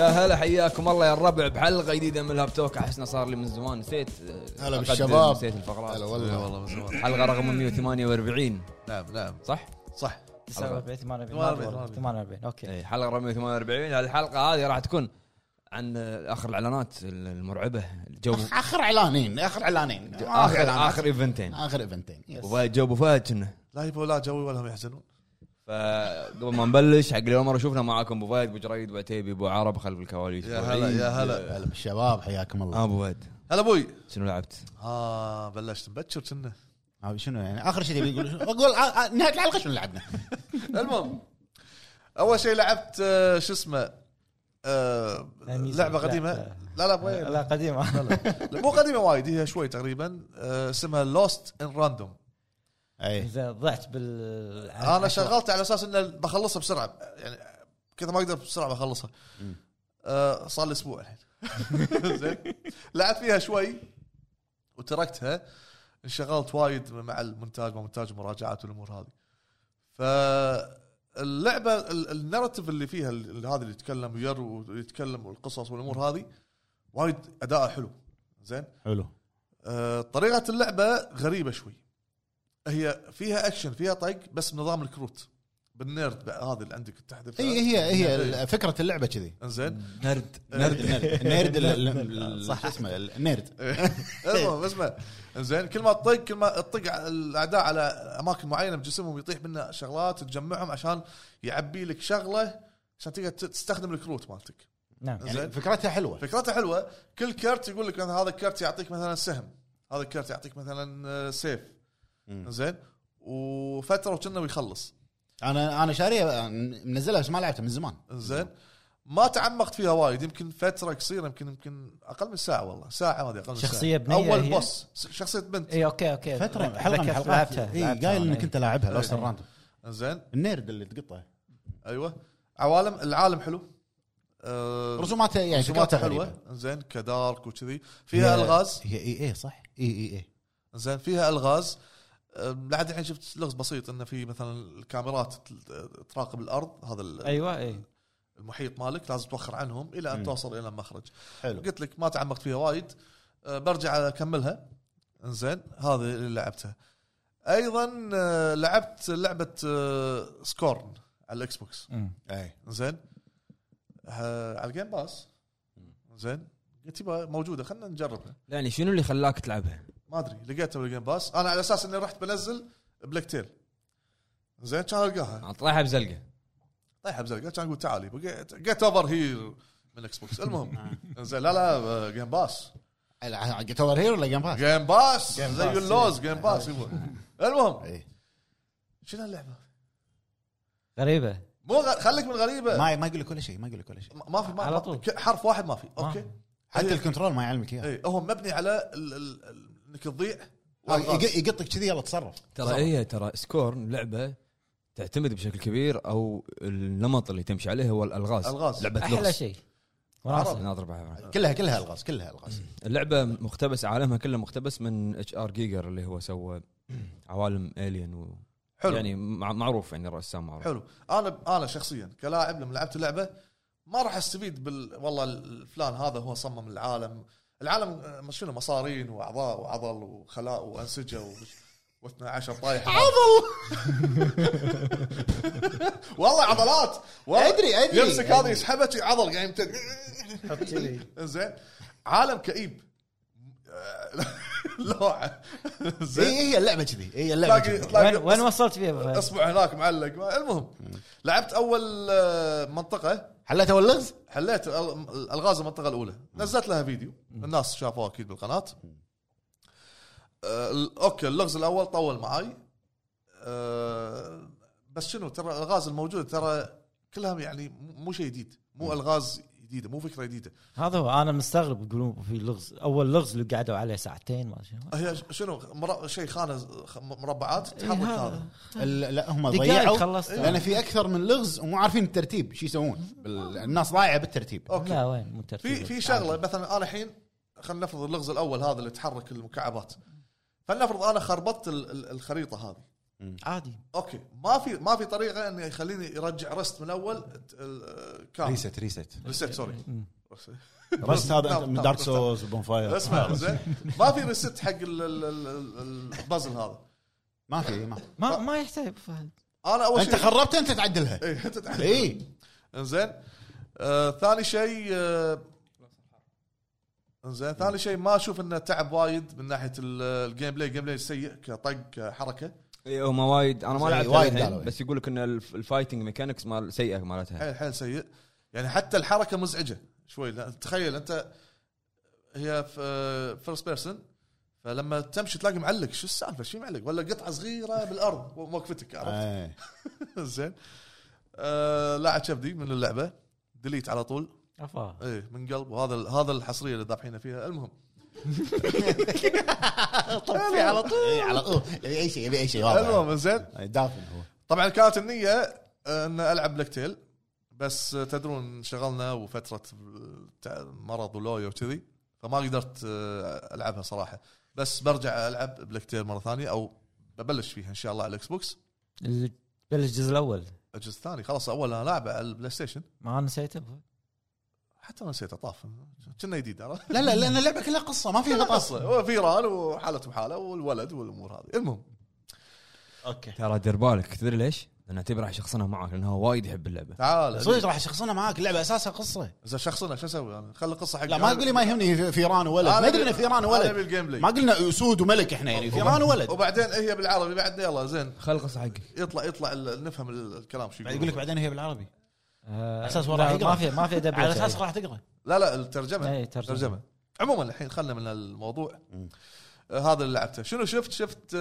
يا هلا حياكم الله يا الربع بحلقه جديده من الهاب توك. احسنا صار لي من زمان نسيت. هلا بالشباب. نسيت الفقرات. هلا والله من زمان. حلقه رقم 148. نعم صح 49 48 اوكي. اي حلقه رقم 148. هذه الحلقه هذه راح تكون عن اخر الاعلانات المرعبه. الجو اخر اعلانين اخر ايفنتين ابو فهد كنا لا يبغوا لا جوي ولا هم يحزنون. فقبل ما نبلش حق اليوم مره شوفنا معاكم ابو فهد ابو جريد ابو عتيبي ابو عرب خلف الكواليس. يا هلا بالشباب حياكم الله. ابو فهد هلا ابوي. شنو لعبت؟ بلشت مبكر كنا. شنو يعني اخر شيء يقول اقول نهايه الحلقه شنو لعبنا. المهم اول شيء لعبت شو اسمه لعبه قديمه. لا قديمه. لا مو قديمه وايد هي شوي تقريبا. اسمها لوست ان راندوم. اي ضعت انا شغلت على اساس ان بخلصها بسرعه يعني كذا ما اقدر بسرعه بخلصها. صار لي اسبوع الحين. زين لعبت فيها شوي وتركتها. انشغلت وايد مع المونتاج ومراجعات والامور هذه. فاللعبه الناراتيف اللي فيها هذا اللي يتكلم ويتكلم والقصص والامور هذه وايد اداء حلو. زين حلو. طريقه اللعبه غريبه شوي. هي فيها اكشن فيها طق بس بنظام الكروت بالنيرد هذا اللي عندك التحديث. هي فكره اللعبه كذي. انزين نيرد صح اسمه النيرد. اسمه انزين كل ما تطق الاعداء على اماكن معينه بجسمهم يطيح منه شغلات تجمعهم عشان يعبي لك شغله عشان تقدر تستخدم الكروت مالتك. نعم يعني فكرتها حلوه. كل كارت يقول لك مثلا هذا الكارت يعطيك مثلا سهم هذا الكارت يعطيك مثلا سيف. زين وفتره وكنا ويخلص. انا شاريه منزلها بس ما لعبتها من زمان. زين ما تعمقت فيها وايد يمكن فتره قصيره يمكن اقل من ساعه والله ساعه ما ادري اقل من شخصيه ساعه. بنيه اول بوس شخصيه بنت. اي اوكي فتره حلقه من حلقاتها. قايل انك انت لاعبها لو راندوم. زين النيرد اللي تقطه. ايوه العالم حلو. رسوماتها يعني رسوماتها حلوه. زين كدارك وكذي فيها الغاز. هي اي صح اي زين فيها الغاز. لحد الحين شفت لغز بسيط انه في مثلا الكاميرات تراقب الارض هذا ايوه المحيط مالك لازم توخر عنهم الى ان توصل الى المخرج. حلو. قلت لك ما تعمقت فيها وايد. برجع اكملها. انزين هذه اللي لعبتها. ايضا لعبت لعبه سكورن على الاكس بوكس. اي زين على الجيم باس. زين قلت يبا موجوده خلنا نجربها. يعني شنو اللي خلاك تلعبها؟ ما ادري لقيتها بالجيم باس. انا على اساس اني رحت بنزل بلاك تيل. زين كان القاها طايحه بزلقه كان اقول تعالي جيت اوفر هير من اكس بوكس. المهم زين لا جيم باس. جيت اوفر هير ولا جيم باس زي اللوز جيم باس. المهم شنو اللعبه غريبه مو خليك من غريبه. ما يقول لك كل شيء ما في على طول حرف واحد ما في. اوكي حتى الكنترول ما يعلمك اياه. اي هو مبني على انك تضيع يقطك كذي يلا تصرف. ترى سكور لعبه تعتمد بشكل كبير او النمط اللي تمشي عليه هو الالغاز. لعبه احلى شيء كلها الغاز. اللعبه مقتبس عالمها كله مقتبس من HR جيجر اللي هو سوى عوالم الين حلو. يعني معروف يعني رسام معروف. حلو. انا شخصيا كلاعب لما لعبت اللعبه ما راح استفيد والله الفلان هذا هو صمم العالم شنو مصارين واعضاء وعضل وخلاء وانسجه و12 طايحه عضل. والله عضلات ادري يمسك هذا يسحبك عضل قاعد حط كذي. زين عالم كئيب. لوعه. زين هي اللعبه كذي. وين وصلت فيها اصبع هناك معلق. المهم لعبت اول منطقه حليت اول لغز. حليت الغاز المنطقه الاولى. نزلت لها فيديو الناس شافوه اكيد بالقناه. اوكي اللغز الاول طول معاي. بس شنو ترى الغاز الموجود ترى كلها يعني مو شيء جديد مو الغاز جديده مو فكره جديده. هذا هو انا مستغرب يقولون في لغز اول لغز اللي قعدوا عليه ساعتين ما هي شنو شيء خانه مربعات تحرك. هذا لا هم ضيعوا لان في اكثر من لغز ومو عارفين الترتيب شو يسوون. الناس ضايعه بالترتيب. لا وين مو ترتيب. في شغله مثلا انا الحين خلينا نفرض اللغز الاول هذا اللي تحرك المكعبات. فلنفرض انا خربطت الخريطه هذه عادي. اوكي ما في طريقه انه يخليني يرجع رست من اول كامل. ريست سوري بس هذا من دارك سولز وبون فاير اسمع زين ما في ريست حق البازل هذا ما في ما يحتاج فهد. انا اول شيء انت خربتها انت تعدلها اي انت تعدل اي انزين ثاني شيء انزين ثاني شيء ما اشوف انه تعب وايد من ناحيه الجيم بلاي سيء كطق كحركه ايوه ما وايد انا ما لعبت وايد وايد بس يقول لك ان الفايتنج ميكانكس مال سيئه مالتها حيل سيء يعني حتى الحركه مزعجه شوي. تخيل انت هي في فيرست بيرسون فلما تمشي تلاقي معلق شو السالفه شو معلق ولا قطعه صغيره بالارض وقفتك عرفت زين لا كبدي من اللعبه ديليت على طول ايه من قلب. وهذا الحصريه اللي ذابحين فيها. المهم طفي على طول على طول يبي اي شيء المهم زين دافن هو. طبعا كانت النيه ان العب بلاك تيل بس تدرون شغلنا وفتره مرض ولويا وكذي فما قدرت العبها صراحه. بس برجع العب بلاك تيل مره ثانيه او ببلش فيها ان شاء الله على الاكس بوكس. بلش الجزء الاول الجزء الثاني خلاص اول انا لاعبه على البلاي ستيشن ما نسيته حتى انا نسيته طاف كنا جديد لا لان اللعبه كلها قصه ما فيها قصه وفيران وحالته بحاله والولد والامور هذه. المهم اوكي ترى دير بالك تدري ليش؟ لان اعتبر راح يشخصنها معك لانه هو وايد يحب اللعبه. تعال صدق راح شخصنا معاك اللعبه اساسها قصه. اذا شخصنا شو اسوي انا خلي القصه حق لا ما تقول لي ما يهمني فيران وولد ما ادري انه فيران وولد ما قلنا اسود وملك احنا يعني فيران وولد وبعدين هي بالعربي بعد يلا زين خلي القصه حقك يطلع نفهم الكلام شو يقول لك بعدين هي بالعربي اساس راح يقرا ما في ادب على اساس راح تقرا لا الترجمه ترجمه. عموما الحين خلنا من الموضوع هذا اللي لعبته. شنو شفت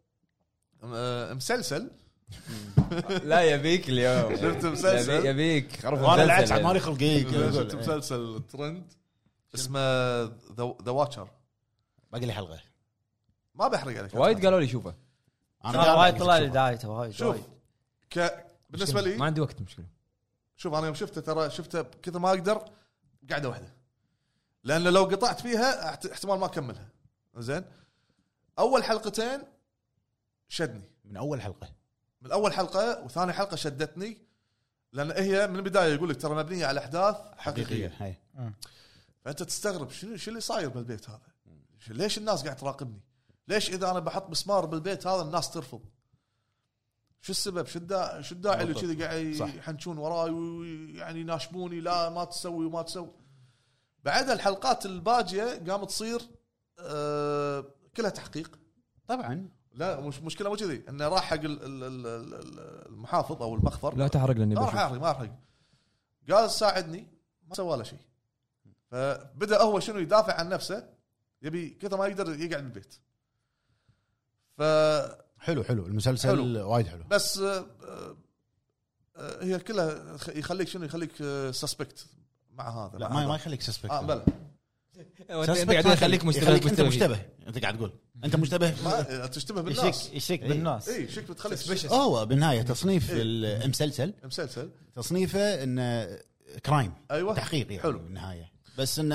مسلسل لا يبيك اليوم شفت مسلسل يبيك وانا لعبت ماري خلقيك شفت مسلسل ترند اسمه ذا واتشر. باقي لي حلقه ما بحرق عليك وايد قالوا لي شوفه انا وايد طلع لي دايته وايد شوف بالنسبه لي ما عندي وقت مشكله. شوف انا يوم شفته ترى شفته كذا ما اقدر قاعده واحده لان لو قطعت فيها احتمال ما اكملها. زين اول حلقتين شدني من اول حلقه وثاني حلقه شدتني لان هي من البدايه يقول لك ترى مبنيه على احداث حقيقيه هاي. فانت تستغرب شو اللي صاير بالبيت هذا ليش الناس قاعد تراقبني ليش اذا انا بحط مسمار بالبيت هذا الناس ترفض شو السبب شو الداعي اللي كذا قاعد يحنشون وراي ويعني يناشبوني لا ما تسوي وما تسوي. بعد الحلقات الباجيه قامت تصير كلها تحقيق طبعا لا مشكله مو كذي انه راح حق المحافظ او المخفر لا تحرق لاني ما احرق قال ساعدني ما سوى له شيء فبدا هو شنو يدافع عن نفسه يبي كذا ما يقدر يقعد بالبيت. ف حلو المسلسل وايد حلو بس هي كلها يخليك سسبكت مع هذا لا ما يخليك سسبكت بلى انت قاعد يخليك مشتبه انت قاعد تقول انت مشتبه ما تشتبه بالناس يشك بالناس شك بتخليك هو بالنهايه تصنيف المسلسل تصنيفه انه كرايم ايوه تحقيق يعني حلو بالنهايه بس انه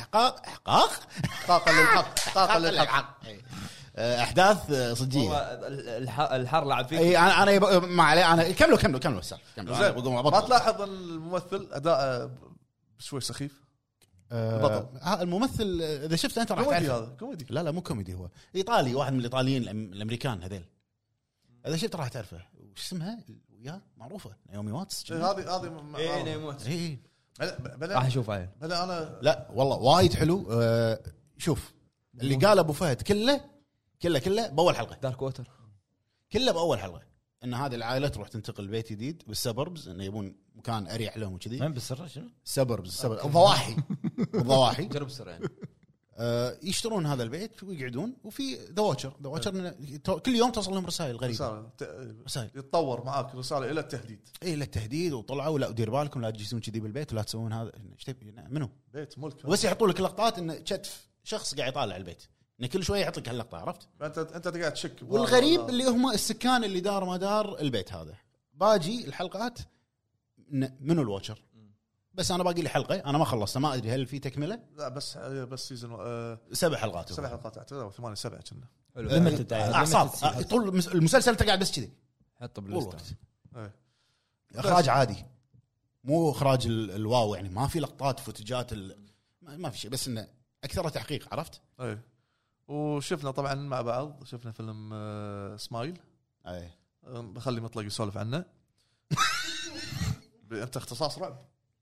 احقاق للحق احداث صجيه. الحر لعب فيك اي انا ما عليه انا كملوا السالفه ما تلاحظ الممثل اداء شوي سخيف البطل الممثل اذا شفت انت راح تعرف هذا كوميدي لا مو كوميدي هو ايطالي واحد من الايطاليين الامريكان هذيل اذا شفت راح تعرفه وش اسمها وياه معروفه نايومي واتس هذه نايومي واتس راح اشوف عليه انا لا والله وايد حلو شوف اللي قال ابو فهد كله باول حلقه دارك ووتر كله باول حلقه ان هذه العائله تروح تنتقل لبيت جديد بالسبربز انه يبون مكان اريح لهم وكذي. وين بالسر شنو سبربز الضواحي جرب السر يعني يشترون هذا البيت ويقعدون وفي ذا واتشر كل يوم توصل لهم رسائل غريبه رسائل يتطور معاك رساله الى التهديد الى التهديد وطلعوا لا دير بالكم لا تجلسون كذي بالبيت ولا تسوون هذا منو بيت ملك بس يحطوا لك لقطات انه شتف شخص قاعد يطالع البيت انه كل شويه يعطيك هاللقطه عرفت انت قاعد تشك. والغريب اللي هم السكان اللي دار ما دار البيت هذا باجي الحلقات منو الواتشر بس انا باقي لي حلقه، انا ما خلصت، ما ادري هل في تكمله. لا بس سيزون 7 حلقات 7 حلقات اعتقد او 8 7 كنا. ليمتد اعصاب طول المسلسل انت قاعد بس كذي حطه طول بالليست. الوقت. إيه. اخراج عادي، مو اخراج الواو يعني، ما في لقطات فوتجات ما في شيء، بس انه اكثر تحقيق، عرفت؟ اي وشفنا طبعا مع بعض، شفنا فيلم سمايل. اي بخلي مطلق يسولف عنه. انت اختصاص رعب.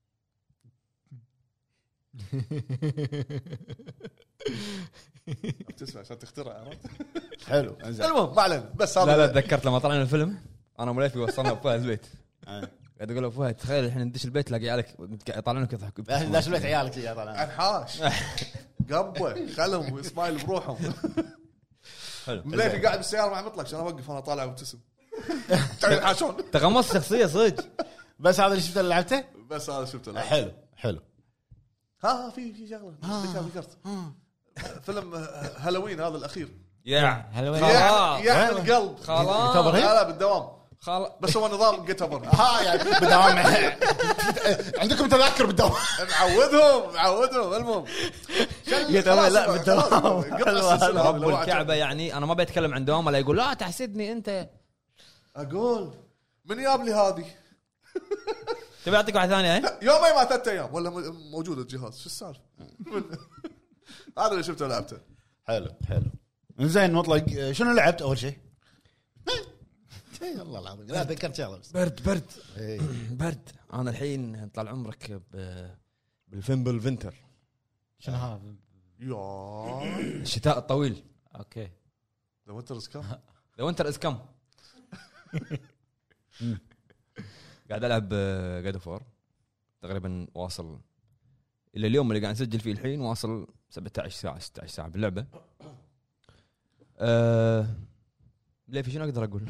تسمع عشان تخترع، عرفت؟ حلو. المهم ما علينا، بس هذا لا تذكرت لما طلعنا الفيلم انا مليفي وصلنا بفهد البيت قاعد اقول له فهد تخيل الحين ندش البيت تلاقي عليك يطلعونك يضحك. داش بيت عيالك يا طالع انحاش قبه خلهم واسمايل بروحهم. حلو. مليفي قاعد بالسياره مع مطلق عشان اوقف انا طالع وابتسم. ينحاشون. تغمص شخصيه صدق. بس هذا اللي شفته اللي لعبته. بس هذا شفته. حلو ها في شغله ذكرت فيلم هالوين هذا الاخير. يا هالوين. يا القلب خلاص لا بالدوام خلاص بس هو نظام جيتابر. يعني بالدوام عندكم تذكر بالدوام. معودهم المهم لا بالدوام. رب الكعبه يعني انا ما بتكلم عن دوام ولا يقول لا تحسدني انت. اقول من جاب لي هذه تبي اعطيك واحد ثاني يومين ما 3 ايام ولا موجود الجهاز. شو السالفه؟ هذا اللي شفته لعبته. حلو زين مطلق شنو لعبت اول شيء؟ والله العظيم لا ذكرت شغله بس برد برد. انا الحين طال عمرك بالفيمبل فينتر. شنو هذا؟ يا الشتاء الطويل. اوكي لو انت رزكم لو انت اسكم قاعد العب جاد اوف وور تقريبا واصل الى اليوم اللي قاعد نسجل فيه الحين واصل 17 ساعه 16 ساعه باللعبه. ليه في شنو اقدر اقول؟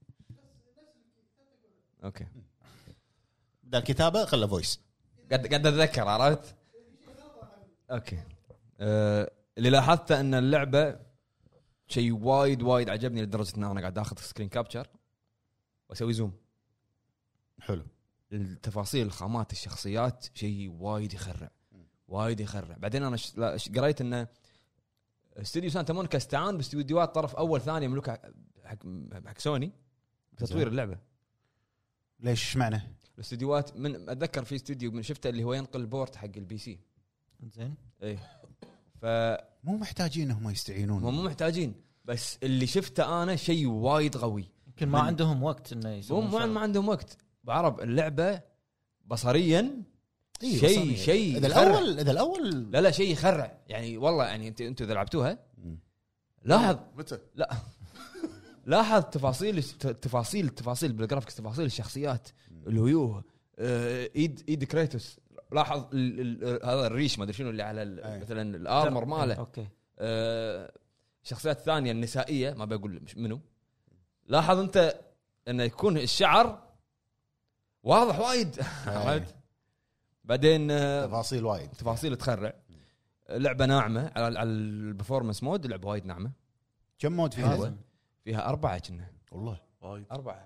اوكي بدأ الكتابه خلى فويس قاعد اتذكر عرفت. اوكي اللي لاحظته ان اللعبه شيء وايد عجبني لدرجه ان انا قاعد اخذ سكرين كابتشر واسوي زوم. حلو. التفاصيل خامات الشخصيات شيء وايد يخرع. بعدين انا قريت ان استوديو سانتا مونيكا استعان باستديوهات طرف اول ثاني ملوك حق سوني بتطوير اللعبه. ليش معنى الاستديوهات من اتذكر في استوديو من شفته اللي هو ينقل البورت حق البي سي. زين ايه مو محتاجين هم يستعينون. مو محتاجين بس اللي شفته انا شيء وايد قوي. يمكن ما عندهم وقت انه يسوون. ما عندهم وقت بعرب اللعبه بصريا شيء اذا الاول لا شيء يخرع يعني والله يعني انتوا اذا لعبتوها لاحظ متى لا لاحظ تفاصيل بالجرافيكس تفاصيل الشخصيات الهيوه ايد كريتوس لاحظ هذا الريش ما ادري شنو اللي على مثلا الارمر ماله. اوكي شخصيات ثانيه النسائيه ما بقول منو. لاحظ انت انه يكون الشعر واضح وايد. بعدين تفاصيل تخرع. لعبه ناعمه على البرفورمانس مود. لعبه وايد ناعمه. كم مود فيها 4 كنا والله وايد 4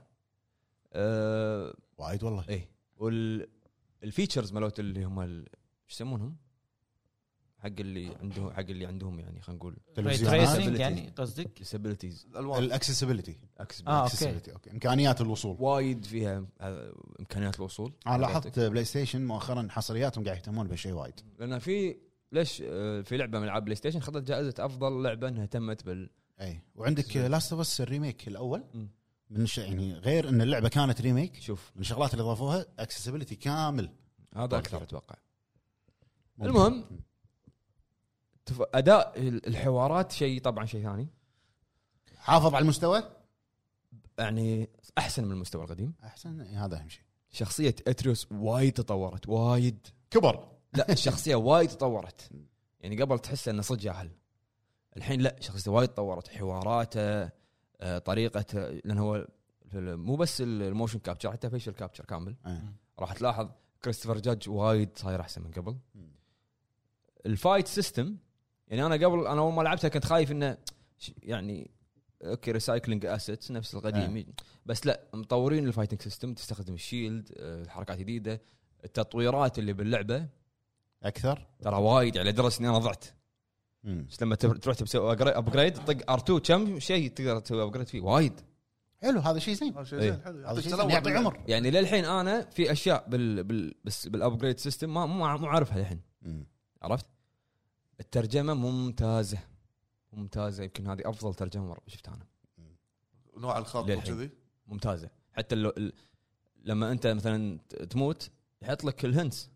وايد والله. ايه والفيتشرز مالوت اللي هم ايش يسمونهم حق اللي عندهم يعني خلينا نقول تريسنج يعني قصدك ديسابيلتيز الاكسسبيلتي. اوكي امكانيات الوصول وايد فيها امكانيات الوصول. انا لاحظت بلاي ستيشن مؤخرا حصرياتهم قاعد يهتمون بهالشيء وايد. لان في ليش في لعبه من العاب بلاي ستيشن خذت جائزه افضل لعبه انها اهتمت اي وعندك لاست اوف اس الريميك الاول من يعني غير ان اللعبه كانت ريميك. شوف من الشغلات اللي اضافوها اكسسبيلتي كامل. هذا اكثر اتوقع. المهم اداء الحوارات طبعا شيء ثاني. حافظ على المستوى يعني احسن من المستوى القديم. احسن هذا اهم شيء. شخصيه اتريوس وايد تطورت وايد كبر. لا الشخصيه وايد تطورت يعني قبل تحس انه صدق جاهل. الحين لا شخصيته وايد تطورت. حواراته طريقه لان هو مو بس الموشن كابتشر حتى فيشل كابتشر كامل. راح تلاحظ كريستوفر جاج وايد صاير احسن من قبل. الفايت سيستم يعني انا اول ما لعبتها كنت خايف انه يعني اوكي ريسايكلينج اسيتس نفس القديم بس لا مطورين الفايتنج سيستم. تستخدم الشيلد حركات جديده التطويرات اللي باللعبه اكثر. ترى وايد يعني لدرجه اني انا ضعت. بس لما تروح تسوي ابجريد طق R2 كم شيء تقدر تسوي ابجريد فيه وايد حلو، هذا شيء زين. هذا شيء زين حلو هذا يعطيك شيء تنوع يعطي باللعب. عمر. يعني للحين انا في اشياء بس بالابجريد سيستم مو عارفها الحين. عرفت الترجمه ممتازه يمكن هذه افضل ترجمه شفتها انا. نوع الخط وكذي ممتازه. حتى لما انت مثلا تموت يحط لك الهنس.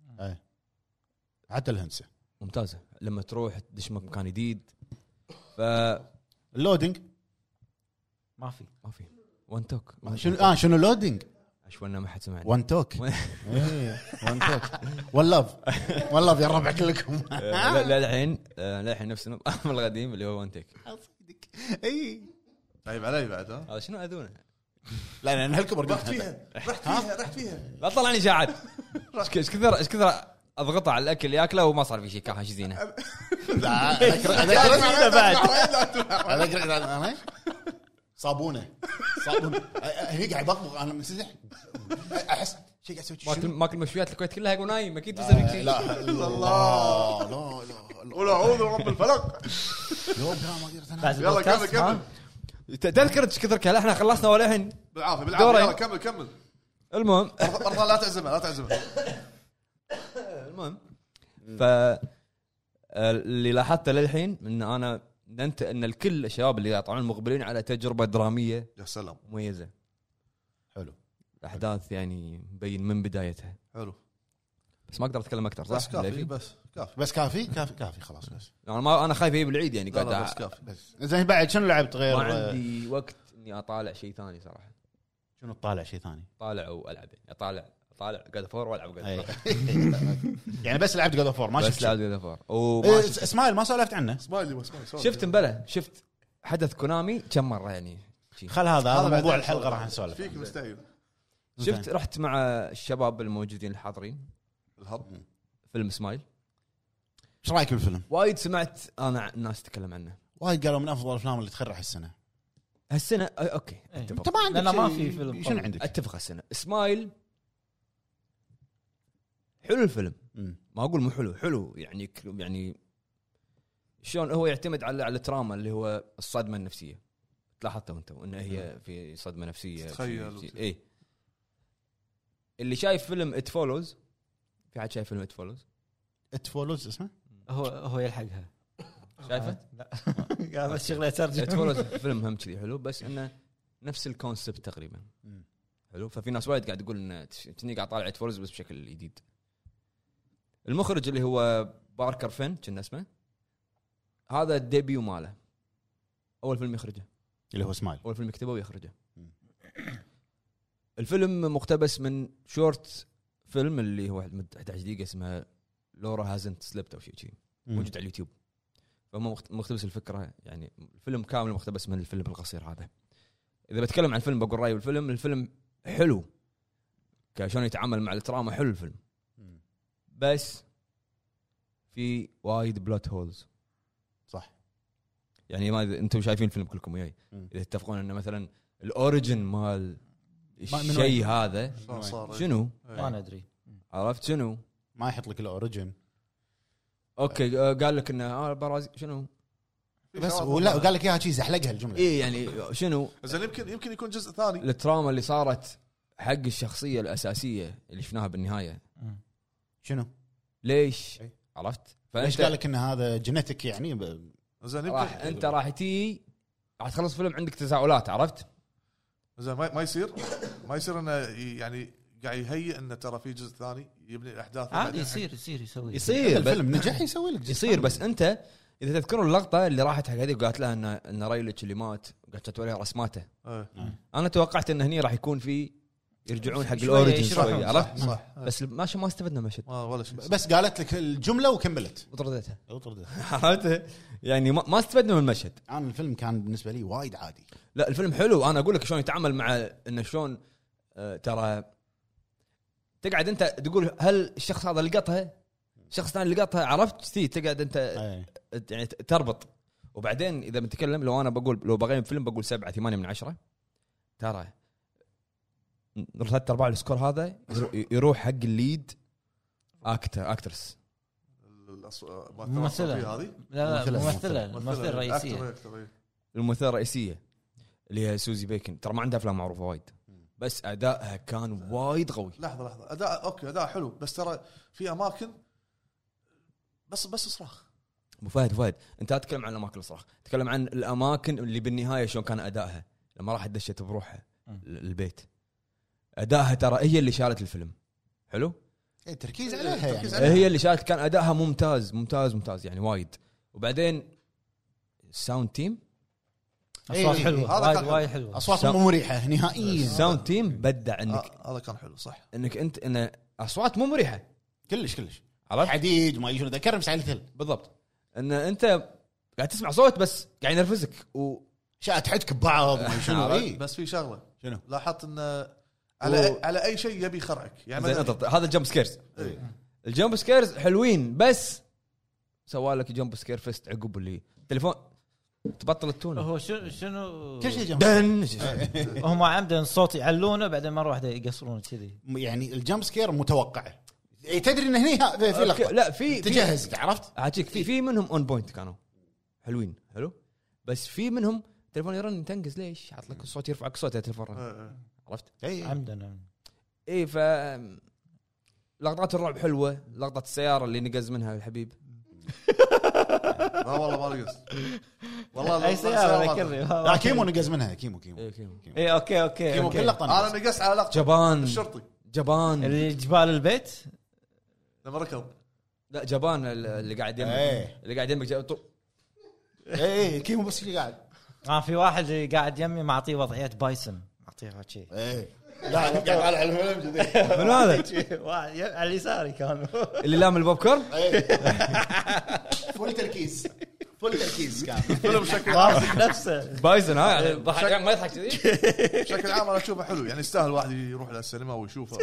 حتى الهنسه ممتازه. لما تروح تدش مكان جديد اللودينج ما في وان توك. شنو لودينج؟ اشونا ما حد سمعني. وان توك. ايه وان توك. والله يا ربع كلكم. لا الحين نفس النظام القديم اللي هو وان تيك. اي طيب علي بعد هذا شنو اذونه؟ لا انا هالكبر رحت فيها لا طلعني اشاعات. ايش كثر اضغط على الاكل اللي ياكله وما صار في شيء كاش زينه. اذكر صابونه هني قاعد بطبخ انا منسدح احس شيء قاعد اسوي ماكل مشويات الكويت كلها يقول نايم اكيد بيصير فيك شيء. لا الله لا اعوذ برب الفلق. يلا كمل تذكر ايش كثر كلام احنا خلصنا ولا الحين بالعافيه يلا كمل. المهم برضه لا تعزمه المهم اللي لاحظته للحين ان الكل الشباب اللي طبعا مقبلين على تجربه دراميه يا سلام مميزه. حلو. الاحداث يعني مبين من بدايتها حلو. بس ما اقدر اتكلم اكثر صح؟ بس كافي كافي خلاص. بس انا خايف يجيب العيد يعني قاعد بس كافي بس. زين بعد شنو لعبت غير؟ ما عندي وقت اني اطالع شيء ثاني صراحه. شنو تطالع شيء ثاني؟ طالع والعب اطالع جاد فور والعب جاد يعني بس لعبت جاد فور ما شفت. بس لعبت جاد فور اسماعيل ما سولفت عنه. اسماعيل شفت حدث كونامي كم مره يعني. خل هذا موضوع الحلقه راح نسولف فيك مستعجل. شفت رحت مع الشباب الموجودين الحاضرين الهب فيلم اسماعيل. ايش رايك بالفيلم؟ وايد سمعت انا الناس تتكلم عنه وايد قالوا من افضل الافلام اللي تخرح هالسنه. اوكي انت ما عندك ما في فيلم. شنو عندك؟ اتفق هالسنه اسماعيل حلو الفيلم. ما اقول مو حلو يعني شلون هو يعتمد على التراما اللي هو الصدمه النفسيه. لاحظتوا انتم انه هي في صدمه نفسيه. تخيل ايه اللي شايف فيلم ات فولوز. في حد شايف فيلم ات فولوز اسمه هو يلحقها شايفه؟ لا بس شغله ترجم. ات فولوز فيلم هم كذي حلو بس انه نفس الكونسبت تقريبا. حلو. ففي ناس وايد قاعد تقول ان تني قاعد طالع ات فولوز بس بشكل جديد. المخرج اللي هو باركر فين كنا اسمه هذا الديبيو ماله اول فيلم يخرجه اللي هو اسماعيل اول فيلم يكتبه ويخرجه. الفيلم مقتبس من شورت فيلم اللي هو 11 دقيقه اسمه لورا هازنت سليبت او شيء كذي موجود على اليوتيوب. فهم مقتبس الفكره يعني الفيلم كامل مقتبس من الفيلم القصير هذا. اذا بتكلم عن الفيلم بقول رايي بالفيلم. الفيلم حلو كشلون يتعامل مع التراما. حلو الفيلم بس في وايد بلوت هولز. صح يعني ما انتم شايفين الفيلم كلكم وياي اذا تتفقون ان مثلا الاوريجن مال الشيء هذا شنو ما ندري. عرفت شنو ما يحط لك الاوريجن. اوكي قال لك انه برازيل شنو بس ولا قال لك اياها شيء زحلقها الجمله. ايه يعني شنو زين يمكن يكون جزء ثاني. التراما اللي صارت حق الشخصيه الاساسيه اللي شفناها بالنهايه شنو ليش عرفت. ليش قال لك ان هذا جينيتك يعني زين انت راح تي راح تخلص فيلم عندك تساؤلات. عرفت زين ما يصير انه يعني قاعد يهيئ انه ترى في جزء ثاني يبني الاحداث عادي يصير يصير الفيلم نجح يسوي لك يصير. بس انت اذا تذكرون اللقطه اللي راحت حق هذه وقالت لها ان ريلك اللي مات قالت توريها رسماته. انا توقعت ان هني راح يكون في يرجعون حق الاوريجن شوي. عرفت صح. بس ما استفدنا مشهد ولا شيء. بس قالت لك الجمله وكملت وطردتها. عرفت يعني ما استفدنا من المشهد. انا الفيلم كان بالنسبه لي وايد عادي. لا الفيلم حلو. انا اقول لك شلون يتعامل مع انه شلون ترى تقعد انت تقول هل الشخص هذا لقطها شخص ثاني لقطها. عرفت تقعد انت يعني تربط. وبعدين اذا بنتكلم لو انا بقول لو بقيم فيلم بقول 7-8 من 10. ترى ثلاث ارباع السكور هذا يروح حق الليد اكترس ممثلة. هذه لا ممثلة الرئيسية. الممثله الرئيسيه اللي هي سوزي بيكن، ترى ما عندها افلام معروفه وايد بس ادائها كان وايد قوي. لحظه اداء اوكي اداء حلو، بس ترى في اماكن بس صراخ. ابو فهد انت تتكلم عن الاماكن الصراخ، تتكلم عن الاماكن اللي بالنهايه شلون كان ادائها لما راحت دشت بروحها البيت. ادائها ترى هي اللي شالت الفيلم. حلو التركيز عليها يعني. هي اللي شالت، كان ادائها ممتاز يعني وايد. وبعدين الساوند تيم اصوات حلوه وايد حلوه، اصوات مو مريحه نهائيا. الساوند تيم بدع انك هذا كان حلو صح، انك انت ان اصوات مو مريحه كلش عرفت؟ حديد ما يجون ذكرني بسعيد الثل بالضبط، ان انت قاعد تسمع صوت بس قاعد ينرفزك شاء تحدك ببعض ما شنو. بس في شغله شنو لاحظت انه على اي شيء يبي يخرعك يعني هذا الجمب سكيرز. الجمب سكيرز حلوين بس سوالك جمب سكير فيست عقب اللي تليفون تبطل التونه. هو شنو كل شيء دن هم عمدا الصوت يعلونه بعدين مره واحده يقصرون كذي. يعني الجمب سكير متوقع، تدري ان هنا في لقطه لا في تجهز عرفت عاجيك في منهم اون بوينت كانوا حلوين حلو، بس في منهم تليفون يرن تنقز ليش حاط لك الصوت يرفعك صوت التليفون عرفت عمدا اي. ف لقطات الرعب حلوه، لقطه السياره اللي نقز منها الحبيب لا والله ما نقز والله اي سياره ذكرني. لا كيمو نقز منها كيمو اي اوكي كيمو كل لقطه انا نقص على لقطه جبان الشرطي جبان اللي جبال البيت لما ركض. لا جبان اللي قاعد يمك اللي قاعد يمك اي كيمو بس قاعد. في واحد اللي قاعد يمي معطيه وضعيه بايسون معطيه شيء. لا قاعد على الفيلم من هذا على اليساري كان اللي لام البوب كورن فول تركيز كان فيلم شكل نفسه بايزن يعني ضحك ما يضحك كذي. بشكل عام انا اشوفه حلو يعني يستاهل واحد يروح للسينما ويشوفه.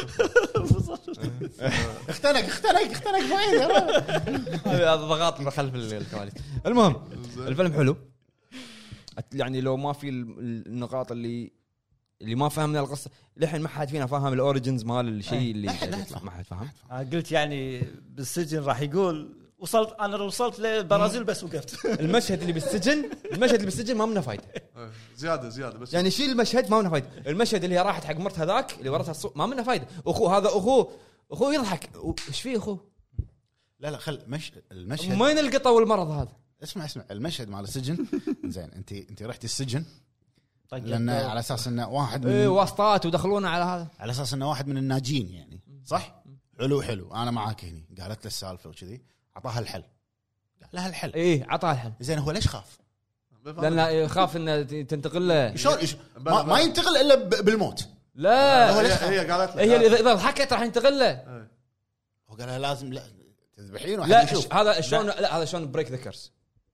اختنق بعيد هذا ضغط من خلف الكواليس. المهم الفيلم حلو يعني لو ما في النقاط اللي ما فهمنا القصه لحين ما حد فينا فاهم الاوريجنز مال الشيء اللي ما حد فهم. قلت يعني بالسجن راح يقول وصلت للبرازيل بس وقفت. المشهد اللي بالسجن ما منه فايده زياده بس يعني شيل المشهد ما منه فايده. المشهد اللي هي راحت حق مرت هذاك اللي ورثها الصوت ما منه فايده. اخوه يضحك ايش فيه اخوه. لا خل المشهد وين القطه والمرض هذا. اسمع المشهد مال السجن زين انت رحتي السجن لان على اساس انه واحد من واسطات ودخلونا على هذا على اساس انه واحد من الناجين يعني صح. حلو انا معاك هني. قالت له السالفه وكذي عطاها الحل. قال لها الحل عطاها الحل. زين هو ليش خاف؟ لانه يخاف انه تنتقل له شلون ما ينتقل الا بالموت. لا هي قالت له هي اذا ضحكت راح ينتقل له. هو قال لها لازم لا تذبحين واحد يشوف هذا شلون. لا هذا شلون بريك ذا كيرس.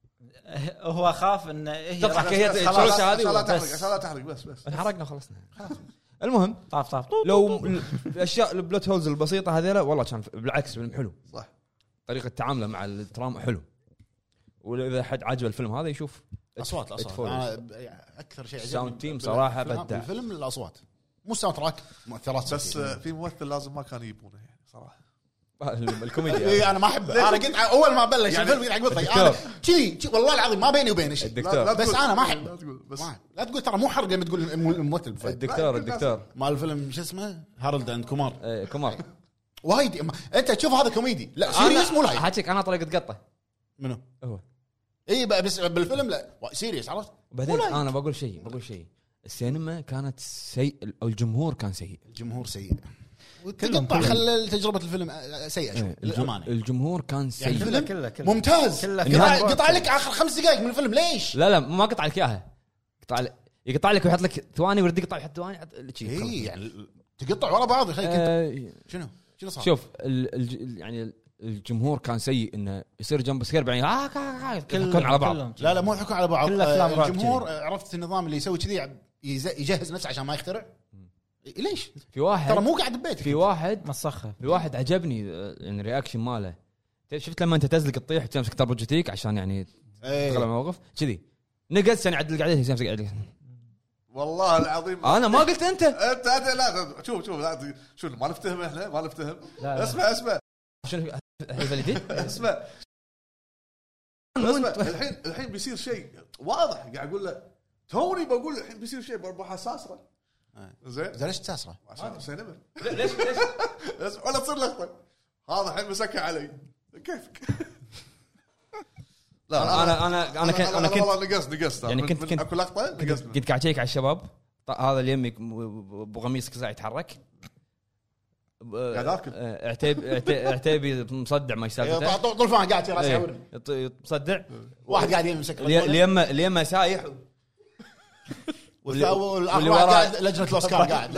هو خاف ان هي تضحك هي الشوشه هذه عشان لا تحرق بس حرقنا وخلصنا. المهم طاف لو الاشياء البلوت هولز البسيطه هذيلا والله كان بالعكس فيلم حلو صح. طريقه تعامله مع التراما حلو. واذا حد عجب الفيلم هذا يشوف اصوات انا اكثر شيء عجبني ساوند تيم صراحه بدع الفيلم الاصوات مو ساوند تراك مؤثرات بس في ممثل لازم ما كان يجيبونه يعني صراحه الكوميديا. اي انا ما احبه. انا قلت اول ما بلش يعني الفيلم قلت عقبطي انا كذي والله العظيم ما بيني وبينه شيء. بس انا ما احب لا تقول ترى مو حرق لما تقول الممثل. الدكتور مال الفيلم شو اسمه هارولد اند كومار. كومار وايد انت تشوف هذا كوميدي لا سيريس مو لايك. حاجيك انا طريقه قطه منو هو اي بس بالفيلم لا سيريس عرفت. وبعدين انا بقول شيء السينما كانت سيء او الجمهور كان سيء. الجمهور سيء وتقطع خلى تجربه الفيلم سيئه شوي للامانه. الجمهور كان سيء يعني كله ممتاز. قطع لك اخر 5 دقائق من الفيلم ليش؟ لا ما قطع لك اياها. يقطع لك ويحط لك ثواني ويرد يقطع يحط ثواني يعني تقطع ورا بعض يخليك شنو صار. شوف يعني الجمهور كان سيء انه يصير جنب سكير بعدين يحكون على بعض. لا مو يحكون على بعض. الجمهور عرفت النظام اللي يسوي كذي يجهز نفسه عشان ما يخترع. ليش في واحد ترى مو قاعد ببيتك. في واحد مسخه. في واحد عجبني يعني رياكشن ماله. شفت لما انت تزلق الطيح وتمسك تربجتيك عشان يعني تغلب الموقف كذي نقص يعني عدل قاعد يمسك قاعد والله العظيم انا ما قلت انت. انت لا شوف لا شو ما نفتهم احنا ما نفتهم. لا. اسمع شنو الحلفه الجديد؟ اسمع الحين بيصير شيء واضح. قاعد اقول له توني بقول الحين بيصير شيء بروح اساسره. زين ليش تساسره؟ عشان سينما ليش ولا تصير لقطه. هذا الحين مسكها علي كيفك. لا انا كنت والله نقصت يعني كنت اكو لقطه نقصت. قاعد اشيك على الشباب. هذا اللي يمك ابو قميص قاعد يتحرك. قاعد اكل. عتيبي مصدع ما يسالفه. طول فان قاعد في راسي يعورني. مصدع. واحد قاعد يمسك اليمه سايح. واللي قاعد لجنه الاوسكار قاعد.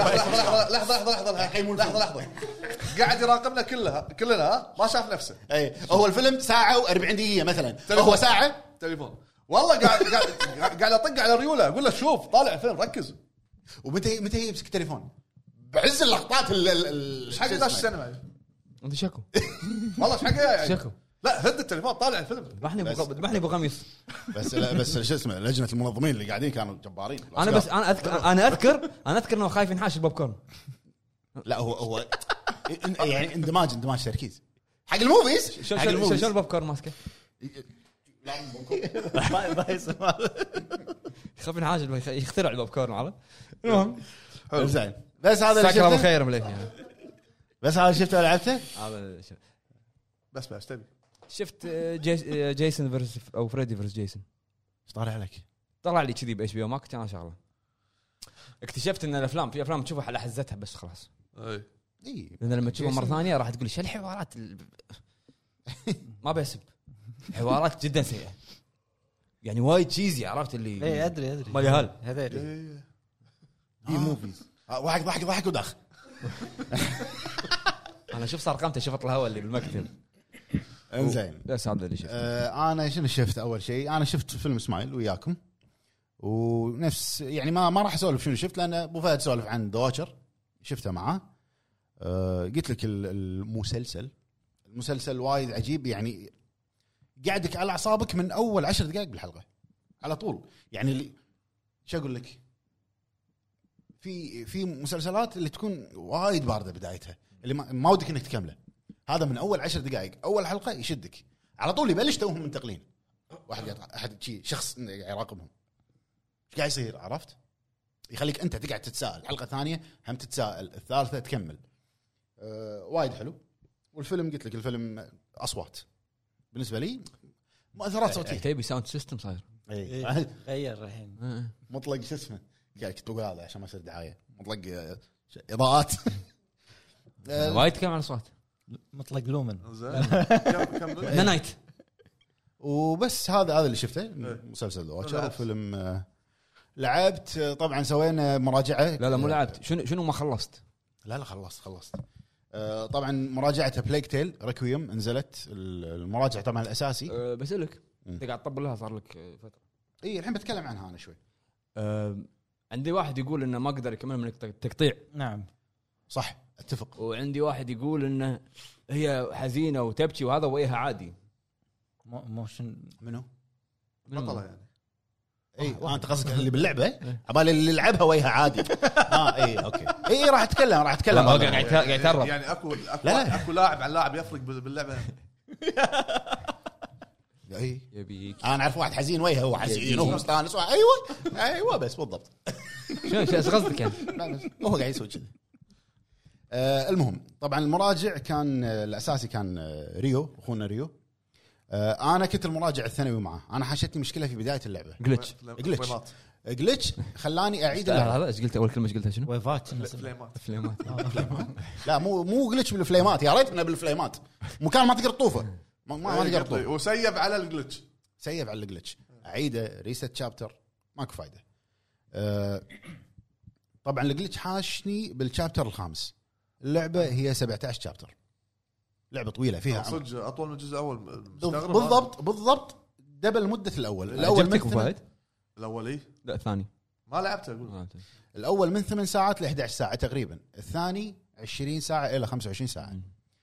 لحظه قاعد يراقبنا كلنا ما شاف نفسه. اي هو الفيلم ساعه و40 دقيقه مثلا. هو ساعه تليفون والله قاعد اطق على ريوله اقول له شوف طالع فين ركز. ومتى يمسك التليفون بعز اللقطات ايش حق داش السينما انت شكو والله ايش حق يعني شكو لا هد التليفون طالع الفيلم. ذبحني ابو قميص. بس شو اسمه لجنه المنظمين اللي قاعدين كانوا جبارين. انا اذكر انه خايف ينحاش البوب كورن. لا هو يعني اندماج تركيز حق الموفيز. شلون البوب كورن ماسكه؟ ما يسمع. يخاف ينحاش يخترع البوب كورن على. المهم زين بس هذا اللي شفته شفته. بخير مليك يعني. بس هذا شفته لعبته. هذا بس تبي شفت جيسون فيرس او فريدي فيرس جيسون. ايش طالع عليك؟ طلع لي كذي بايش بي ماك كان شغله. اكتشفت ان الافلام في افلام تشوفها على حزتها بس خلاص. اي لان لما تشوفها مره ثانيه راح تقول شو الحوارات ما بيسب حوارات جدا سيئه يعني وايد تشيزي عرفت اللي. اي ادري ما يهال هذول اي موفيز واحد ضحك وداخل. انا شوف صار قامته شفت الهواء اللي بالمكتب. انزين بس هذا اللي شفته. انا شنو شفت اول شيء؟ انا شفت فيلم اسماعيل وياكم ونفس يعني ما راح اسولف شنو شفت لان ابو فهد سولف عن ذا واتشر شفته معاه. قلت لك المسلسل وايد عجيب يعني قاعدك على اعصابك من اول 10 دقائق بالحلقه على طول. يعني شو اقول لك في مسلسلات اللي تكون وايد بارده بدايتها اللي ما ودك انك تكمله. هذا من اول 10 دقائق اول حلقه يشدك على طول يبلش توهم منتقلين. واحد احد شخص يراقبهم ايش قاعد يصير عرفت يخليك انت تقعد تتساءل. الحلقه الثانيه هم تتساءل الثالثه تكمل. وايد حلو. والفيلم قلت لك الفيلم اصوات بالنسبه لي مؤثرات صوتيه. تبي ساوند سيستم صاير غير الحين مطلق شو اسمه قاعد تقول هذا عشان ما يصير دعايه مطلق اضاءات. وايد كم على الاصوات مطلق لومن نايت. وبس هذا اللي شفته مسلسل واتشر. فيلم لعبت طبعا سوينا مراجعه. لا مو لعبت شنو ما خلصت. لا خلصت. طبعا مراجعه بليك تيل ريكويم نزلت المراجعه طبعا الاساسي. بسألك انت قاعد تطبل لها صار لك فتره. اي الحين بتكلم عنها انا شوي. عندي واحد يقول انه ما اقدر يكمل من التقطيع. نعم صح اتفق. وعندي واحد يقول انه هي حزينه وتبكي وهذا وجهها عادي. موشن منو بطلة يعني. اي انت قصدك اللي باللعبه عبالي اللي لعبها وجهها عادي. اي اوكي اي راح اتكلم قاعد يتعرف يعني اكو لاعب عن لاعب يفرق باللعبه. اي يبيك انا اعرف واحد حزين وجهه هو حزين وهو مستانس. ايوه بس بالضبط. شو ايش قصدك يعني؟ هو قاعد يسوي كذا. المهم طبعا المراجع كان الاساسي كان ريو اخونا ريو. انا كنت المراجع الثانوي معه. انا حاشتني مشكله في بدايه اللعبه جلتش خلاني اعيد اللعبه. هذا ايش قلت اول كلمه ايش قلتها شنو؟ ويفات فليمات لا مو جلتش بالفليمات يا ريت انه بالفليمات مكان ما تقدر تطوفه ما تقدر تطوفه. وسيب على الجلتش سيب على الجلتش اعيده ريست شابتر ماكو فايده. طبعا الجلتش حاشني بالشابتر الخامس. اللعبه هي 17 شابتر. لعبه طويله فيها صدق اطول من الجزء الاول. بالضبط دبل مده الاول الاول ايه لا الثاني ما لعبته اقول. الاول من 8 ساعات ل 11 ساعه تقريبا. الثاني 20 ساعه الى 25 ساعه.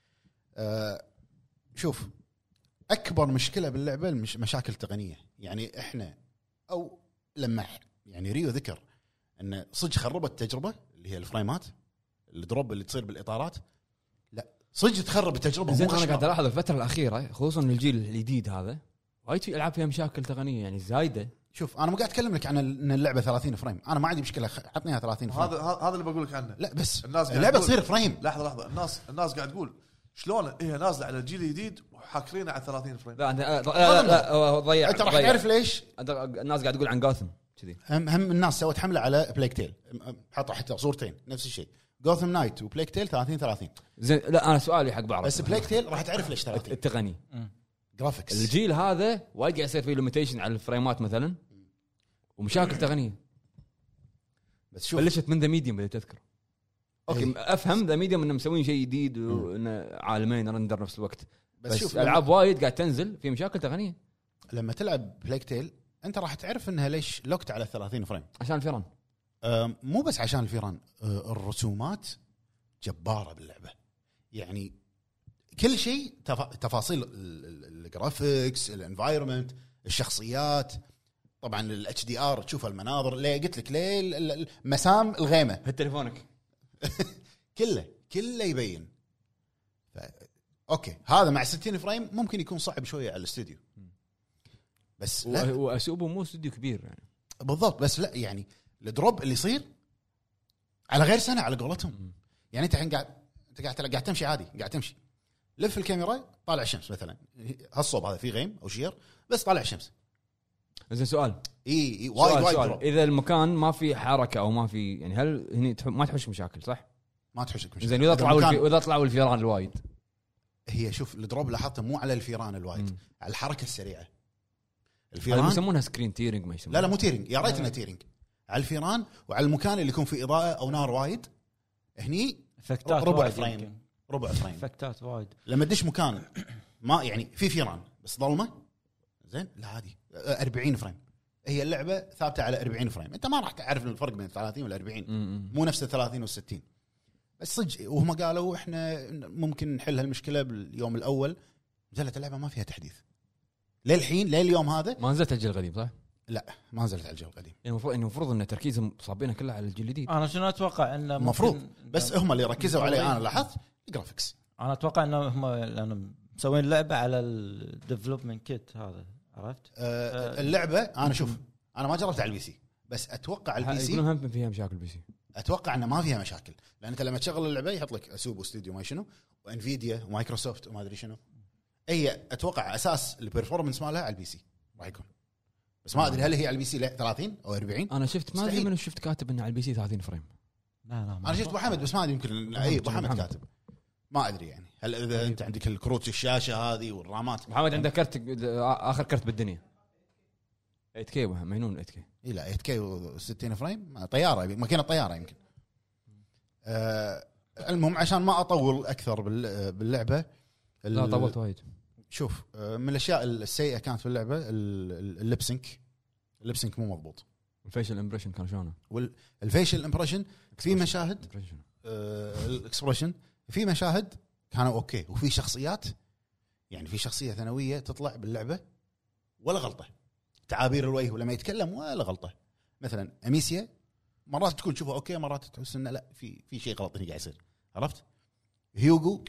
شوف اكبر مشكله باللعبه مشاكل تقنيه. يعني احنا او لما يعني ريو ذكر انه صدق خربت التجربه اللي هي الفريمات الدروب اللي تصير بالاطارات. لا صدق تخرب التجربه. زين مو انا غش قاعد نار. الاحظ الفتره الاخيره خصوصا الجيل الجديد هذا وايد في العاب فيها مشاكل تقنيه يعني زايده. شوف انا مو قاعد اتكلم لك عن ان اللعبه 30 فريم، انا ما عندي مشكله عطنيها 30 فريم. هذا اللي بقول لك عنه. لا بس الناس قاعد اللعبه تقول- تصير فريم. لحظه الناس قاعد تقول شلون هي نازله على الجيل الجديد وحاكرينها على 30 فريم. لا لا ضيع انت راح تعرف ليش. الناس قاعد تقول عن جاثم كذي. هم الناس سوت حمله على بليك تيل، حطوا حتى صورتين نفس الشيء، جوثم نايت وبليك تيل 30. زين لا انا سؤالي حق بعض بس بليك تيل راح تعرف ليش 30 التقني. جرافيكس. الجيل هذا وايد قاعد يصير فيه ليميتيشن على الفريمات مثلا ومشاكل تقنيه. بس شوف بلشت من ذا ميديوم اذا تذكر. اوكي إيه. افهم ذا ميديوم انهم مسوين شيء جديد وانه عالمين رندر نفس الوقت. بس شوف العاب وايد قاعد تنزل في مشاكل تقنيه لما تلعب بليك تيل انت راح تعرف انها ليش لوكت على 30 فريم. عشان الفيران. مو بس عشان الفيران، الرسومات جباره باللعبه، يعني كل شيء تفاصيل الجرافيكس، الانفايرمنت، الشخصيات، طبعا الاتش دي ار تشوف المناظر. ليه قلت لك ليه مسام الغيمه تليفونك كله يبين. اوكي هذا مع 60 فريم ممكن يكون صعب شويه على الاستوديو، بس لا واسوبه مو استوديو كبير يعني. بالضبط. بس لا يعني الدروب اللي يصير على غير سنه على قولتهم. يعني انت الحين قاعد تمشي عادي، قاعد تمشي لف الكاميرا طالع الشمس مثلا، هالصوب هذا فيه غيم او شير بس طالع الشمس. زين سؤال اي وايد دروب. اذا المكان ما في حركه او ما في يعني هل هني ما تحوش مشاكل صح؟ ما تحوشك مشكله. زين اذا طلعوا الفيران الوايد. هي شوف الدروب لاحظته مو على الفيران الوايد، على الحركه السريعه. الفيران يسمونها سكرين تيرنج ما يسمونها. لا مو تيرنج، يا ريت انها تيرنج على الفيران وعلى المكان اللي يكون فيه اضاءه او نار وايد. هني افكتات ربع وايد فريم. يمكن. ربع فريم افكتات وايد. لما تدش مكان ما يعني في فيران بس ظلمه زين لا عادي 40 فريم. هي اللعبه ثابته على 40 فريم، انت ما راح تعرف الفرق بين 30 ولا 40. مو نفس ال 30 وال60. بس صدق وهم قالوا احنا ممكن نحل هالمشكله باليوم الاول. نزلت اللعبه ما فيها تحديث للحين، لليوم هذا ما نزلت الجيل القديم صح؟ لا ما نزلت على الجيل القديم. يعني المفروض ان تركيزهم صابينه كلها على الجيل الجديد. انا شنو اتوقع انه المفروض بس هم اللي ركزوا عليه. انا لاحظت الجرافيكس. انا اتوقع انه هم لانه مسوين لعبه على الديفلوبمنت كيت هذا عرفت. اللعبه انا شوف انا ما جربت على البي سي بس اتوقع على البي سي يقولون هم فيها مشاكل بي سي. اتوقع انه ما فيها مشاكل، لان انت لما تشغل اللعبه يحط لك اسوبو ستوديو ما شنو وانفيديا ومايكروسوفت وما ادري شنو. هي اتوقع اساس البرفورمانس مالها على البي سي راح يكون، بس ما ادري هل هي على البي سي 30 او 40. انا شفت ما ادري من شفت كاتب انه على البي سي 30 فريم. لا انا شفت ابو حمد بس ما ادري يمكن اي ابو حمد كاتب ما ادري. يعني هل اذا انت عندك الكروت الشاشه هذه والرامات. محمد عنده كرت اخر كرت بالدنيا 8K مجنون 8K. اي لا 8K و60 فريم طياره ماكينه طياره يمكن. المهم عشان ما اطول اكثر باللعبه. لا طولت وايد. شوف من الاشياء السيئه كانت في اللعبه اللبسنك مو مضبوط. الفيشل امبريشن كان شلونه؟ والفيشل امبريشن في مشاهد الاكسبريشن في مشاهد كانوا اوكي، وفي شخصيات يعني في شخصيه ثانويه تطلع باللعبه ولا غلطه، تعابير الوجه ولما يتكلم ولا غلطه. مثلا اميسيا مرات تكون تشوفه اوكي، مرات تحس انه لا في شيء غلط هنا قاعد يصير. عرفت؟ هيوغو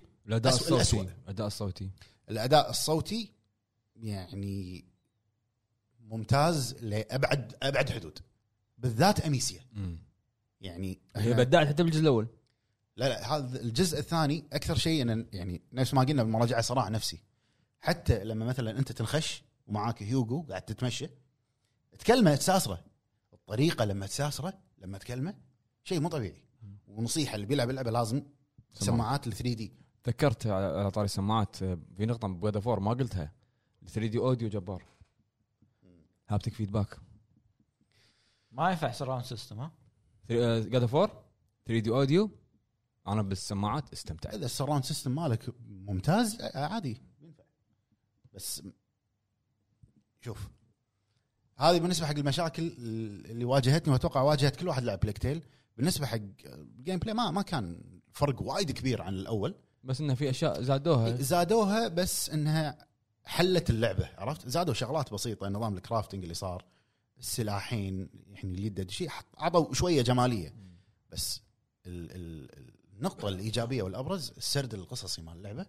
الاداء الصوتي يعني ممتاز لابعد حدود، بالذات اميسيا. يعني هي بدعت حتى بالجزء الاول. لا هذا الجزء الثاني اكثر شيء ان يعني نفس ما قلنا بالمراجعه صراع نفسي. حتى لما مثلا انت تنخش ومعاك هيوغو قاعد تتمشى تكلمه تساسره، الطريقه لما تساسره لما تكلمه شيء مو طبيعي. ونصيحه اللي بيلعب اللعبه لازم سماعات ال 3 دي. ذكرت على طاري السماعات في نقطه بودا فور ما قلتها، ال 3 دي اوديو جبار، هابتك فيدباك ما ينفع سراوند سيستم. ها جاد فور 3 دي اوديو انا بالسماعات استمتعت. اذا السراوند سيستم مالك ممتاز عادي ينفع. بس شوف هذه بالنسبه حق المشاكل اللي واجهتني واتوقع واجهت كل واحد لعب بليك تيل. بالنسبه حق الجيم بلاي ما كان فرق وايد كبير عن الاول، بس انه في اشياء زادوها بس انها حلت اللعبه. عرفت؟ زادوا شغلات بسيطه، نظام الكرافتنج اللي صار السلاحين يعني اليد شيء عطوا شويه جماليه. بس النقطه الايجابيه والابرز السرد القصصي مال اللعبه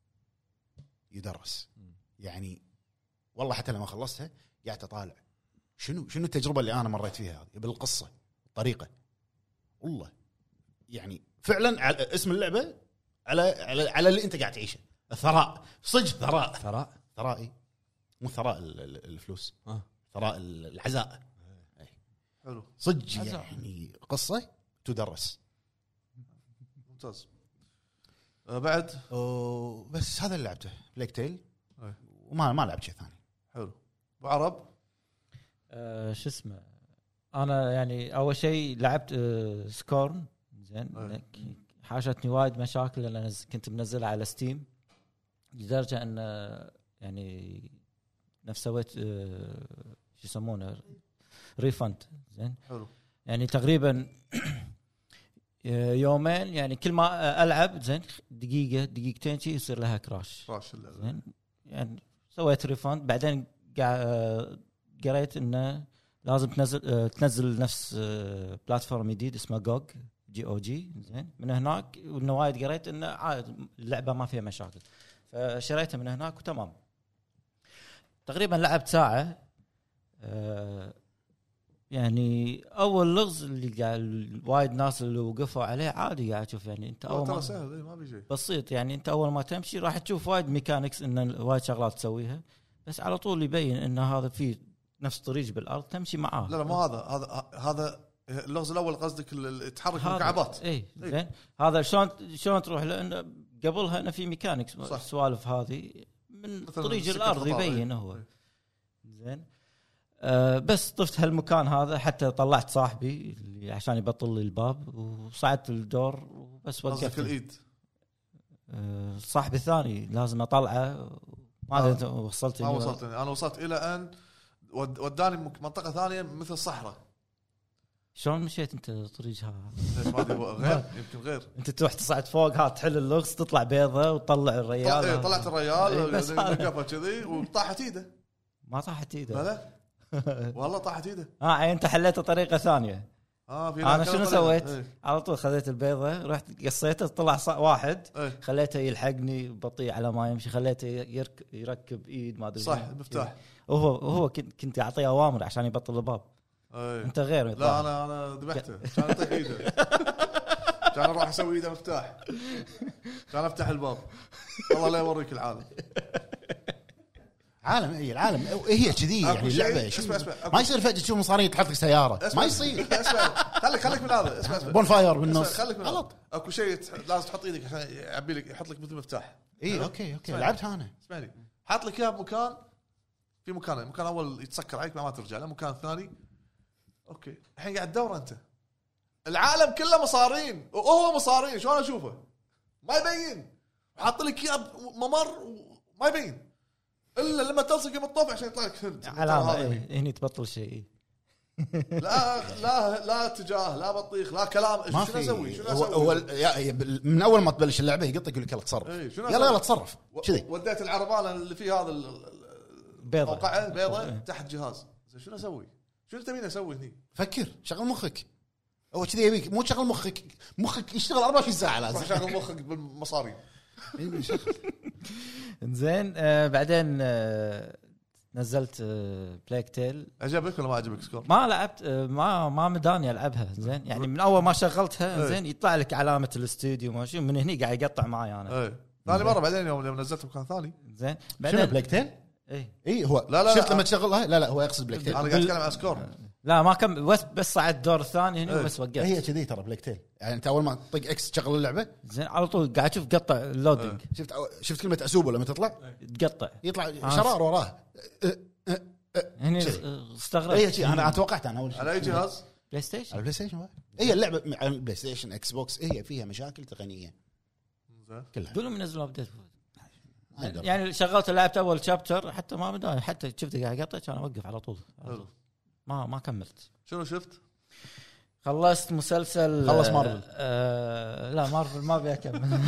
يدرس. يعني والله حتى لما خلصتها قاعد اطالع شنو التجربه اللي انا مريت فيها هذه بالقصه الطريقه. والله يعني فعلا على اسم اللعبه على اللي انت قاعد تعيشه. الثراء صدق ثرائي مو ثراء الفلوس ثراء العزاء. حلو صدق يعني قصه تدرس. ممتاز. بعد بس هذا اللي لعبته بلاك تيل أي. وما لعبت شيء ثاني. حلو. ابو عرب شو اسمه انا يعني اول شيء لعبت سكورن زين. حاشتني وايد مشاكل لان كنت منزلها على ستيم لدرجه ان يعني نفس سويت شو يسمونه ريفند زين. حلو. يعني تقريبا يومين يعني كل ما العب زين دقيقه دقيقتين شيء يصير لها كراش زين. يعني سويت ريفند بعدين قريت انه لازم تنزل نفس بلاتفورم جديد اسمه GOG زين. من هناك وانه وايد قريت انه اللعبه ما فيها مشاكل فشريتها من هناك وتمام. تقريبا لعبت ساعه. يعني اول لغز اللي قاعد وايد ناس اللي وقفوا عليه عادي قاعد اشوف يعني انت اول ترى سهل ما بيجي بسيط. يعني انت اول ما تمشي راح تشوف وايد ميكانكس ان وايد شغلات تسويها بس على طول يبين ان هذا فيه نفس طريق بالارض تمشي معاه. لا مو هذا اللغز الاول قصدك تحرك المكعبات. اي زين. هذا شلون تروح لان قبلها انا في ميكانكس السوالف هذه من طريق الارض يبين هو زين. بس طفت هالمكان هذا حتى طلعت صاحبي اللي عشان يبطل لي الباب وصعدت الدور وبس وقفت. الايد صاحبي الثاني لازم اطلعه ما وصلت. انا وصلت الى ان وداني منطقه ثانيه مثل صحراء. شلون مشيت انت طريقها؟ ليش ما ادري غير يمكن غير انت تروح تصعد فوق ها تحل اللغز تطلع بيضه وتطلع الريال. طلعت الريال نقفه كذي وطاحت ايده. ما طاحت ايده لا والله طاحت ايده. انت حليته طريقه ثانيه. انا شنو سويت؟ على طول خذيت البيضه رحت قصيته طلع واحد خليته يلحقني بطيء على ما يمشي خليته يركب ايد ما ادري صح المفتاح. وهو كنت اعطيه اوامر عشان يبطل الباب. انت غير لا انا ذبحته كان اطيح ايده كان اروح اسوي ايده مفتاح كان افتح الباب. والله لا يوريك العالم العالم هي كذي يعني اللعبه. ما يصير فجاه تشوف مصاري تحط لك سياره ما يصير. خليك من هذا اسمع بون فاير بالنص غلط. اكو شيء لازم تحط ايدك عشان يعبي لك يحط لك مثل مفتاح. اوكي لعبتها انا. اسمعني حاط لك اياه بمكان في مكان اول يتسكر عليك ما ترجع له مكان ثاني. اوكي الحين قاعد تدور انت العالم كله مصارين وهو مصارين شلون اشوفه ما يبين. حاط لك اياه ممر ما يبين الا لما تلصق بالطوف عشان يطلع لك هند علامه. هني تبطل شيء. لا اتجاه لا بطيخ لا كلام. شنو اسوي هو من اول ما تبلش اللعبه يقطك يقول لك يلا تصرف. يلا تصرف كذي. وديت العربانه اللي فيه هذا بيضه بيضه تحت جهاز. شنو اسوي شنو تبين اسوي هني؟ فكر شغل مخك. هو كذي يبيك مو تشغل مخك يشتغل 24 ساعه لازم شغل مخك بالمصاري. زين. بعدين نزلت بلاك تيل. عجبك ولا ما عجبك سكور؟ ما لعبت ما مداني العبها زين. يعني من اول ما شغلتها زين يطلع لك علامه الاستوديو ماشي من هني قاعد يقطع معي انا. ثاني مره بعدين يوم نزلت مكان ثاني زين. بعدين بلاك تيل اي هو لا شفت لما تشغلها لا هو يقصد بلاك تيل. انا قاعد اتكلم عن سكور. لا ما كم بس صعد الدور الثاني هنا وبس وقفت. هي كذي ترى بلاك تيل. يعني انت اول ما تطق اكس تشغل اللعبه زين على طول قاعد اشوف قطع اللودينج. شفت كلمه اسوبه لما تطلع تقطع يطلع شرار وراه هني استغربت. هي شيء انا توقعت انا اول شيء على اي جهاز بلاي ستيشن. على البلاي ستيشن. هي اللعبه على البلاي ستيشن اكس بوكس هي فيها مشاكل تقنيه كلها. قولوا منزلوا ابديت يعني شغلت لعبت اول شابتر حتى ما بدأ حتى شفت قاعد يقطع كان اوقف على طول. ما كملت. شنو شفت؟ خلصت مسلسل خلص مارفل. لا مارفل ما ابي اكمل.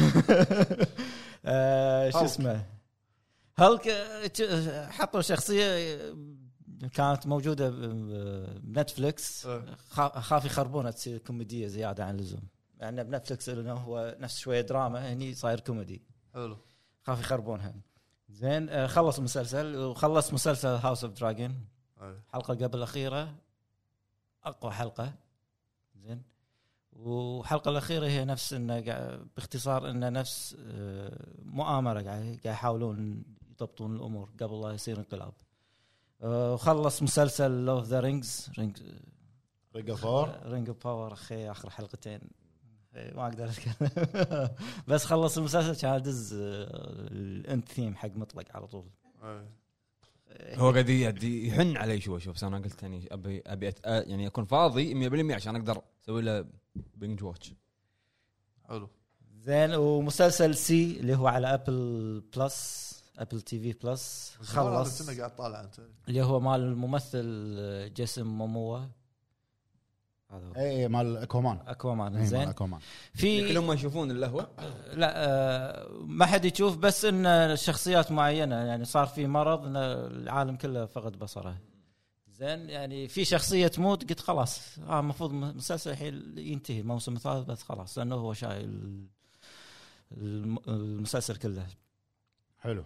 شو اسمه هالك حطوا شخصيه كانت موجوده بنتفليكس، خاف يخربونها تصير كوميديه زياده عن اللزوم. يعني بنتفليكس انه هو نفس شويه دراما، هني صاير كوميدي. حلو. خاف يخربونها. زين خلص المسلسل، وخلص مسلسل هاوس اوف دراجون. حلقه قبل الاخيره اقوى حلقه. زين. والحلقه الاخيره هي نفس انه باختصار انه نفس مؤامره قاعد يحاولون يضبطون الامور قبل لا يصير انقلاب. وخلص مسلسل لوف ذا رينجز رينج اوف باور اخي اخر حلقتين ما اقدر اتكلم. بس خلص المسلسل كان ادز الانت ثيم حق مطلق على طول. هو قاعد يحن علي شوي. شوف انا قلت يعني ابي يعني اكون فاضي 100% عشان اقدر اسوي له بينج واتش. حلو. زين. ومسلسل سي اللي هو على ابل تي في بلس خلص. انا قاعد طالع انت اللي هو مال الممثل جيسون موموا. هذا اي مال اكوامان. زين. اكوامان في كلهم ما يشوفون الا هو. لا ما حد يشوف، بس ان شخصيات معينه يعني صار في مرض ان العالم كله فقد بصره. زين. يعني في شخصيه تموت قلت خلاص المفروض المسلسل الحين ينتهي الموسم الثالث بس خلاص، لانه هو شايل المسلسل كله. حلو.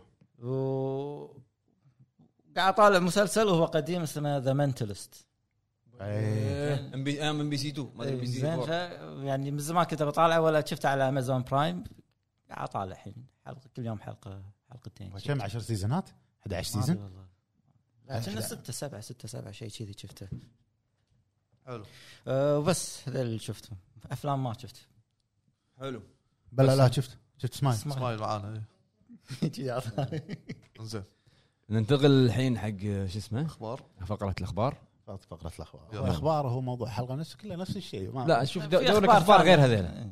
قاعد طالع مسلسل وهو قديم اسمه ذا منتلست. من بي سي 2 ما ادري بي سي 4. يعني من زمان كنت بطالع ولا شفته على امازون برايم. قاعد طالع الحين حلقه كل يوم حلقتين. كم 10 سيزونات 11 سيزون والله. كنا 6 7 شيء كذي شفته. حلو. وبس هذا اللي شفته. افلام ما شفت. حلو. بلا لا شفت سمايل معانا. انزين ننتقل الحين حق شو اسمه اخبار. فقره الاخبار. الاخبار هو موضوع حلقه كله نفس الشيء. لا شوف دورك اخبار غير هذيلا.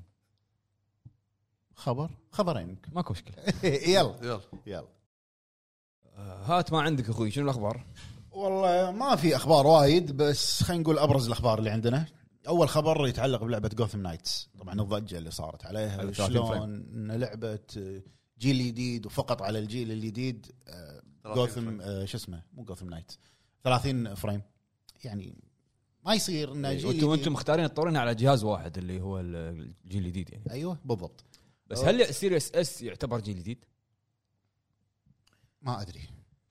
خبرين ماكو مشكله. يلا هات ما عندك اخوي شنو الاخبار؟ والله ما في اخبار وايد، بس خلينا نقول ابرز الاخبار اللي عندنا. اول خبر يتعلق بلعبه جوثم نايتس. طبعا الضجه اللي صارت عليها شلون لعبه جيل جديد وفقط على الجيل الجديد. جوثم شو اسمه مو جوثم نايت 30 فريم. يعني ما يصير ان جيل وانتم مختارين تطورونها على جهاز واحد اللي هو الجيل الجديد يعني. ايوه بالضبط. بس هل سيريس اس يعتبر جيل جديد؟ ما ادري.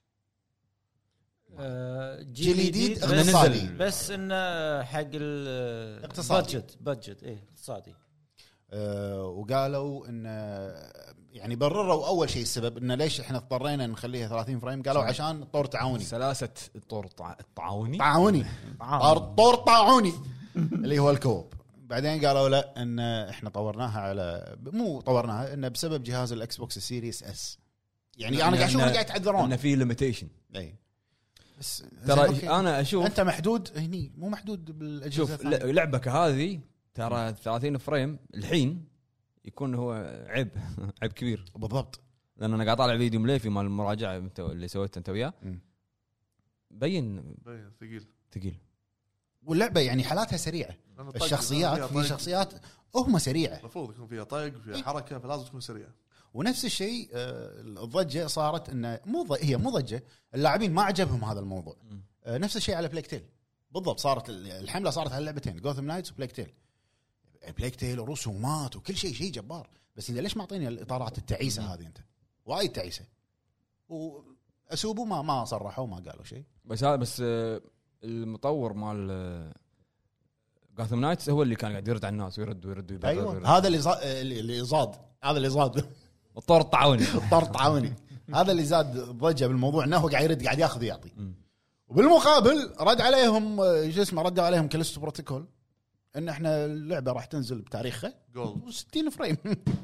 جيل جديد اقتصادي بس انه حق بادجت اقتصادي. وقالوا ان يعني برروا اول شيء السبب انه ليش احنا اضطرينا نخليها 30 فريم. قالوا عشان طور تعاوني. سلاسه الطور الطاعوني طور طاعوني اللي هو الكوب. بعدين قالوا لا ان احنا طورناها على مو طورناها انه بسبب جهاز الاكس بوكس سيريس اس. يعني انا قاعد اشوف قاعد يتعذرون انه في ليميتيشن. اي بس ترى انا اشوف انت محدود هني مو محدود بالاجهزه. شوف لعبه كهذه ترى 30 فريم الحين يكون هو عيب كبير. بالضبط. لان انا قاعد طالع فيديو مليفي مال المراجعه اللي سويته انت وياه بين ثقيل. واللعبه يعني حالاتها سريعه. الشخصيات في شخصيات هم سريعه المفروض يكون فيها طق وفيها حركه فلازم تكون سريعه. ونفس الشيء الضجه صارت انه هي مو ضجه اللاعبين ما عجبهم هذا الموضوع. نفس الشيء على بلاك تيل بالضبط. صارت الحمله صارت على اللعبتين جوثم نايتس وبلاك تيل ورسومات وكل شيء جبار. بس اذا ليش معطيني الاطارات التعيسه هذه؟ انت وايد تعيسه. واسوبوا ما صرحوا ما قالوا شيء. بس المطور مال جوثم نايتس هو اللي كان قاعد يرد على الناس ويرد أيوة. هذا اللي زاد الطور الطاعوني هذا اللي زاد ضجه بالموضوع انه هو قاعد ياخذ يعطي. وبالمقابل رد عليهم كاليستو بروتوكول ان احنا اللعبه راح تنزل بتاريخها جولد 60 فريم.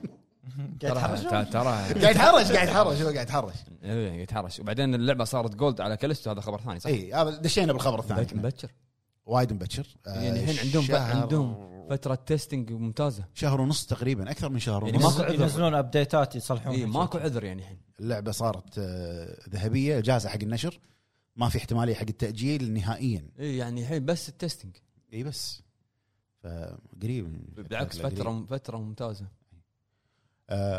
قاعد يتحرش. وبعدين اللعبه صارت جولد على كاليستو. هذا خبر ثاني صح؟ اي هذا دشينا بالخبر الثاني. مبكر وايد مبكر. يعني الحين عندهم فتره تيستينج ممتازه. شهر ونص تقريبا اكثر من شهر يعني ونص. ينزلون ابديتات يصلحون. ماكو عذر يعني. الحين اللعبه صارت ذهبيه جاهزه حق النشر. ما في احتماليه حق التاجيل نهائيا. يعني الحين بس التيستينج. بس فقريب بالعكس فتره ممتازه.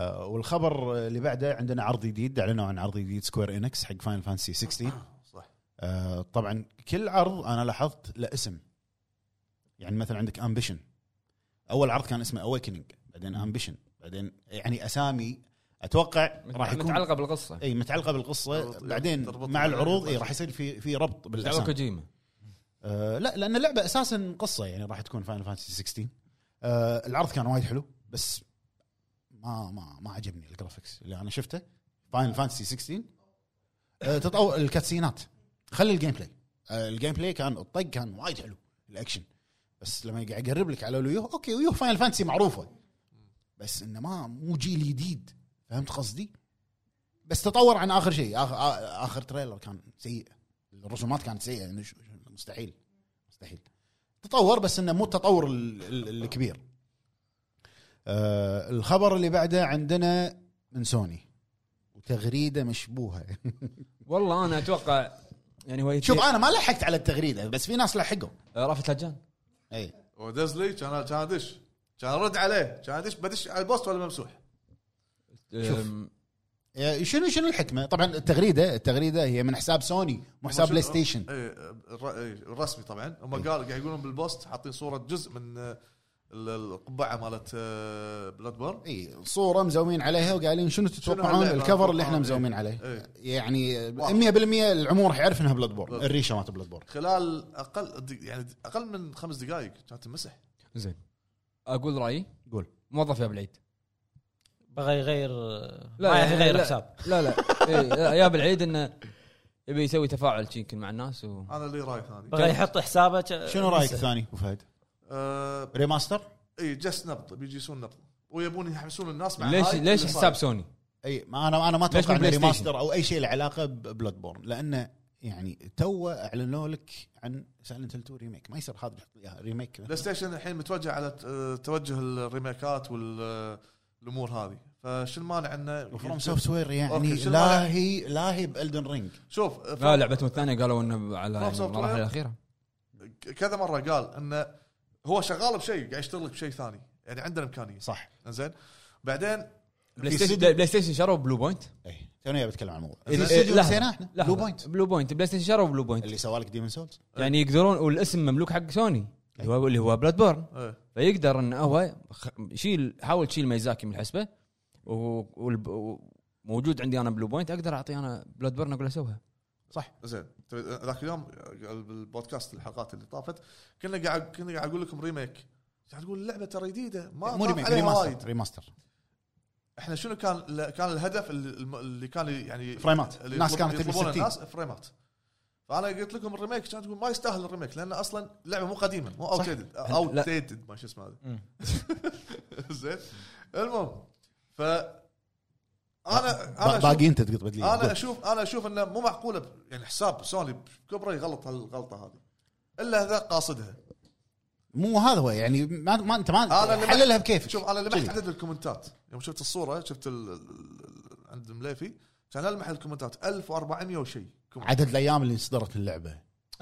والخبر اللي بعده عندنا عرض جديد. اعلنوا عن عرض جديد سكوير انكس حق فاينل فانتسي 16. صح. طبعا كل عرض انا لاحظت له اسم. يعني مثلا عندك امبيشن، اول عرض كان اسمه اويكننج، بعدين امبيشن، بعدين يعني اسامي اتوقع راح يكون متعلقه بالقصه. اي متعلقه بالقصه. تربط- بعدين تربط مع العروض يعني. راح يصير في ربط متعلقه بالاسامي. كوجيما. لا لان اللعبه اساسا قصه، يعني راح تكون فاينل فانتسي 16. العرض كان وايد حلو بس ما عجبني الجرافيكس اللي انا شفته. فاينل فانتسي 16 تطور الكاتسينات، خلي الجيم بلاي. الجيم بلاي كان الطق كان وايد حلو، الاكشن، بس لما قاعد يقرب لك على الويوه، اوكي ويوه فاينل فانتسي معروفه، بس انه مو جيل جديد، فهمت قصدي؟ بس تطور عن اخر شيء. اخر تريلر كان سيء، الرسومات كانت سيئه، يعني مستحيل تطور، بس انه مو التطور الكبير. الخبر اللي بعده عندنا من سوني وتغريده مشبوهه. والله انا اتوقع يعني هو شوف انا ما لحقت على التغريده، بس في ناس لحقوا. رافت لجان. اي ودز لي كان ادش، كان ارد عليه، كان بدش على البوست ولا ممسوح. شنو الحكمه؟ طبعا التغريده هي من حساب سوني مو حساب بلاي ستيشن. الرسمي طبعا. هم قاعد يقولون بالبوست حاطين صوره جزء من القبعه مالت بلاد بورن. اي صوره مزومين عليها وقايلين شنو تتوقعون الكفر اللي احنا مزومين عليه. يعني 100% العموم راح يعرف انها بلاد بورن، الريشه مالت بلاد بورن. خلال اقل من 5 دقائق كانت تمسح. زين اقول رايي. قول. موظف يا بالعيد بغى يغير، لا ما يغير لا حساب. لا يا بالعيد انه يبي يسوي تفاعل يمكن مع الناس انا اللي راي ثاني. بغى يحط حسابه. شنو رايك الثاني ابو فهد؟ ريماستر. اي جست نبض، بيجي يسوون نبض ويبون يحمسون الناس مع ليش حساب سوني؟ اي ما انا ما اتوقع انه بلاي ستيشن؟ ريماستر او اي شيء له علاقه ببلاد بورن، لانه يعني تو اعلنوا لك عن سايلنت هيل 2 ريميك، ما يصير هذا ريميك. بلاي ستيشن الحين متوجه على توجه الريميكات والامور هذه، فشو المانع انه وفروم سوفت وير يعني أوكي، لاهي بالدن رينج. شوف لا لعبتهم الثانيه قالوا انه على From Software. المراحل الاخيره كذا مره قال انه هو شغال بشيء، قاعد يشتغل لك بشيء ثاني، يعني عندنا امكانيه صح. زين. بعدين بلاي ستيشن شروا بلو بوينت. اي توني بتكلم عن الموضوع. لا بلو بوينت بلاي ستيشن شروا بلو بوينت اللي سوالك ديمون سولز، يعني يقدرون، والاسم مملوك حق سوني اللي هو بلاد بورن. فيقدر انه هو حاول تشيل ميزاكي من الحسبه، وموجود عندي انا بلو بوينت، اقدر اعطي انا بلاد بورن اقول اسويها صح. زين ذاك اليوم بالبودكاست الحلقات اللي طافت كنا قاعد اقول لكم ريميك، قاعد اقول اللعبه ترى جديده ما مو ريميك، ريماستر. احنا شنو كان الهدف اللي كان يعني فريمات، الناس كانت تبي 60 الناس فريمات. فانا قلت لكم الريميك كانت تقول ما يستاهل الريميك، لان اصلا اللعبه مو قديمه، مو اوتديتد ما شو اسمه هذا. زين المهم انا باقي انت تقط لي. انا اشوف انه مو معقوله يعني حساب سوني بكبره يغلط هالغلطه هذه الا اذا قاصدها. مو هذا هو يعني ما انت ما حللها بكيفك. شوف انا لمحت عدد الكومنتات يوم شفت الصوره، شفت عند المليفي كان المح الكومنتات 1400 وشيء عدد الايام اللي صدرت اللعبه.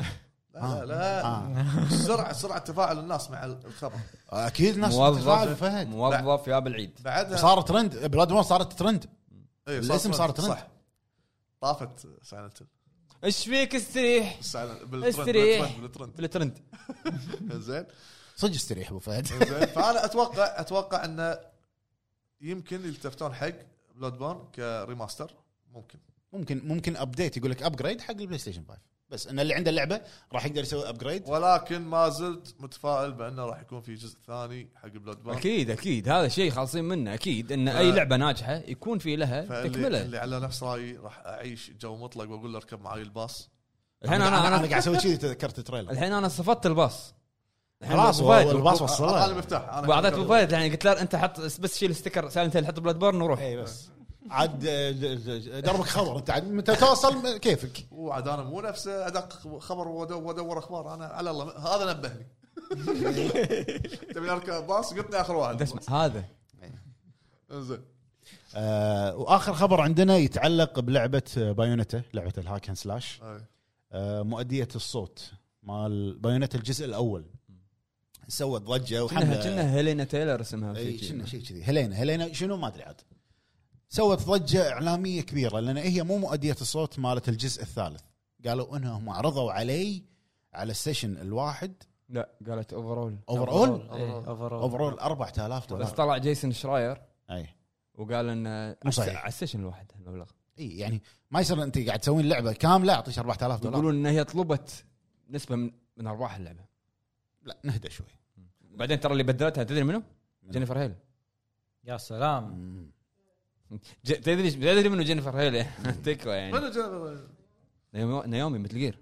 لا سرعه تفاعل الناس مع الخبر. اكيد ناس تفاعل فهد. موظف يا بالعيد بعدها صار ترند، بلاد بورن صارت ترند. الاسم صار ترند صح. طافت سايلنت ايش فيك استريح بالترند زين صدق استريح ابو فهد. زين فانا اتوقع انه يمكن يلتفتون حق بلاد بورن كريماستر. ممكن ابديت يقول لك ابجريد حق البلاي ستيشن 5، بس ان اللي عنده اللعبه راح يقدر يسوي ابجريد. ولكن ما زلت متفائل بانه راح يكون في جزء ثاني حق بلاد بورن. اكيد هذا شيء خالصين منه. اكيد ان اي لعبه ناجحه يكون في لها تكمله. اللي على نفس رايي راح اعيش جو مطلق واقول له اركب معي الباص. الحين انا قاعد اسوي كذي، تذكرت التريلر. الحين انا صفدت الباص خلاص، الباص وصل انا المفتاح. انا واعطيت ابو فهد يعني قلت له انت حط بس شيل ستيكر سايلنت حط بلاد بورن وروح. اي بس عاد دربك خبر انت عاد متى توصل كيفك. وعاد انا مو نفسه ادق خبر وادور اخبار. انا على الله هذا نبهني. تبي اركب باص قلتني اخر واحد اسمع هذا زين. واخر خبر عندنا يتعلق بلعبه بايونيتا، لعبه الهاك اند سلاش. مؤديه الصوت مال بايونيتا الجزء الاول سوت ضجه وحمله. كنا هيلينا تايلر اسمها شيء كذي. هيلينا شنو ما ادري عاد. سوت ضجه اعلاميه كبيره لان هي مو مؤديه الصوت مالت الجزء الثالث. قالوا انهم عرضوا علي على السيشن الواحد لا قالت اوفرول اوفرول $4000. بس طلع جيسون شراير اي وقال ان مو صحيح. على السيشن الواحد المبلغ. اي يعني ما يصير انت قاعد تسوين لعبه كامله اعطيك $4000. يقولون ان هي طلبت نسبه من ارباح اللعبه. لا نهدى شوي. بعدين ترى اللي بدلتها تدري منو؟ جينيفر هيل. يا سلام. تدري منو جينيفر هيل؟ تكفى يعني نيومي مثل جير.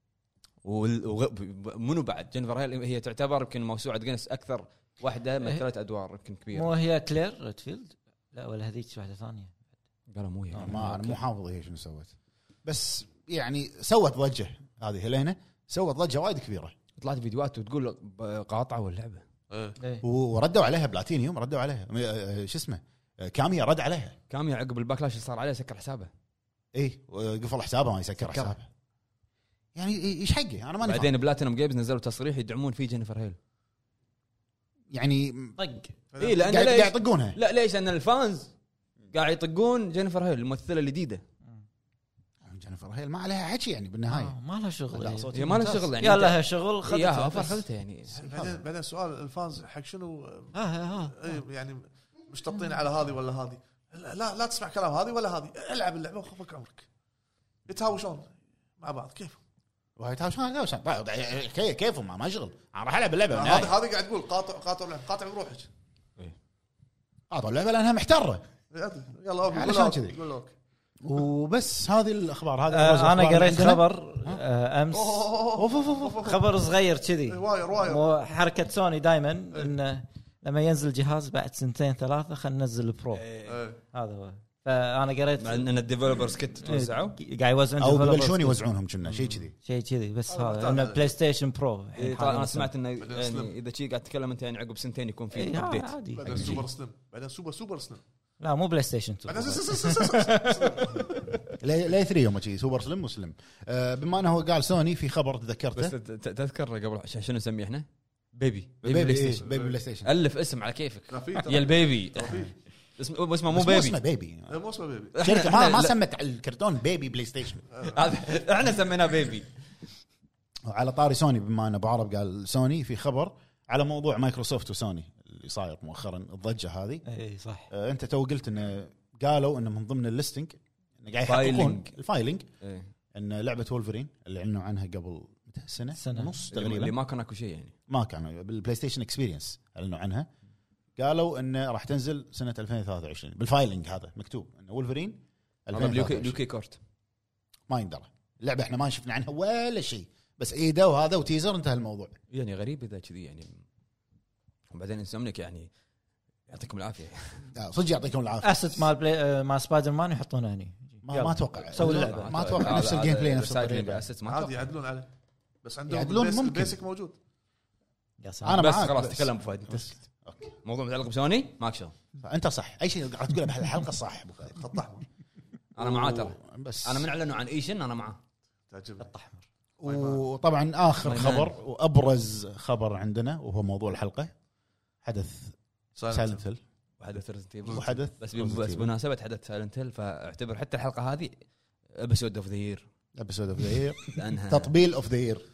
ومنو بعد جينيفر هيل هي تعتبر يمكن موسوعه جينيس اكثر واحده مثلت ادوار يمكن كبيره. مو هي كلير ريدفيلد؟ لا ولا هذيك واحده ثانيه. قالوا مو هي. ما انا مو حافظ هي شنو سوت، بس يعني سوت ضجه هذه هيلينا، سوت ضجه وايد كبيره. طلعت فيديوهات وتقول قاطعوا اللعبه. وردوا عليها بلاتينيوم، ردوا عليها شو اسمه كاميا رد عليها. كاميا عقب الباكلاش اللي صار عليه سكر حسابه. اي قفل حسابه ما يسكر حسابه. يعني ايش حقه انا ما نفهم. بعدين بلاتينوم جيمز نزلوا تصريح يدعمون فيه جينيفر هيل. يعني طق اي لان قاعد يطقونها. لا ليش؟ ان الفانز قاعد يطقون جينيفر هيل الممثله الجديده. جينيفر هيل ما عليها حكي يعني بالنهايه. ما لها شغل. هي ما لها شغل يعني. يا لها شغل خذتها يعني. بعدين سؤال الفانز حق شنو؟ يعني مش تبطين على هذه ولا هذه. لا تسمع كلام هذه ولا هذه. العب اللعبه وخفك عمرك. يتهاوشون مع بعض كيف؟ ويتهاوشون كيفهم ما شغل. انا راح العب اللعبه. هذه قاعد تقول قاطع بروحك. قاطع اللعبه لانها محتره. يلا علشان كذي. وبس هذه الاخبار. هذه انا قريت خبر امس. خبر صغير كذي. حركه سوني دائما ان لما ينزل جهاز بعد 2-3 خلينا ننزل البرو. هذا هو. فانا قريت مع ان الديفلوبرز كت توزعوا قاعد يوزعون او ببلشون يوزعونهم كنا شيء كذي بس هذا انه بلاي ستيشن برو. انا سمعت انه يعني اذا شيء قاعد تتكلم انت يعني عقب 2 يكون في ابديت. بعدين سوبر سليم. بعدين سوبر سليم. لا مو بلاي ستيشن 2. لا 3 يوم شيء سوبر سليم وسلم. بما انه هو قال سوني في خبر تذكرته. بس تذكر قبل شنو نسميه احنا؟ بيبي بلاي ستيشن. الف اسم على كيفك يا البيبي. اسمه مو بيبي. اسمه بيبي. مو اسمه بيبي. شركه ما سمت الكرتون بيبي بلاي ستيشن. احنا سميناه بيبي. وعلى طاري سوني، بما ان ابو عرب قال سوني، في خبر على موضوع مايكروسوفت وسوني اللي صاير مؤخرا الضجه هذه. اي صح. انت تو قلت انه قالوا انه من ضمن الليستنج قاعد يحققون الفايلنج ان لعبه وولفرين اللي اعلنوا عنها قبل سنه ونص تقريبا، اللي ما كان اكو شيء يعني ما كانوا بالبلاي ستيشن اكسبيرينس اعلنوا عنها. قالوا انه راح تنزل سنه 2023 بالفايلنج هذا مكتوب انه وولفرين اليوكي كورت. ما يندرى اللعبه، احنا ما شفنا عنها ولا شيء، بس ايده وهذا وتيزر انتهى الموضوع. يعني غريب اذا كذي يعني. وبعدين انسومنيك يعني يعطيكم العافيه. صدق يعطيكم العافيه. اسيت مال سبايدر مان يحطونه هني. ما اتوقع سوي اللعبه، ما اتوقع نفس الجيم بلاي نفس الطريقه. عادي يعدلون عليه، بس عندهم البيسك موجود. انا بس خلاص تكلم فهد. اوكي موضوع متعلق بسوني ماك شغل. انت صح، اي شيء قاعد تقوله بهالحلقه صح ابو فهد. خط احمر. انا معاه ترى، بس انا من اعلنوا عن ايشن انا معاه. تعجبني خط احمر. وطبعا اخر خبر وابرز خبر عندنا وهو موضوع الحلقه، حدث سايلنت هيل وحدث ريزنت ايفل. وحدث بس بمناسبه حدث سايلنت هيل فاعتبر حتى الحلقه هذه ابيسود اوف ذا يير. ابيسود اوف ذا يير تطبيل اوف ذا يير.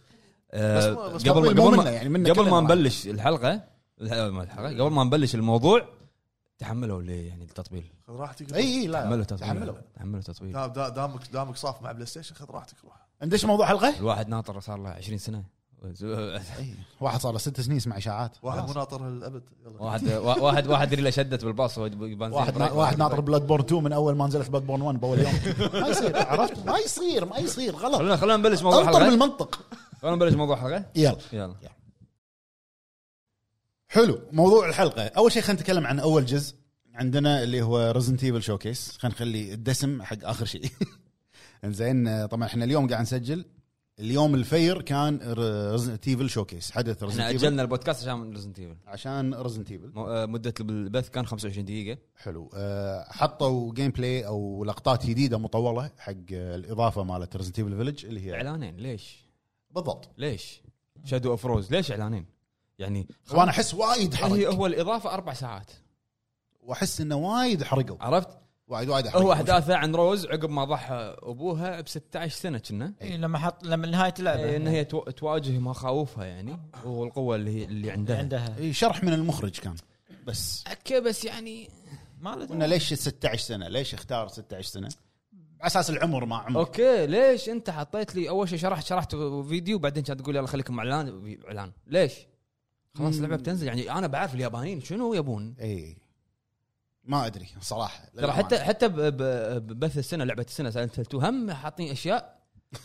قبل ما نبلش الحلقه قبل ما نبلش الموضوع تحملوا لي يعني التطبيل. خذ راحتك. اي لا تحملوا تطبيل. دامك صاف مع بلاي ستيشن خذ راحتك روح. ندش موضوع حلقه. الواحد ناطر صار له 20 سنه. واحد صار له 6 سنين يسمع اشاعات. واحد مناطر الابد. واحد ريله شدت بالباص. واحد ناطر بلاد بورن 2 من اول ما نزلت بلاد بورن 1 باول يوم. ما يصير، عرفت؟ ما يصير غلط. خلينا نبلش موضوع الحلقه. انطر بالمنطق. خلينا نبلش موضوع الحلقه. يلا. حلو. موضوع الحلقه اول شيء خلينا نتكلم عن اول جزء عندنا اللي هو ريزنت ايفل شوكيس. خلينا نخلي الدسم حق اخر شيء. انزين طبعا احنا اليوم قاعد نسجل اليوم الفير كان ريزنت ايفل شوكيس. حدث ريزنت ايفل. اجلنا البودكاست عشان ريزنت ايفل. مده البث كان 25 دقيقه. حلو. حطوا جيم بلاي او لقطات جديده مطوله حق الاضافه مالت ريزنت ايفل فيلج اللي هي اعلانين. ليش بالضبط؟ ليش شادو اوف روز ليش اعلانين يعني؟ وانا احس وايد حرق. هو الاضافه 4 ساعات واحس انه وايد حرقوا. عرفت وايد هو احداثه عن روز عقب ما ضحى ابوها ب16 سنه كنا لما نهايه اللعبه ان هي تواجه مخاوفها يعني والقوه اللي عندها اي شرح من المخرج كان بس اوكي بس يعني ما له قلنا ليش 16 سنه ليش اختار 16 سنه على اساس العمر ما عمر اوكي ليش انت حطيت لي اول شيء شرحت فيديو بعدين كانت تقول يلا خليكم اعلان ليش خلاص اللعبه بتنزل يعني انا بعرف اليابانيين شنو يبون اي ما ادري صراحه ترى حتى ببث السنه لعبه السنه سايلنت هيل 2 هم حاطين اشياء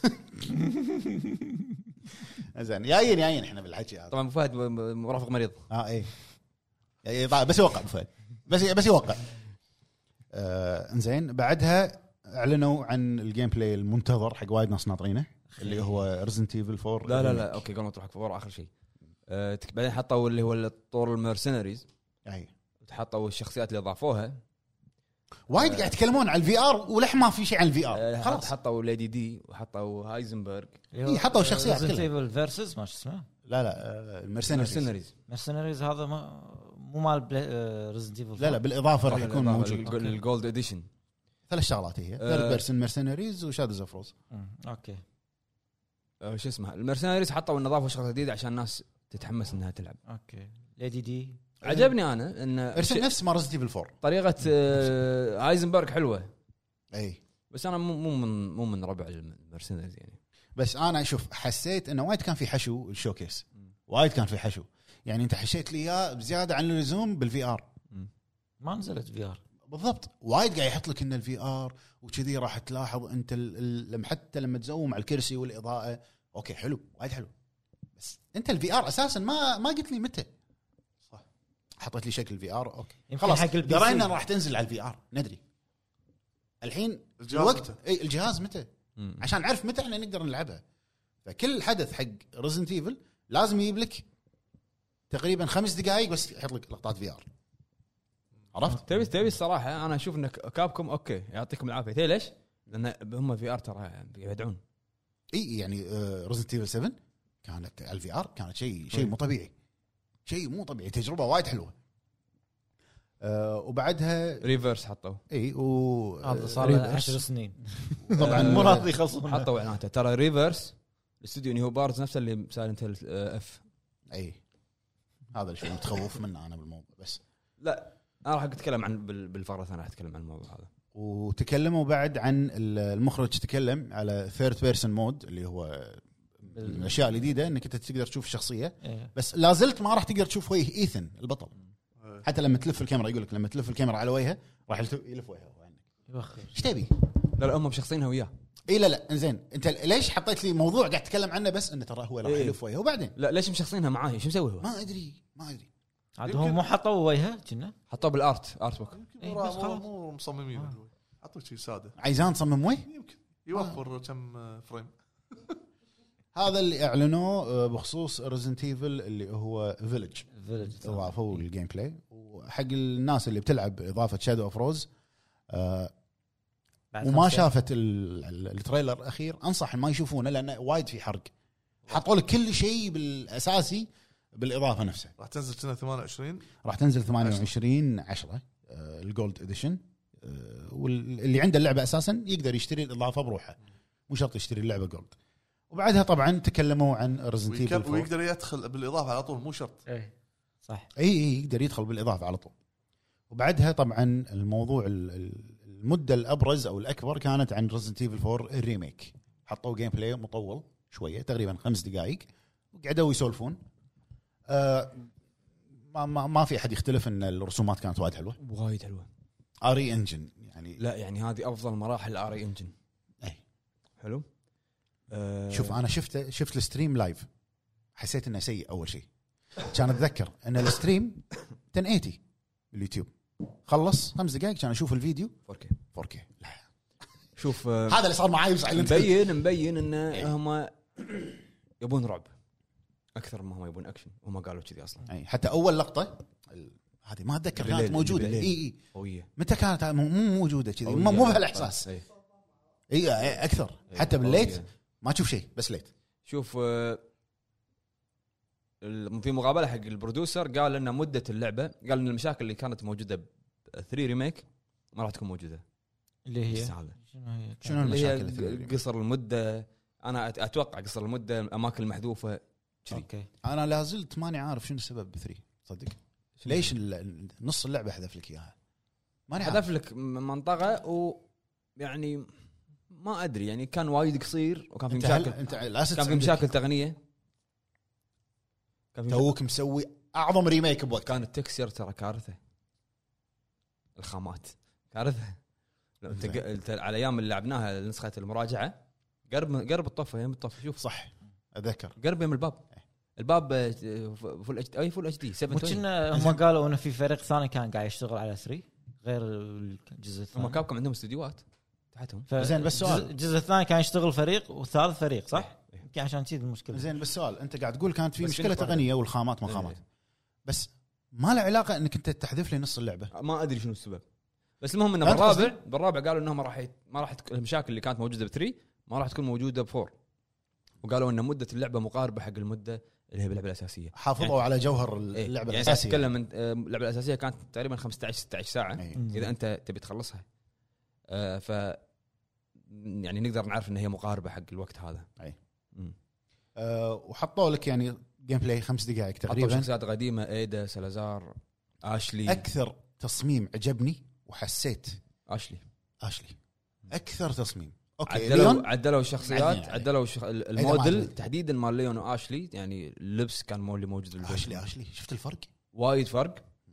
زين جايين احنا بالحكي هذا طبعا ابو فهد مرافق مريض اي بس يوقع ابو فهد بس يوقع انزين بعدها اعلنوا عن الجيم بلاي المنتظر حق وايد ناس ناطرينه اللي هو ريزنت ايفل 4 لا اوكي قبل ما تروح حق 4 اخر شيء بعدين حطوا اللي هو الطور المرسنريز اي حطوا الشخصيات اللي اضافوها وايد قاعد يتكلمون عن الفي ار ولح ما في شيء عن الفي ار خلاص حطوا ليدي دي وحطوا هايزنبرغ حطوا شخصيات ريزنت ايفل فيرسز ما اسمه لا المرسنريز هذا مو مال ريزنت ايفل لا بالاضافه راح يكون موجود الجولد اديشن 3 شغلات هي ثيرد بيرسون مرسنريز وشادوز اوف روز اوكي شو اسمها المرسنريز حطوا النظافه شغله جديده عشان الناس تتحمس انها تلعب اوكي ليدي دي عجبني انا ان ارسم نفس ما ريزنت ايفل 4 طريقه هايزنبرغ حلوه اي بس انا مو من ربع المرسنريز يعني بس انا اشوف حسيت انه وايد كان في حشو الشوكيس وايد كان في حشو يعني انت حشيت لي اياه بزياده عن اللزوم بالفي ار ما نزلت في ار بالضبط وايد قاعد يحط لك ان الفي ار وكذي راح تلاحظ انت حتى لما تزوم على الكرسي والاضاءه اوكي حلو وايد حلو بس انت الفي ار اساسا ما قلت لي متى صح حطيت لي شكل الفي ار اوكي خلاص درينا راح تنزل على الفي ار ندري الحين الوقت الجهاز متى عشان نعرف متى احنا نقدر نلعبها فكل حدث حق ريزنت ايفل لازم يجيب لك تقريبا 5 دقائق بس يحط لك لقطات في ار عرفت تبي الصراحه انا اشوف انك كابكم اوكي يعطيكم العافيه ليش لان هم في ار ترى يدعون اي يعني ريزنت ايفل 7 كانت على الفي ار كانت شيء مو طبيعي تجربه وايد حلوه وبعدها ريفرس حطوا اي هذا صار 10 سنين طبعا مو راضي يخلصون حطوا اعلاناته ترى ريفرس الاستوديو نيو بارز نفسه اللي سايلنت هيل اف اي هذا الشيء متخوف منه انا بالموضوع بس لا انا راح اتكلم عن بالفقره الثانيه راح اتكلم عن الموضوع هذا وتكلموا بعد عن المخرج تكلم على ثيرد بيرسون مود اللي هو الاشياء الجديده انك انت تقدر تشوف الشخصيه بس لازلت ما راح تقدر تشوف وجه ايثن البطل حتى لما تلف الكاميرا يقول لك لما تلف الكاميرا على وجهه راح يلف وجهه ايش تبي لا هم مشخصينها وياه اي لا انزين انت ليش حطيت لي موضوع قاعد تتكلم عنه بس انه ترى هو راح يلف وجهه وبعدين لا ليش مشخصينها معاه شو مسوي هو ما ادري عاد هم مو حطوا وجهه كنا حطوه بالارت بوك بس خلاص مو مصممين اعطوك شيء ساده عايزان تصمم وجه يمكن يوفر كم فريم هذا اللي اعلنوه بخصوص ريزنت ايفل اللي هو فيلج اضافوا الجيم بلاي وحق الناس اللي بتلعب اضافه شادو اوف روز وما شافت التريلر الاخير انصح ما يشوفونه لانه وايد في حرق حطوا لك كل شيء بالاساسي بالاضافه نفسها راح تنزل سنه 28 راح تنزل 28 10 الجولد اديشن واللي عنده اللعبه اساسا يقدر يشتري الاضافه بروحه مو شرط يشتري اللعبه جولد وبعدها طبعا تكلموا عن ريزنت ايفل ويقدر يدخل بالاضافه على طول مو شرط صح اي يقدر يدخل بالاضافه على طول وبعدها طبعا الموضوع المده الابرز او الاكبر كانت عن ريزنت ايفل 4 الريميك حطوا جيم بلاي مطول شويه تقريبا 5 دقائق وقعدوا يسولفون ما في احد يختلف ان الرسومات كانت وايد حلوه اري انجن يعني لا يعني هذه افضل مراحل اري انجن اي حلو شوف انا شفت الستريم لايف حسيت انه سيء اول شيء كان اتذكر ان الستريم 1080 باليوتيوب خلص 5 دقائق كان اشوف الفيديو 4K لا شوف هذا اللي صار معي مبين ان هم يبون رعب اكثر ما هم يبون اكشن وما قالوا كذي اصلا اي حتى اول لقطه هذه ما اتذكر كانت موجوده اي قويه متى كانت مو موجوده كذي مو بهالاحساس اي اكثر حتى بالليت ما تشوف شيء بس ليت شوف في مقابله حق البروديوسر قال ان مده اللعبه قال ان المشاكل اللي كانت موجوده ب 3 ريميك ما راح تكون موجوده اللي هي هذا شنو اللي هي المشاكل؟ قصر المده. انا اتوقع قصر المده، الاماكن المحذوفه كذي. اوكي انا لا زلت ماني عارف شنو السبب ب3 صدق. ليش نص اللعبه حذف لك اياها؟ ماني عارف. حذف لك منطقه ويعني ما ادري، يعني كان وايد قصير وكان في مشاكل. انت لا كان في مشاكل تقنيه. توك مسوي اعظم ريميك بوقت. كان التكسير ترى كارثه، الخامات كارثه. لو انت على ايام اللي لعبناها نسخه المراجعه قرب الطفه يم الطفه شوف صح اتذكر قرب يم الباب فول اتش دي 7 كنا هم قالوا انه في فريق ثاني كان قاعد يشتغل على 3 غير الجزء الثاني. هم كابكم عندهم استديوهات تحتهم. زين بس سؤال، الجزء الثاني كان يشتغل فريق والثالث فريق صح؟ يمكن عشان كذي المشكله. زين بس سؤال، انت قاعد تقول كانت في بس مشكله تقنيه والخامات ما خامات، بس ما له علاقه انك انت تحذف لي نص اللعبه. ما ادري شنو السبب، بس المهم انه بالرابع قالوا انهم ما راح المشاكل اللي كانت موجوده ب3 ما راح تكون موجوده ب4، وقالوا ان مده اللعبه مقاربه حق المده اللي هي باللعبه الاساسيه. حافظوا يعني على جوهر اللعبه يعني الاساسيه. تتكلم من اللعبه الاساسيه كانت تقريبا 15-16 ساعه. اذا انت تبي تخلصها ف يعني نقدر نعرف ان هي مقاربه حق الوقت هذا. وحطوا لك يعني جيم بلاي 5 دقائق تقريبا. شخصيات قديمه ايدا، سلازار، اشلي. اكثر تصميم عجبني وحسيت اشلي اكثر تصميم. اوكي عدلوا الشخصيات، عدلوا الموديل تحديدا مال ليون واشلي. يعني اللبس كان مو اللي موجود بالبيت. اشلي شفت الفرق؟ وايد فرق.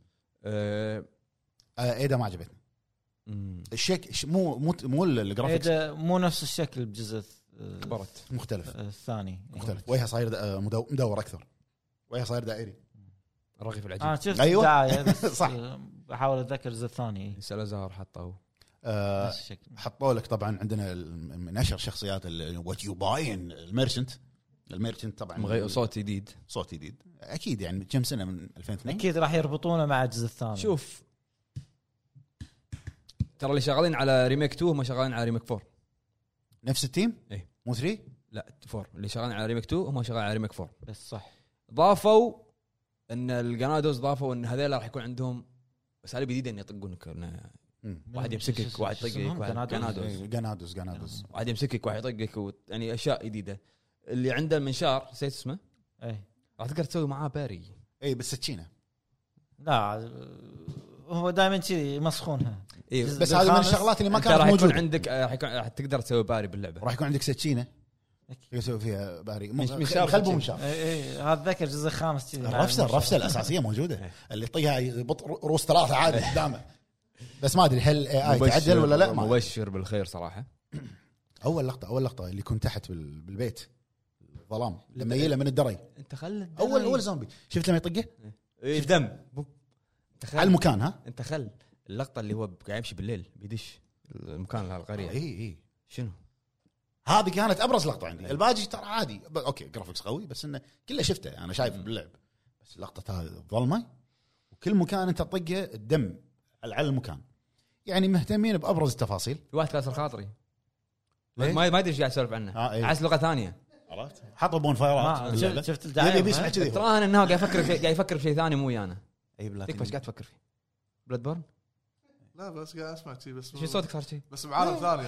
ايدا ما عجبتني الشكل، مو الجرافيكس، مو نفس الشكل بجزء كبرت مختلف الثاني مختلف. وجهها صاير مدور اكثر، وجهها صاير دائري. الرغيف العجيب. انا شفت أيوة. دعايه بس صح. بحاول اتذكر الجزء الثاني. سلازار حطوا حطوا لك طبعا عندنا من اشهر شخصيات وات يو باين الميرشنت طبعا صوت جديد اكيد يعني كم سنه من 2002 اكيد راح يربطونه مع الجزء الثاني. شوف ترى اللي شغالين على ريميك 2 هم شغالين على ريميك 4. نفس التيم ايه مو 3 لا 4 اللي شغالين على ريميك 2 هم شغالين على ريميك 4 بس صح. ضافوا ان الجنادوز ضافوا ان هذول راح يكون عندهم اساليب جديده ان يطقونك، واحد يمسكك واحد يطقك جنادوز واحد يمسكك واحد يطقك يعني اشياء جديده. اللي عنده المنشار نسيت اسمه راح تقدر تسوي معاه باري. اي بس سكينه لا هو دائما كذي مسخونها. بس هذه من الشغلات اللي ما كانت راح موجوده. يكون عندك راح تقدر تسوي باري باللعبه. راح يكون عندك سكينه يسوي فيها باري خلبه منشار. هذا ذكر الجزء الخامس كذي. الرفسه الاساسيه موجوده اللي يطيها يبط روس 3 عادي قدامه. بس ما ادري هل اي تعدل ولا لا. مبشر بالخير صراحه. اول لقطه اللي كنت تحت بالبيت ظلام لما يله من الدري. انت خل اول زومبي شفت لما يطقه شفت دم على المكان. ها انت خل اللقطه اللي هو قاعد يمشي بالليل بيدش المكان القريه. اي شنو هذه كانت ابرز لقطه عندي. الباقي ترى عادي اوكي جرافيكس قوي بس انه كله شفته انا شايفه باللعب. بس اللقطه هذه الظلمه وكل مكان انت تطقه الدم على المكان. يعني مهتمين بابرز التفاصيل. في واحد كسر خاطري ما يدري ايش قاعد يسولف عنه. إيه. عايز لغه ثانيه عرفت حطوا بون فايرات. شفت الدعايه بيسمع كذي. تراهن انه قاعد يفكر في شيء ثاني مو ويانا. اي بلا ايش قاعد تفكر فيه؟ بلاد بورن؟ لا بس قاعد اسمع شيء بس شو صوتك صار شيء بس بعالم ثاني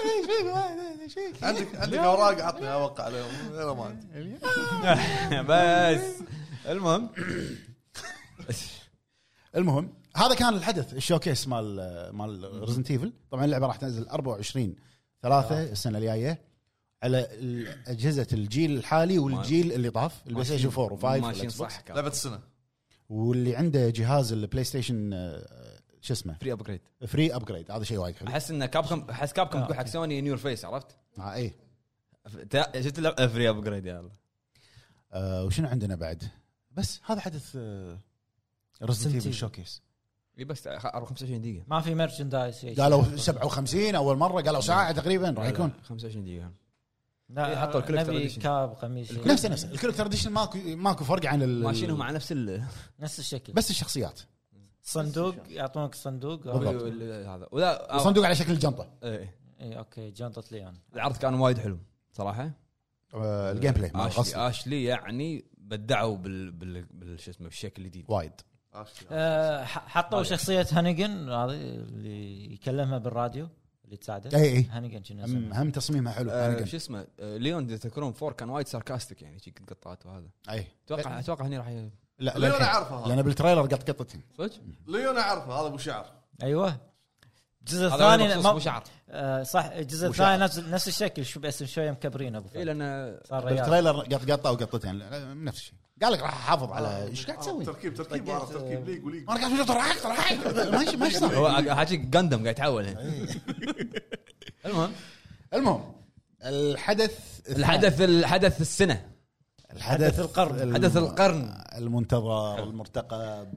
عندك اوراق عطني اوقع عليهم. لا ما عندي بس المهم هذا كان الحدث الشوكيس مال ريزنت ايفل. طبعا اللعبه راح تنزل 24/3 السنه الجايه على اجهزه الجيل الحالي والجيل اللي طاف البلاي ستيشن 4 و5 ماشيين صح. لعبه السنه. واللي عنده جهاز البلاي ستيشن شو اسمه فري ابجريد هذا شيء وايد حلو. احس ان كابكم تقول حق سوني نيور فيس عرفت. اي شفت اللعبه فري ابجريد يا الله. وشنو عندنا بعد؟ بس هذا حدث ريزنت ايفل شوكيس. بس 25 دقيقه ما في ميرشندايز. قالوا 57 اول مره قالوا ساعه تقريبا راح يكون 25 دقيقه. لا حطوا الكولكتر نبي اديشن. كاب قميص نفس الكولكتر اديشن ماكو فرق عن ماشيينهم مع نفس نفس الشكل بس الشخصيات. صندوق يعطونك صندوق هذا ولا الصندوق على شكل الجنطه. اي اوكي جنطه ليان. العرض كان وايد حلو صراحه. الجيم بلاي اشلي يعني بدعوا شو اسمه بالشكل الجديد وايد. حطوا شخصيه هانيجن هذه اللي يكلمها بالراديو اللي تساعده اي هانيجان كنا هم تصميمها حلو شو اسمه ليون تذكرون 4 كان وايد ساركاستيك يعني شي قطات وهذا اي اتوقع هني راح لا ليون لا اعرفه لان بالتريلر قطتين صدق ليون اعرفه هذا ابو شعر. ايوه الجزء هذا الثاني مو شعر صح الجزء الثاني نفس الشكل شو بس شويه مكبرين ابو اي لان صار ريال بالتريلر قطه وقطتين نفس الشيء قال لك راح احافظ على ايش قاعد تسوي تركيب عارف تركيب ليج وليج انا قاعد اقول طرح ماشي صار هو حاجي جاندم قاعد يتحول هنا. المهم الحدث السنه الحدث القرن حدث القرن المنتظر المرتقب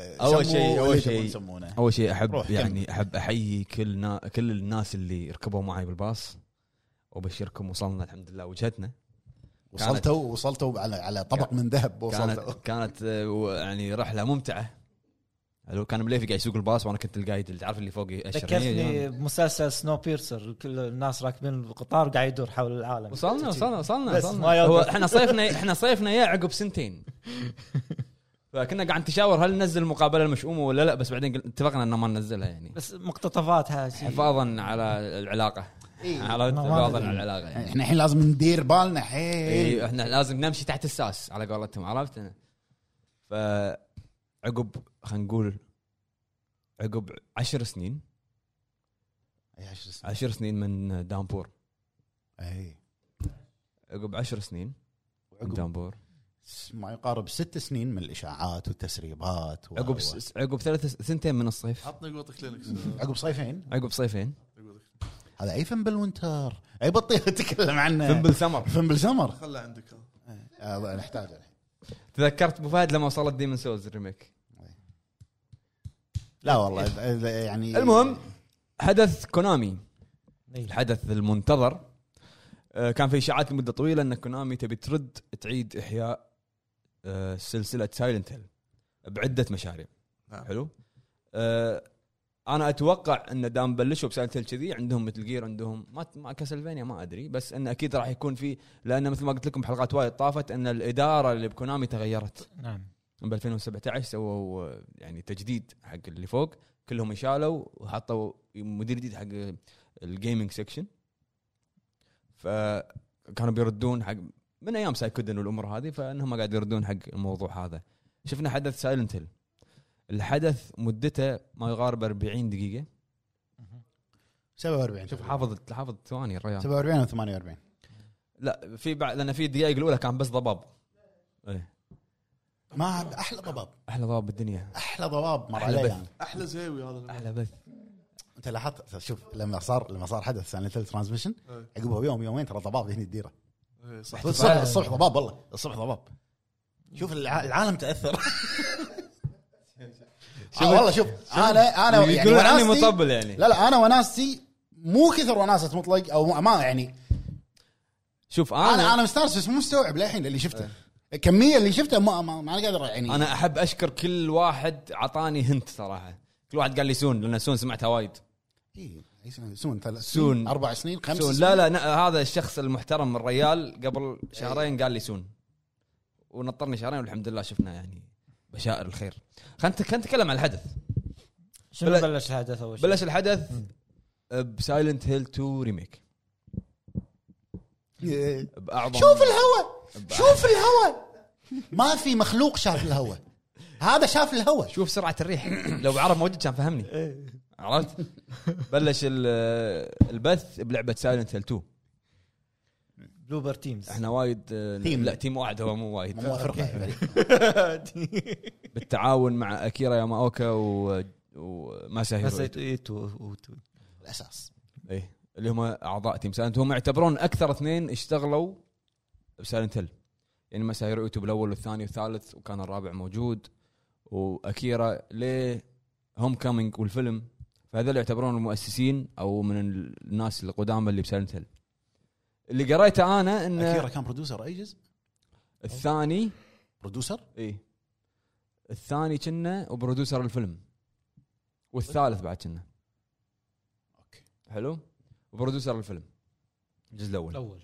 اول شيء احب روح يعني احب احيي كل الناس اللي ركبوا معي بالباص وبشركم وصلنا الحمد لله وجهتنا وصلتوا على طبق من ذهب كانت يعني رحله ممتعه. كان مليفي قاعد يسوق الباص وانا كنت القايد اللي تعرف اللي فوقي ذكرتني بمسلسل سنو بيرسر كل الناس راكبين القطار قاعد يدور حول العالم. وصلنا هو احنا صيفنا يا عقب سنتين فكنا قاعد نتشاور هل ننزل المقابله المشؤومه ولا لا بس بعدين اتفقنا انه ما ننزلها يعني بس مقتطفاتها حفاظا على العلاقه على حفاظا على العلاقه يعني. احنا الحين لازم ندير بالنا حيل احنا لازم نمشي تحت الساس على قولتهم عرفت انا. فعقب خلينا نقول عقب 10 سنين 10 سنين من دامبور عقب 10 سنين من دامبور ما يقارب 6 سنين من الاشاعات والتسريبات عقب 3 سنتين من الصيف عطني قوه كلينكس عقب صيفين هذا اي فيلم بالوينتر اي بطيخ تتكلم عنه فيلم بالسمر خله عندك نحتاجه. تذكرت ابو فهد لما وصلت ديمن سولز الريميك لا والله يعني المهم حدث كونامي الحدث المنتظر كان في اشاعات لمده طويله ان كونامي تبي تعيد احياء سلسله سايلنت هيل بعده مشاريع. حلو. انا اتوقع ان دام بلشوا بسايلنت هيل كذي عندهم مثل جير عندهم ما كاسلفينيا ما ادري بس ان اكيد راح يكون في لان مثل ما قلت لكم بحلقات وايد طافت ان الاداره اللي بكونامي تغيرت. نعم ب 2017 سووا يعني تجديد حق اللي فوق كلهم يشالوا وحطوا مدير جديد حق الجيمنج سيكشن فكانوا بيردون حق من ايام سايكودن والامور هذه فانهم قاعد يردون حق الموضوع هذا. شفنا حدث سايلنت هيل الحدث مدته ما يقارب 40 دقيقه 47 شوف حافظ ثواني الريال 47 او 48 لا في بعد لان في الدقائق الاولى كان بس ضباب ما احلى ضباب بالدنيا احلى ضباب مر علي يعني. احلى زيوي هذا احلى بث. انت لاحظت شوف لما صار حدث سايلنت هيل ترانسميشن عقبه بيوم يومين ترى ضباب هنا الديره صح الصبح ضباب والله الصبح ضباب شوف العالم تاثر والله شوف انا يعني وناسي مطبل يعني لا انا وناسي مو كثر وناسه مطلق او ما يعني شوف انا مستانس بس مو مستوعب للحين اللي شفته الكميه اللي شفتها ما انا قادر يعني. انا احب اشكر كل واحد عطاني هنت صراحه كل واحد قال لي سون لان سون سمعتها وايد سون 4 سنين 5 سنين لا هذا الشخص المحترم الريال قبل شهرين قال لي سون ونطرني شهرين والحمد لله شفنا يعني بشائر الخير. خلينا نتكلم عن الحدث. شنو بلش الحدث اول شيء؟ بلش الحدث بسايلنت هيل 2 ريميك بأعظم شوف الهواء ما في مخلوق شاف الهواء هذا شاف الهواء شوف سرعة الريح لو بعرف موجود كان فهمني عرفت. بلش البث بلعبة سايلنت هيل 2 بلوبر تيمز احنا وايد لا تيم واحد هو مو وايد بالتعاون مع أكيرا ياماوكا وماساهيرو الأساس اللي هم أعضاء تيم سايلنت هم يعتبرون أكثر اثنين اشتغلوا بسايلنت هيل يعني ماساهيرو يوتو بالأول والثاني والثالث وكان الرابع موجود وأكيرا ليه هوم كامينج والفيلم فهذول يعتبرون المؤسسين أو من الناس القدامى اللي بسايلنت هيل. اللي قريته أنا إن أكيرا كان برودوسر أي جزء الثاني برودوسر الثاني كنا وبرودوسر الفيلم والثالث بعد كنا حلو وبرودوسر الفيلم الجزء الأول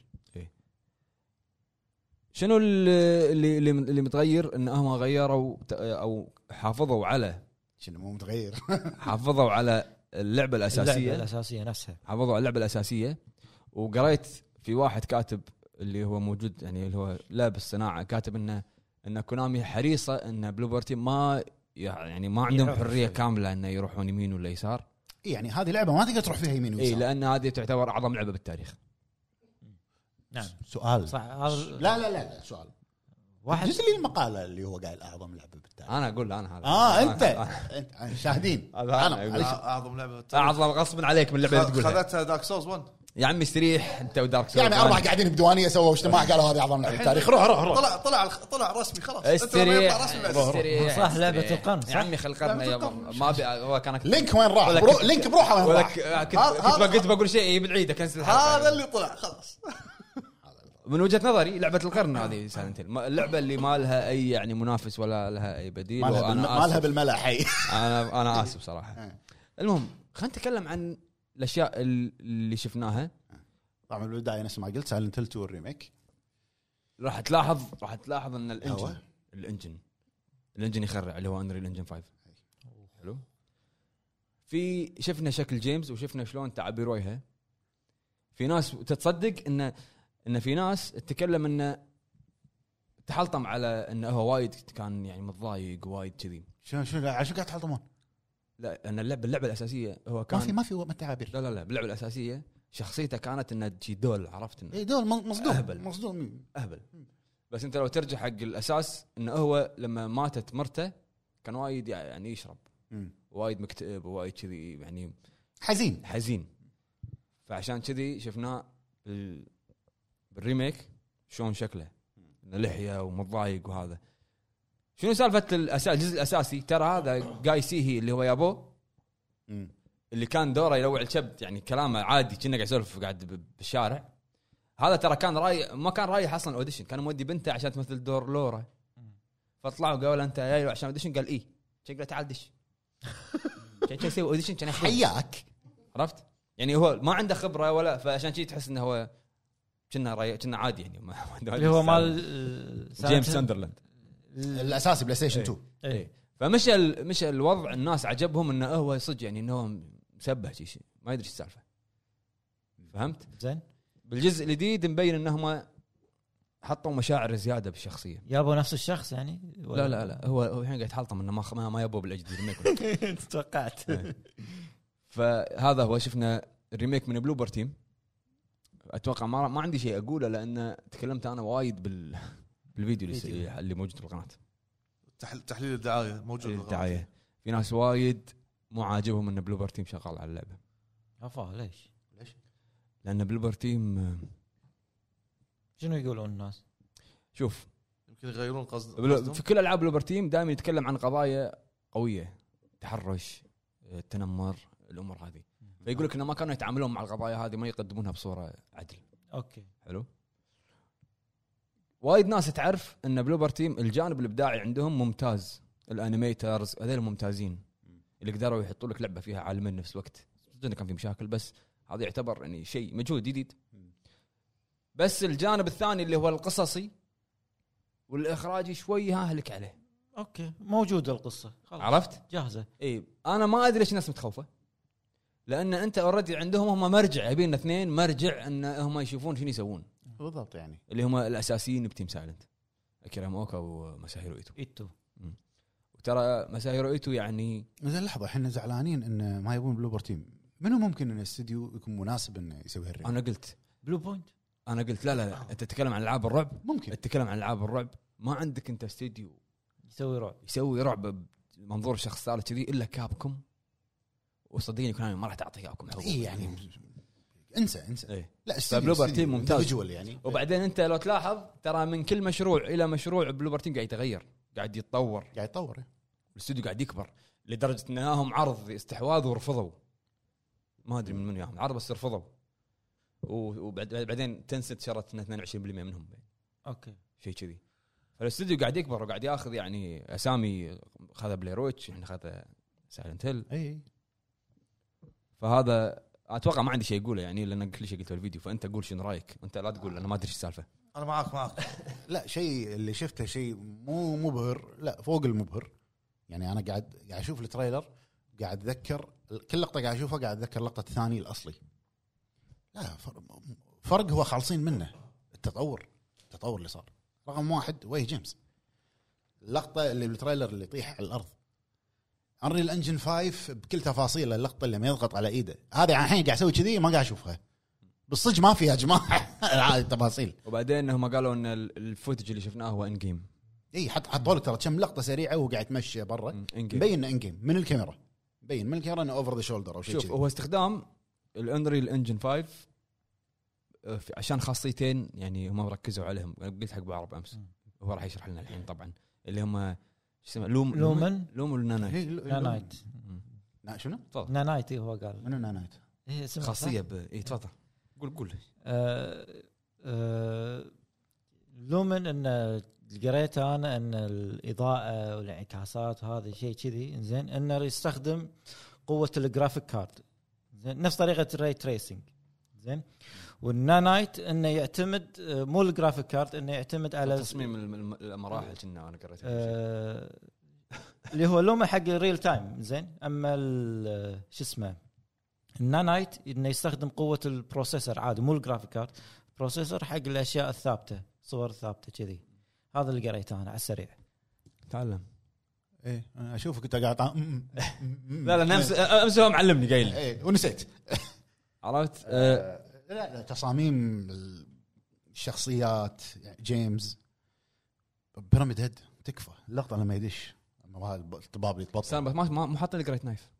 شنو اللي متغير ان هم غيروا او حافظوا على شنو مو متغير حافظوا على اللعبه الاساسيه نفسها، حافظوا على اللعبه الاساسيه. وقريت في واحد كاتب اللي هو موجود يعني اللي هو لابس صناعه، كاتب ان كونامي حريصه ان بلوبر تيم ما يعني ما عندهم حريه كامله انه يروحون يمين ولا يسار. يعني هذه لعبه ما تقدر تروح فيها يمين ويسار. لان هذه تعتبر اعظم لعبه بالتاريخ. نعم سؤال صح. لا سؤال واحد جزء لي المقاله اللي هو قال اعظم لعبه بالتاريخ. انا اقول انا هذا انت شاهدين. انا اعظم لعبه بالتاريخ. اعظم غصبا عليك من اللعبه اللي تقولها. خذتها دارك سولز 1 يا عمي استريح انت ودارك سولز يعني 4 قاعدين بديوانيه سووا اجتماع قالوا هذه اعظم لعبه بالتاريخ. روح طلع رسمي خلاص. استريح صح لعبه القرن يا عمي خل قرن ما هو كان لينك وين راح؟ لينك بروحه وين راح؟ كنت بقول شيء بالعيد كنسل الحلقه. هذا اللي طلع خلاص. من وجهة نظري لعبة القرن هذه سايلنت هيل، اللعبة اللي ما لها أي يعني منافس ولا لها أي بديل. ما لها بالملا حي. أنا آسف صراحة. المهم خلينا نتكلم عن الأشياء اللي شفناها. طبعا بالبداية نفس ما قلت سايلنت هيل 2 الريميك. راح تلاحظ أن الإنجن يخرع اللي هو أنريل إنجن 5. حلو. شفنا شكل جيمس وشفنا شلون تعبير وجهه. في ناس تتصدق ان في ناس تتكلم انه تحلطم على انه هو وايد كان يعني متضايق وايد كذي. شو قاعد تحلطمون؟ لا ان اللعبه الاساسيه هو كان ما في تعابير. لا باللعبه الاساسيه شخصيته كانت انه تجي دول، عرفت انه دول مصدوم اهبل. بس انت لو ترجع حق الاساس انه هو لما ماتت مرته كان وايد يعني يشرب وايد مكتئب ووايد كذي يعني حزين. فعشان كذي شفناه بالريميك شلون شكله لحية ومتضايق. وهذا شنو سالفة الجزء الأساسي؟ ترى هذا جاي سيهي اللي هو يابو اللي كان دوره يلوع الكبد، يعني كلامه عادي كنا قاعد يسولف قاعد بالشارع. هذا ترى كان ما كان رايح اصلا اوديشن، كان مودي بنته عشان تمثل دور لورا. فطلعوا قالوا انت جاي عشان اوديشن؟ قال ايه. قال تعال دش. كان يسوي اوديشن كان حياك، عرفت يعني هو ما عنده خبره ولا، فعشان شيء تحس انه هو كنا عادي يعني اللي هو مال جيمس ساندرلاند الاساسي بلاي ستيشن 2. اي مش الوضع الناس عجبهم انه هو صدق يعني انه مسبح شيء ما يدري ايش السالفه. فهمت زين؟ بالجزء الجديد مبين انهم حطوا مشاعر زياده بالشخصيه. يابوا نفس الشخص يعني لا هو الحين قاعد يتحلطم انه ما يبوا بالجديد الريميك. توقعت. فهذا هو شفنا الريميك من بلوبر تيم. اتوقع ما عندي شيء اقوله لان تكلمت انا وايد بالفيديو اللي موجود بالقناه. تحليل الدعايه موجود الدعايه. في ناس وايد مو عاجبهم ان بلوبر تيم شغال على اللعبه. ليش؟ لان بلوبر تيم شنو يقولون الناس؟ شوف يمكن يغيرون في كل العاب بلوبر تيم دائما يتكلم عن قضايا قويه، تحرش، التنمر، الامور هذه. فيقول لك انه ما كانوا يتعاملون مع القضايا هذه، ما يقدمونها بصوره عدل. اوكي حلو. وايد ناس تعرف ان بلوبر تيم الجانب الابداعي عندهم ممتاز. الانيميترز هذول ممتازين اللي قدروا يحطوا لك لعبه فيها عالمين نفس الوقت. صدقني كان في مشاكل بس هذا يعتبر يعني شيء مجهود جديد. بس الجانب الثاني اللي هو القصصي والاخراجي شوي هاهلك عليه. اوكي موجوده القصه خلاص عرفت جاهزه. اي انا ما ادري ليش الناس متخوفه، لان انت اوريدي عندهم هم مرجع، يبين اثنين مرجع ان هم يشوفون شنو يسوون بالضبط، يعني اللي هم الاساسيين بتيم سايلنت، اكيرا موكا وماساهيرو ايتو. وترى ماساهيرو ايتو يعني زين لحظه، احنا زعلانين ان ما يبون بلوبر تيم. منو ممكن ان الاستديو يكون مناسب انه يسوي هالريميك؟ انا قلت بلو بوينت. انا قلت لا انت تتكلم عن العاب الرعب. ممكن تتكلم عن العاب الرعب، ما عندك انت استديو يسوي رعب بمنظور شخص ثالث كذي الا كابكم. وصدقني كونامي ما راح تعطي كابكم حقوق. يعني انسى إيه. لا بلوبر تيم ممتاز يعني. وبعدين انت لو تلاحظ ترى من كل مشروع الى مشروع بلوبر تيم قاعد يتغير، قاعد يتطور الاستوديو قاعد يكبر لدرجه انهم عرض استحواذ ورفضوا. ما ادري من ياهم عرض بس رفضوا. وبعدين تنسد شرت 22% منهم. اوكي شيء كذي. فالاستوديو قاعد يكبر وقاعد ياخذ يعني اسامي. خذ بلايرويتش، احنا خذ سايلنت هيل. اي فهذا اتوقع ما عندي شيء اقوله يعني، لان كل شيء قلته الفيديو. فانت قول شنو رايك، انت لا تقول انا ما ادري ايش السالفه. انا معك لا شيء اللي شفته شيء مو مبهر، لا فوق المبهر يعني. انا قاعد اشوف التريلر قاعد اتذكر كل لقطه قاعد اشوفها قاعد اتذكر لقطه الثاني الاصلي. لا فرق هو خالصين منه. التطور اللي صار. رقم واحد وي جيمس، اللقطه اللي بالتريلر اللي يطيح على الارض، انريل انجن 5 بكل تفاصيله، اللقطه اللي ما يضغط على ايده، هذه الحين قاعد اسوي كذي ما قاعد اشوفها بالصدق، ما في يا جماعه هذه التفاصيل. وبعدين هم قالوا ان الفوتج اللي شفناه هو ان جيم. اي حطوا لك ترى كم لقطه سريعه وهو قاعد يتمشى برا، مبين ان جيم من الكاميرا، مبين من الكاميرا انه اوفر ذا شولدر او شيء. شوف هو استخدام الانريل انجن 5 عشان خاصيتين يعني هم ركزوا عليهم. قلت حق ابو عرب امس هو راح يشرح لنا الحين طبعا، اللي هم شو اسمه لومن نانايت. شنو؟ نانايت هو قال منو نانايت؟ هي اسمها خاصيه تفضل قول. لومن ان قريت انا ان الاضاءه والانعكاسات وهذا شيء كذي زين، انه يستخدم قوه الجرافيك كارد زين نفس طريقه الري تريسنج زين. والنانايت انه يعتمد مو الجرافيك كارد، انه يعتمد على تصميم المراحل كنا انا قريت اللي هو لومن حق الريل تايم زين. اما شو اسمه النانايت انه يستخدم قوه البروسيسور عادي مو الجرافيك كارد، بروسيسور حق الاشياء الثابته، صور ثابته كذي. هذا اللي قريته انا على السريع. تعلم ايه انا اشوفك انت قاعد لا امس هو معلمني قايل ايه ونسيت عرفت. لا تصاميم الشخصيات جيمس بيراميد هيد تكفى. اللقطه لما يدش الطباب اللي يتبطل بس ما حاط لي جريت نايف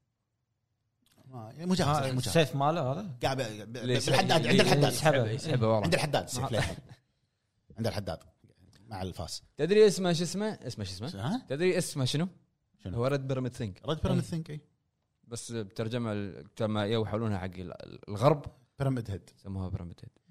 مجهز السيف ماله هذا قاعد بالحداد عند الحداد يسحبه ورا عند الحداد السيف للحين عند الحداد مع الفاس. تدري اسمه شو اسمه تدري اسمه شنو؟ هو ريد بيراميد ثينك. ريد بيراميد ثينك اي بس بترجمه كما يحاولونها حق الغرب بيراميد هيد سموها بيراميد هيد.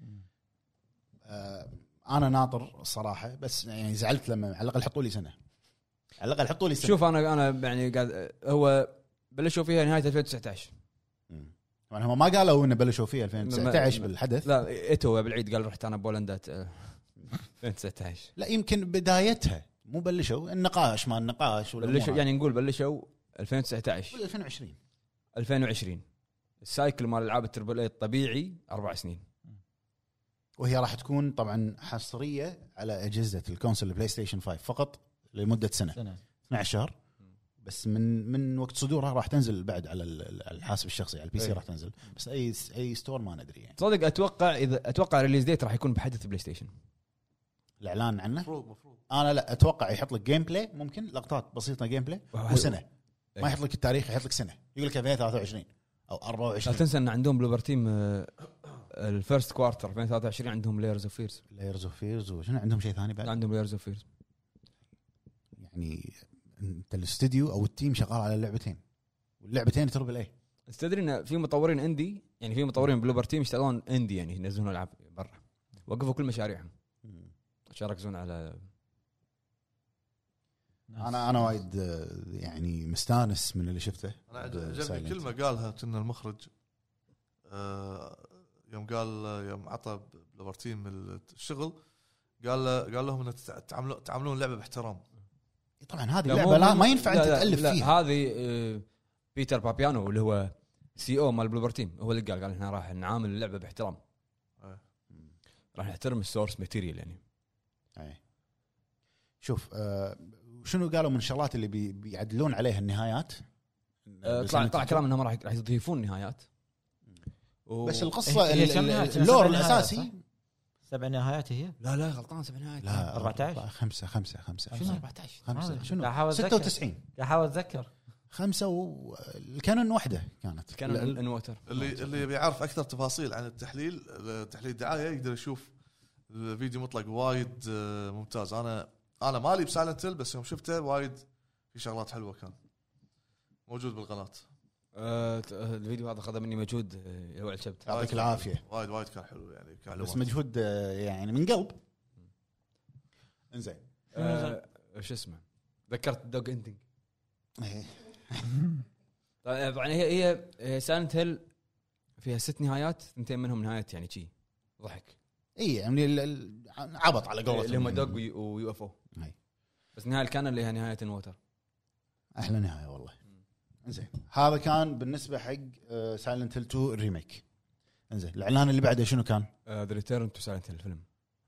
انا ناطر الصراحه، بس يعني زعلت لما على الاقل حطوا لي سنه، على الاقل حطوا لي سنه. شوف انا يعني قاعد هو بلشوا فيها نهايه 2019. طبعا هم ما قالوا انه بلشوا فيها 2019 بالحدث. لا ايتو بالعيد قال رحت انا بولندا 2019. لا يمكن بدايتها مو بلشوا النقاش ما النقاش ولا بلشوا يعني نقول بلشوا 2019 ولا 2020 السايكل مال العاب التربل اي الطبيعي 4 سنين، وهي راح تكون طبعا حصريه على اجهزه الكونسول بلاي ستيشن 5 فقط لمده سنه 12 شهر بس. من وقت صدورها راح تنزل بعد على الحاسب الشخصي على البي سي راح تنزل، بس اي ستور ما ندري يعني. صدق اتوقع ريليز ديت راح يكون بحدث بلاي ستيشن الاعلان عنه. مفروض انا لا اتوقع يحط لك جيم بلاي، ممكن لقطات بسيطه جيم بلاي وسنه ما يحط لك التاريخ، يحط لك سنه يقول لك 2023 او 24. لا تنسى ان عندهم بلوبر تيم الفيرست كوارتر 2023 عندهم لايرز اوف فيرز وشنو عندهم شيء ثاني بعد؟ عندهم لايرز اوف فيرز. يعني انت الاستوديو او التيم شغال على اللعبتين واللعبتين تربل اي. تدري ان في مطورين اندي، يعني في مطورين بلوبر تيم يشتغلون اندي يعني ينزلون العاب برا، وقفوا كل مشاريعهم عشان يركزون على. انا وايد يعني مستانس من اللي شفته. انا عجبني كلمه قالها كنا المخرج يوم عطى بلوبر تيم الشغل قال لهم ان تعاملون اللعبه باحترام. طبعا هذه اللعبه لا ما ينفع انت تالف فيها. هذه بيتر بابيانو اللي هو سي او مال بلوبر تيم هو اللي قال احنا راح نعامل اللعبه باحترام، راح نحترم السورس ماتيريال يعني. شوف شنو قالوا من الشغلات اللي بيعدلون عليها النهايات. طلع كلام انهم راح يضيفون نهايات بس القصه اللور الاساسي 7 نهايات هي. لا غلطان 7 نهايات. لا 14 5 شنو 14 شنو 96 احاول اتذكر 5 والكانون واحده كانت كانون الانوتر. اللي بيعرف اكثر تفاصيل عن تحليل الدعايه يقدر يشوف الفيديو مطلق وايد ممتاز. انا مالي بسايلنت هيل بس يوم شفته وايد في شغلات حلوه كان موجود بالقناه. الفيديو هذا خذ مني مجهود هو الشبت. يعطيك العافيه. وايد كان حلو يعني بس مجهود يعني من قلب. انزين شو اسمه ذكرت دوغ اندنج. طبعا هي سايلنت هيل فيها 6 نهايات، 2 منهم نهايات يعني شيء ضحك. اي يعني عبط على قولتهم اللي هم دوغ ويو اف او. بس النهايه الكان اللي هي نهايه الووتر احلى نهايه والله. انزين هذا كان بالنسبه حق سايلنت هيل 2 الريميك. انزين الاعلان اللي بعده شنو كان؟ ذا ريتيرن تو سايلنت هيل الفيلم.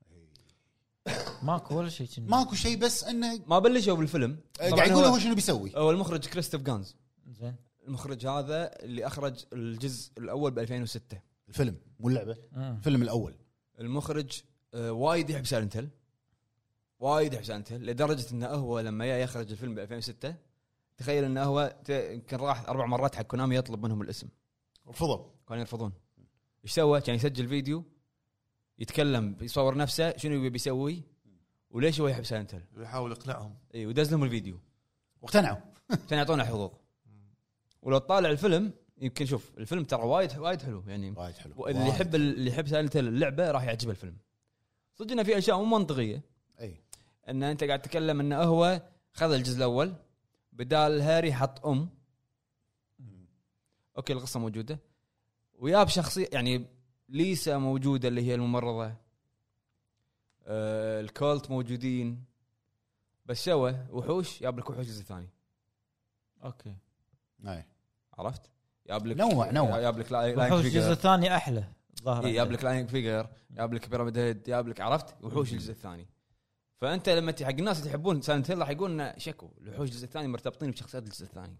ماكو ولا شيء ماكو شيء بس انه ما بلشوا بالفيلم قاعد يقول هو شنو بيسوي. هو المخرج كريستوف جانز. زين المخرج هذا اللي اخرج الجزء الاول ب 2006 الفيلم مو اللعبه. الفيلم الاول. المخرج وايد يحب سايلنت هيل، وايد يحب سايلنت هيل لدرجه انه هو لما يخرج الفيلم ب 2006 تخيل انه هو يمكن راح 4 مرات حق كونامي يطلب منهم الاسم، رفضوا، كانوا يرفضون. ايش سوى؟ كان يسجل فيديو يتكلم يصور نفسه شنو يبي بيسوي وليش هو يحب سايلنت هيل، يحاول يقنعهم. اي ودز لهم الفيديو واقتنعوا كان يعطونا حقوق. ولو تطالع الفيلم يمكن شوف الفيلم ترى وايد حلو يعني، وايد حلو. اللي يحب سايلنت هيل اللعبه راح يعجبه الفيلم. صدقنا في اشياء مو منطقيه، اي ان انت قاعد تتكلم انه هو خذ الجزء الاول بدال هاري حط اوكي القصه موجوده وياب شخصيه يعني ليسا موجوده اللي هي الممرضه، الكولت موجودين، بس سوى وحوش ياب لك وحوش الجزء الثاني. اوكي اي عرفت ياب لك نوع ياب لك وحوش الجزء الثاني احلى ظاهر. ياب لك لاين فيجر، ياب لك بيراميد هيد، ياب لك عرفت وحوش الجزء الثاني. فانت لما حق الناس اللي يحبون سايلنت هيل راح يقولون شكو الوحوش الجزء الثاني مرتبطين بشخصيات الجزء الثاني.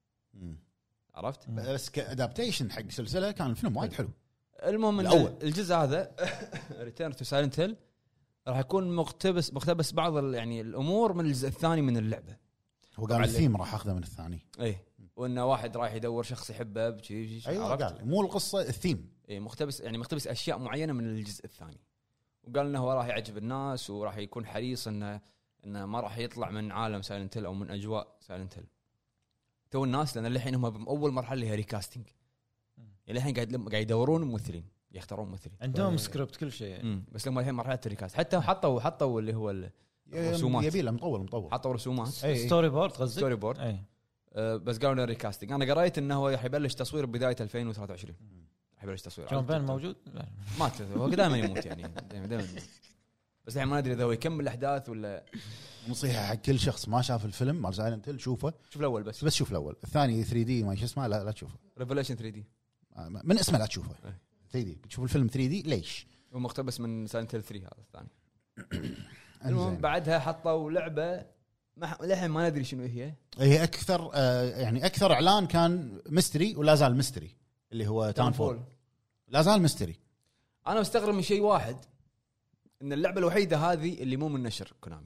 عرفت بس كادابتيشن حق سلسله كان الفيلم وايد حلو. المهم الأول. الجزء هذا ريتيرن تو سايلنت هيل راح يكون مقتبس بعض يعني الامور من الجزء الثاني من اللعبه. هو قال الثيم راح اخذه من الثاني. اي وانه واحد راح يدور شخص يحبه بشيء ايوه قال مو القصه الثيم. اي مقتبس اشياء معينه من الجزء الثاني. وقال انه هو راح يعجب الناس وراح يكون حريص انه ما راح يطلع من عالم سايلنت هيل او من اجواء سايلنت هيل. تو الناس لان الحين هم باول مرحله اللي هي ريكاستنج، يعني الحين قاعد يدورون ممثلين، يختارون ممثلين، عندهم سكريبت كل شيء. بس لما الحين مرحله الريكاست حتى حطوا اللي هو الرسومات، يبي له مطول حطوا رسومات ستوري بورد قصدك. ستوري بورد بس قالوا لنا ريكاستنج. انا قريت انه هو راح يبلش تصوير بدايه 2023 راح يبلش تصوير. جون بين موجود؟ مات هو دائما يموت يعني دائما بس الحين ما ادري اذا هو يكمل الاحداث ولا. نصيحه حق كل شخص ما شاف الفيلم مال سايلنت هيل شوفه، شوف الاول بس شوف الاول. الثاني 3 دي ما شو اسمه لا تشوفه، ريفليشن 3 دي من اسمه لا تشوفه. 3 دي بتشوف الفيلم 3 دي ليش؟ هو مقتبس من سايلنت هيل 3 هذا الثاني. المهم بعدها حطوا لعبه للحين ما ندري شنو هي اكثر يعني اكثر اعلان كان ميستري ولا زال ميستري اللي هو تاونفول لا زال ميستري. انا مستغرب من شيء واحد، ان اللعبه الوحيده هذه اللي مو من نشر كونامي.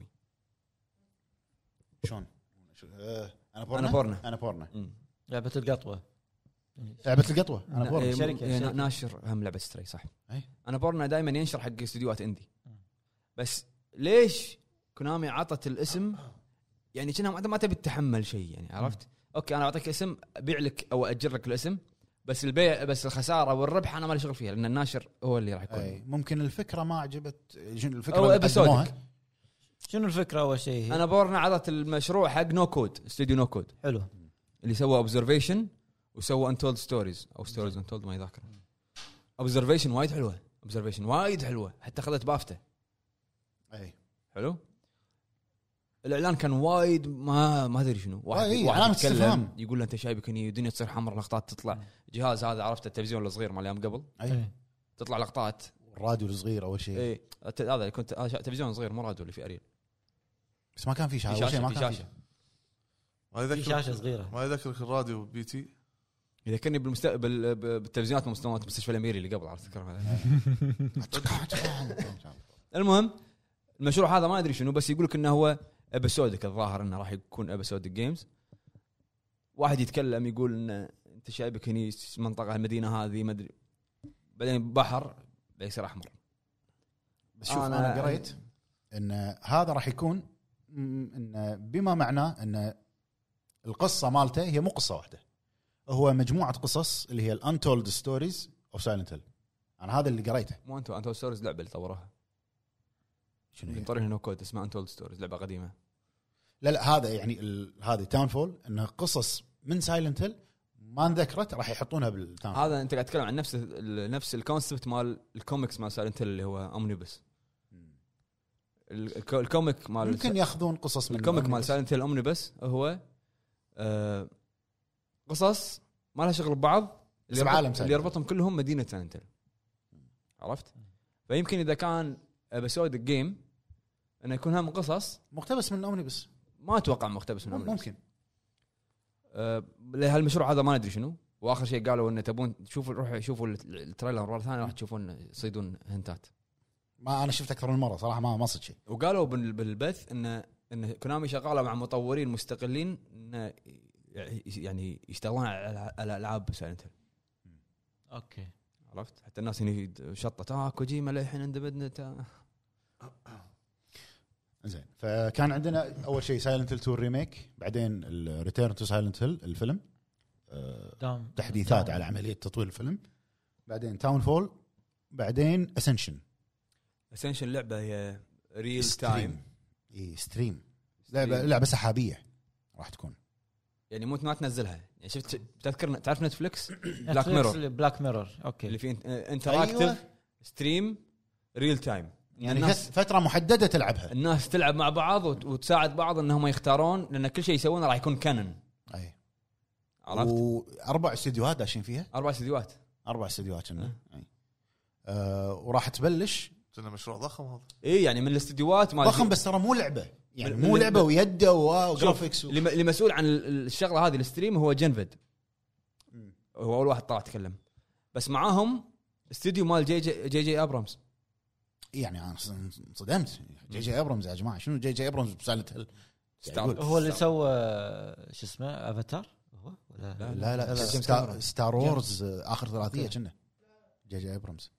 شلون؟ انا بورنا لعبه القطوه انا بورنا شركه ناشر هم لعبه ستري صح. أي. انا بورنا دائما ينشر حق استديوهات اندي، بس ليش كونامي عطت الاسم يعني كأنها ما تبي تتحمل شيء يعني عرفت؟ اوكي انا اعطيك اسم ابيع لك او اجر لك الاسم، بس البيع بس الخساره والربح انا ما لي شغل فيها لان الناشر هو اللي راح يكون. ممكن الفكره ما عجبت الفكره او ابيسودك. شنو الفكره اول شيء؟ انا بورنا عطت المشروع حق نو كود استوديو نو كود حلو اللي سوى اوبزرفيشن وسوى انتولد ستوريز او ستوريز انتولد ما يذكر. اوبزرفيشن وايد حلوه حتى اخذت بافته. اي حلو. الاعلان كان وايد ما ادري شنو واحد يتكلم يقول له انت شايبك هني الدنيا تصير حمر لقطات تطلع جهاز هذا عرفت التلفزيون الصغير مال ايام قبل تطلع لقطات الراديو الصغير اول شيء. اي هذا كنت تلفزيون صغير مو راديو اللي في اريل بس ما كان في شاشه ما كان في شاشه صغيره. ما يذكرك الراديو بي تي يذكرني بالتلفزيونات مستشفى الاميري اللي قبل عرفت تذكرها. المهم المشروع هذا ما ادري شنو بس يقولك انه هو ابيسودك الظاهر انه راح يكون ابيسودك جيمز. واحد يتكلم يقول ان انت شايبك هني منطقه المدينه هذه ما ادري بعدين بحر بيصير احمر. بس شوف انا قريت ان هذا راح يكون ان بما معناه ان القصه مالته هي مو قصه واحده، هو مجموعه قصص اللي هي الانتولد ستوريز اوف سايلنت هيل. انا هذا اللي قريته. مو انتولد ستوريز لعبه اللي طوروها شنو من طريق نو كود اسمها انتولد ستوريز لعبه قديمه. لا هذا يعني هذه تاونفول انها قصص من سايلنت هيل ما انذكرت راح يحطونها بالتاونفول. هذا انت قاعد تتكلم عن نفس الكونسبت مال الكوميكس مال سايلنت هيل اللي هو اومنيبس. الكوميك مال ممكن ياخذون قصص من الكوميك مال سايلنت هيل اومنيبس هو قصص ما لها شغل ببعض، بس بعالم اللي يربطهم كلهم مدينه سايلنت هيل. عرفت؟ فيمكن اذا كان ابيسود الجيم انه يكون هم قصص مقتبس من اومني، بس ما اتوقع مقتبس من ممكن. لهالمشروع هذا ما ندري شنو. واخر شيء قالوا انه تبون تشوفوا، روحوا شوفوا التريلر مره ثانيه راح تشوفون يصيدون هنتات. ما انا شفت اكثر من مره صراحه، ما صدق شيء. وقالوا بالبث ان كونامي شغاله مع مطورين مستقلين انه يعني يشتغلون على العاب سايلنت هيل. اوكي عرفت؟ حتى الناس هنا شطت كوجيما للحين عنده بدنه. زين، فكان عندنا اول شيء سايلنت هيل 2 ريميك، بعدين الريتيرن تو سايلنت هيل الفيلم، تحديثات على عمليه تطوير الفيلم، بعدين تاون فول، بعدين اسنشن. لعبه هي ريل تايم، ستريم، لعبه سحابيه راح تكون، يعني مو ما تنزلها. يعني شفت تذكر تعرف نتفليكس بلاك ميرور اوكي اللي فيه انتراكتيف ستريم ريل تايم، يعني الناس فتره محدده تلعبها، الناس تلعب مع بعض وتساعد بعض انهم يختارون، لان كل شيء يسوونه راح يكون كانون. اي عرفت؟ واربع استديوهات داشين فيها، 4 استديوهات كنا وراح تبلش. كنا مشروع ضخم هذا. اي يعني من الاستديوهات ضخم، بس ترى مو لعبه، يعني مو لعبه ويده وجرافيكس اللي مسؤول عن الشغله هذه الستريم هو جنفد، هو اول واحد طلع تكلم. بس معاهم استوديو مال جي ابرامز. يعني انا صدمت، جي ابرامز يا جماعه، شنو جي ابرامز بسالت هل هو اللي سوى شو اسمه افاتار هو ولا لا ستار وورز اخر ثلاثيه كنا جي ابرامز.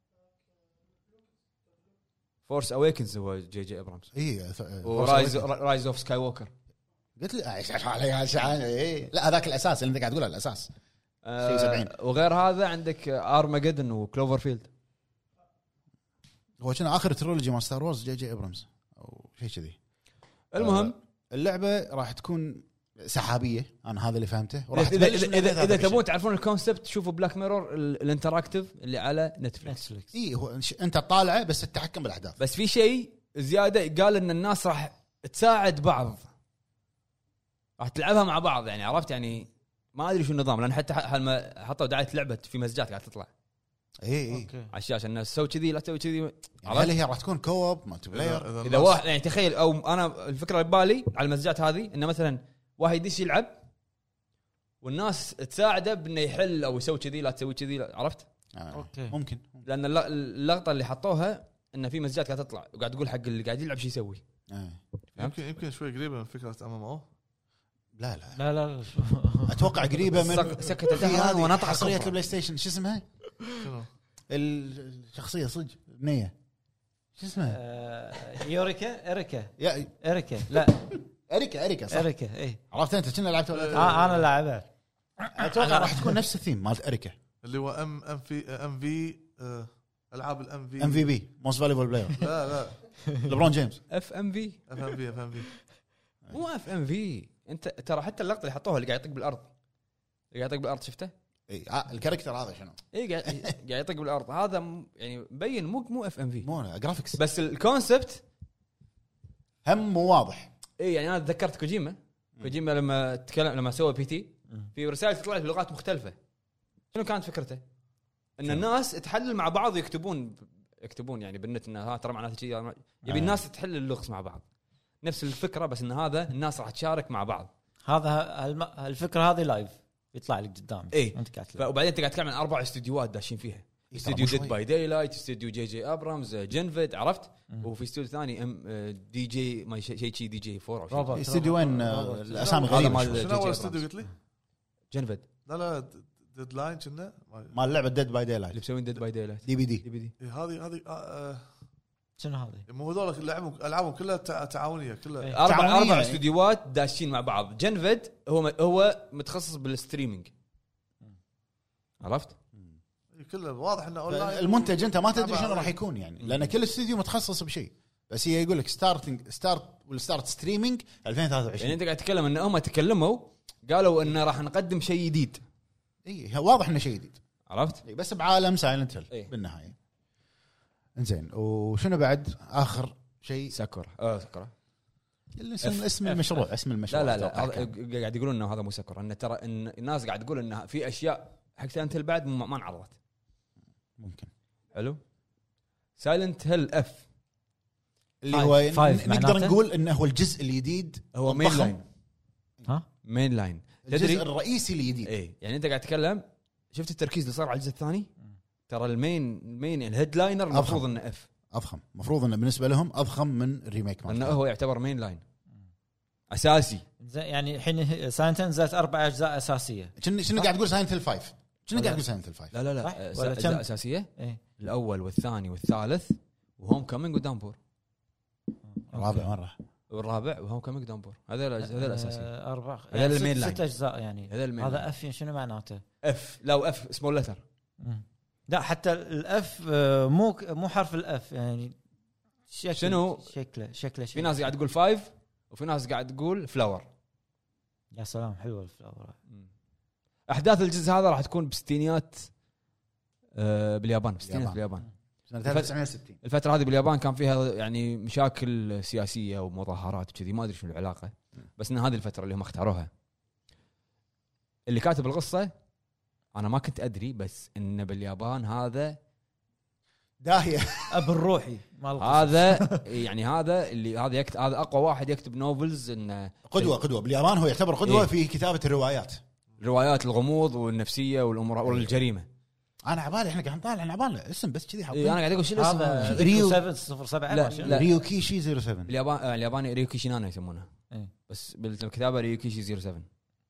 فورس اويكنز هو جي ابرامز. اي رايز اوف سكاي ووكر. قلت لي علي لا هذاك الاساس اللي انت قاعد تقوله، الاساس شيء 70. وغير هذا عندك ارماجدن وكلوفر فيلد. هو كان اخر ترولوجي مال ستار وورز جي ابرامز او شيء كذي. المهم اللعبه راح تكون سحابيه، انا هذا اللي فهمته. اذا تبون تعرفون الكونسبت شوفوا بلاك ميرور الانتراكتيف اللي على نتفلكس. اي هو انت طالعه بس التحكم بالاحداث. بس في شيء زياده، قال ان الناس راح تساعد بعض، راح تلعبها مع بعض. يعني عرفت؟ يعني ما ادري شو النظام، لان حتى لما حطوا دعايه لعبه في مسجات قاعد تطلع اي على الشاشه، الناس سوي كذي لا تسوي كذي. يعني هل هي راح تكون كوب مالتي بلاير؟ اذا واحد يعني تخيل، او انا الفكره اللي ببالي على المسجات هذه انه مثلا واحد يدش يلعب والناس تساعده بانه يحل او يسوي كذي لا تسوي كذي. عرفت؟ اوكي ممكن، لان اللقطه اللي حطوها انه في مسجات قاعد تطلع وقاعد تقول حق اللي قاعد يلعب شو يسوي. يمكن شوي قريبه من فكره MMO. لا اتوقع قريبه من سكت هذه ونطع حصريه البلاي ستيشن. شو اسمها شنو الشخصيه صدق بنيه، شو اسمها؟ إريكا لا اريكا صح. إريكا اي عرفت انت كنا لعبت ولا انا لاعبها. اتوقع راح تكون نفس الثيم مالت اريكا اللي هو ام في العاب ام في بي موست فاليبل بلاير. لا ليبرون جيمس. اف ام في مو اف ام في. انت ترى حتى اللقطه اللي حطوها اللي قاعد يطق بالارض شفته؟ اي الكاركتر هذا شنو؟ اي قاعد يطق بالارض. هذا يعني مبين مو اف ام في، مو جرافيكس، بس الكونسبت هم مو واضح. اي يعني انا تذكرت كوجيما لما تكلم، لما سوى بي تي في رسائل تطلع بلغات مختلفه. شنو كانت فكرته؟ ان الناس تحلل مع بعض ويكتبون يعني بالنت انه ترى معناته شيء. يبي الناس تحلل اللغز مع بعض. نفس الفكره، بس ان هذا الناس راح تشارك مع بعض. هذا الفكره هذه لايف يطلع لك قدام. انت قاعد وبعدين انت قاعد تتكلم عن 4 استديوهات داشين فيها. استوديو ديد باي داي لايت، استوديو جي ابرامز، جنفيد، عرفت؟ وفي استوديو ثاني دي جي ما شيء دي جي 4 استوديوين الاسامي غريبه. شنو اول استوديو قلت لي؟ جنفيد. لا ديدلاين كنا مال لعبه ديد باي داي لايت اللي مسوين ديد باي داي لايت دي بي دي. هذه شنو هذه؟ مو هذول العابهم كلها تعاونيه كلها. 4 استديوهات داشين مع بعض. جنفيد هو متخصص بالستريمينج، عرفت؟ كله واضح انه اونلاين. المنتج انت ما تدري شنو راح يكون يعني، لان كل استديو متخصص بشيء. بس هي يقول لك ستارت ستريمينج 2023. يعني انت قاعد تتكلم ان هم تكلموا قالوا ان راح نقدم شيء جديد. اي واضح انه شيء جديد، عرفت؟ بس بعالم سايلنت هيل بالنهايه. انزين، وشنو بعد اخر شيء؟ ساكورا اسم المشروع اسم المشروع لا قاعد يقولون انه هذا مو سكر، انه ترى ان الناس قاعد تقول انه في اشياء حق سايلنت هيل بعد ما انعرضت. ممكن. حلو. سايلنت هيل اف اللي هو نقدر نقول انه هو الجزء الجديد، هو مين لاين. مين لاين الجزء الرئيسي الجديد. اي يعني انت قاعد تتكلم، شفت التركيز اللي صار على الجزء الثاني؟ ترى المين الهيدلاينر المفروض انه اف اضخم، المفروض انه بالنسبه لهم اضخم من الريميك مالته، انه هو يعتبر مين لاين اساسي. يعني الحين سايلنت نزلت 4 اجزاء اساسيه. شنو قاعد تقول سايلنت هيل 5؟ شنو قاعد تقول سايلنت هيل 5؟ لا اجزاء اساسيه. الاول والثاني والثالث وهوم كامينج ودامبور. الرابع مره والرابع وهوم كامينج دامبور. هذا الاساسيه. 4 هذا المين لاين 6 اجزاء يعني. هذا اف شنو معناته؟ اف لا اف سمول لتر. لا حتى الاف مو حرف الاف يعني شنو شكله. في ناس قاعد تقول 5 وفي ناس قاعد تقول فلاور. يا سلام حلوه الفلاور. احداث الجزء هذا راح تكون بالستينيات باليابان. بالستينيات باليابان سنه 1960. الفتره هذه باليابان كان فيها يعني مشاكل سياسيه ومظاهرات وكذي، ما ادري شنو العلاقه، بس ان هذه الفتره اللي هم اختاروها. اللي كاتب القصه انا ما كنت ادري، بس ان باليابان هذا داهيه اب الروحي مال هذا يعني هذا اللي هذا هذا اقوى واحد يكتب نوفلز، انه قدوه باليابان. هو يعتبر قدوه في كتابه روايات الغموض والنفسيه والامور والجريمه. انا عبالي احنا قاعد نطالع عبالنا اسم بس كذي انا قاعد اقول شنو اسمه ريو 707 لا ريوكيشي 07 الياباني ريوكيشي نانا يسمونه بس بالكتابه ريوكيشي 07.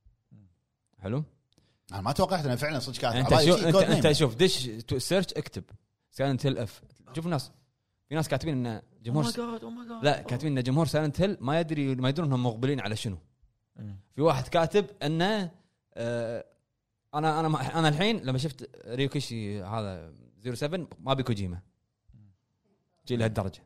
حلو. انا ما توقعت انه فعلا صدق كاتب. انت شوف دش سيرش اكتب سايلنت هيل اف، شوف الناس في ناس كاتبين ان جمهور لا كاتبين ان جمهور سايلنت هيل ما يدرون انهم مقبلين على شنو. في واحد كاتب انه انا الحين لما شفت ريوكيشي هذا 07 ما بي كوجيما جي لهالدرجه.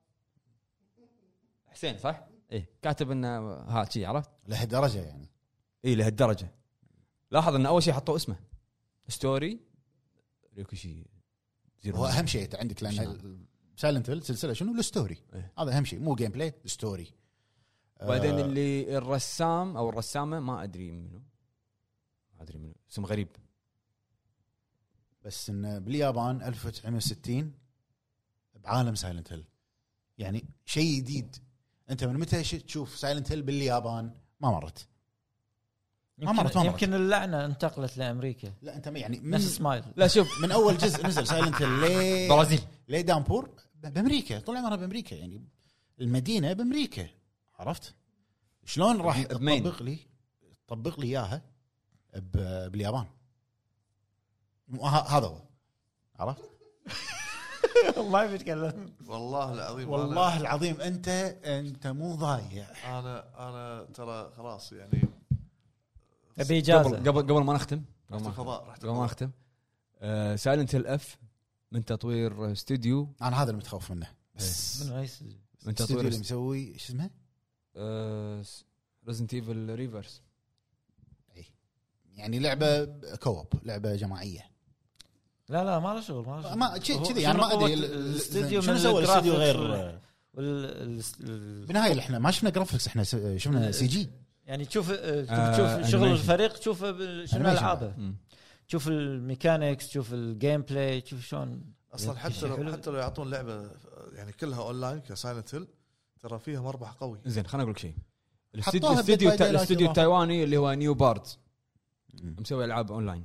حسين صح؟ ايه كاتب انه ها شيء عرفت لهالدرجه يعني. ايه لهالدرجه. لاحظ ان اول شيء حطوا اسمه ستوري ريوكيشي 0. هو اهم شيء عندك لان سايلنت هيل سلسله شنو الستوري. هذا اهم شيء، مو جيم بلاي ستوري. وبعدين اللي الرسام او الرسامه ما ادري منه اسم غريب، بس ان باليابان 1960 بعالم سايلنت هيل يعني شيء جديد. انت من متى تشوف سايلنت هيل باليابان؟ ما مرت. يمكن اللعنه انتقلت لامريكا. لا انت يعني نفس سمايل. لا شوف من اول جزء نزل سايلنت هيل برازيل لي دامبور بامريكا، طول عمرها بامريكا يعني المدينه بامريكا. عرفت شلون راح تطبق لي اياها باليابان؟ هذا هو. عرفت ما يتكلم. والله العظيم انت مو ضايع. انا ترى خلاص يعني ابي اجازه قبل ما نختم. قبل ما نختم سايلنت هيل اف من تطوير استوديو. انا هذا المتخوف منه بس من تطوير اللي مسوي ايش اسمه ريزنت ايفل ريفرس. يعني لعبه كوب، لعبه جماعيه. لا ما له شغل ما كذي يعني ما ادري الاستوديو شنو سوى الاستوديو غير بالنهايه احنا ما شفنا جرافيكس، احنا شفنا سي جي. يعني تشوف شغل الفريق، تشوف شنو العابه، تشوف الميكانيكس، تشوف الجيم بلاي، تشوف شلون اصلا حتى لو يعطون لعبه يعني كلها اونلاين كسايلنت هيل ترى فيها مربح قوي. زين خليني اقول لك شيء. الاستوديو التايواني اللي هو نيو باردز مسوي العاب اونلاين.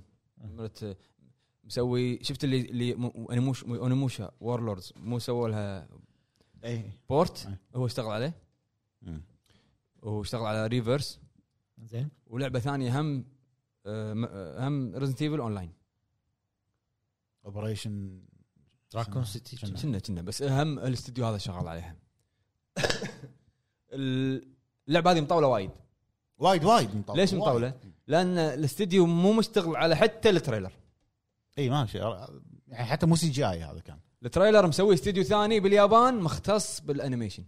مسوي شفت اللي انيموشا وورلوردز مو سووا لها بورت. هو اشتغل عليه واشتغل على ريفرس. زين. ولعبه ثانيه هم ريزنت ايفل اونلاين اوبريشن راكون سيتي كنا بس اهم الاستوديو هذا شغال عليها. اللعبه هذه مطوله وايد مطوله. ليش مطوله؟ لان الاستوديو مو مشتغل على حتى التريلر. اي ماشي يعني حتى مو سي جي اي. هذا كان التريلر مسوي استوديو ثاني باليابان مختص بالانيميشن.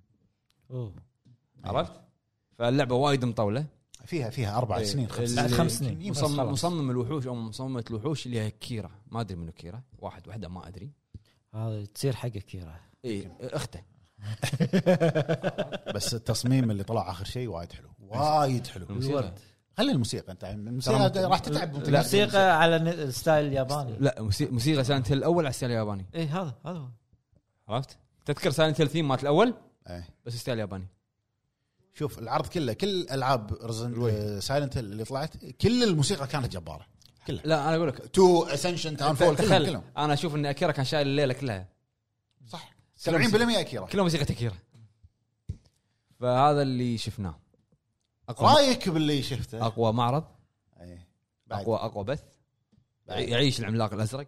عرفت؟ فاللعبه وايد مطوله، فيها 4 سنين 5 سنين. مصمم الوحوش او مصممه الوحوش اللي هي كيرا، ما ادري منو كيرا، واحده ما ادري. هذا تصير حق كيرا. اي اخته بس التصميم اللي طلع اخر شيء وايد حلو وايد حلو. الموسيقى. خلي الموسيقى انت الموسيقى راح تتعب. الموسيقى على الستايل الياباني. لا موسيقى سايلنت هيل الاول على الستايل الياباني. اي هذا هو. عرفت تذكر سايلنت هيل ثيم مات الاول ايه. بس ستايل ياباني. شوف العرض كله كل العاب ريزن سايلنت هيل اللي طلعت كل الموسيقى كانت جباره كلها. لا انا اقول لك تو اسنشن تاون فول كلهم. انا اشوف ان اكيرا كان شايل الليله كلها صح 70% اكيرا كلها موسيقى اكيرا. فهذا اللي شفناه. رايك باللي شفته؟ اقوى معرض ايه. اقوى بث يعيش العملاق الازرق.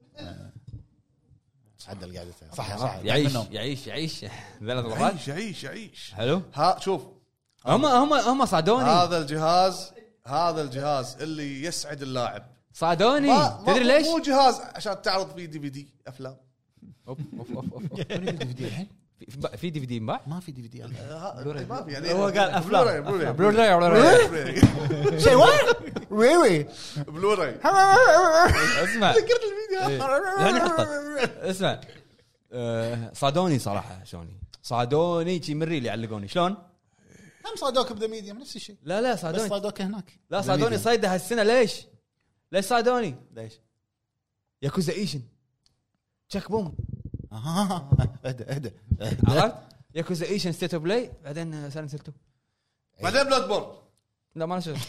عدل قاعدته صح يعيش ثلاث مرات يعيش حلو. ها شوف هم صادوني. هذا الجهاز اللي يسعد اللاعب صادوني. تدري ليش؟ مو جهاز عشان تعرض فيه DVD افلام. اوف في DVD ينباع؟ ما في DVD ما في يعني هو قال افلام بلوراي شيء وين بلوراي اسمع ذكرت الفيديو يعني حطه. اسمع صادوني صراحه سوني صادوني شي مري اللي علقوني شلون هم صادوك بذا ميديا نفس الشيء. لا بس صادوني صادوك هناك. لا صادوني صيده هالسنه. ليش صادوني ليش ياكوزا ايشن تشيك بوم اهدى عرفت ياكوزا ايشن ستيت اوف بلاي بعدين سايلنت هيل 2 بعدين بلاد بورن. لا ما نشوف.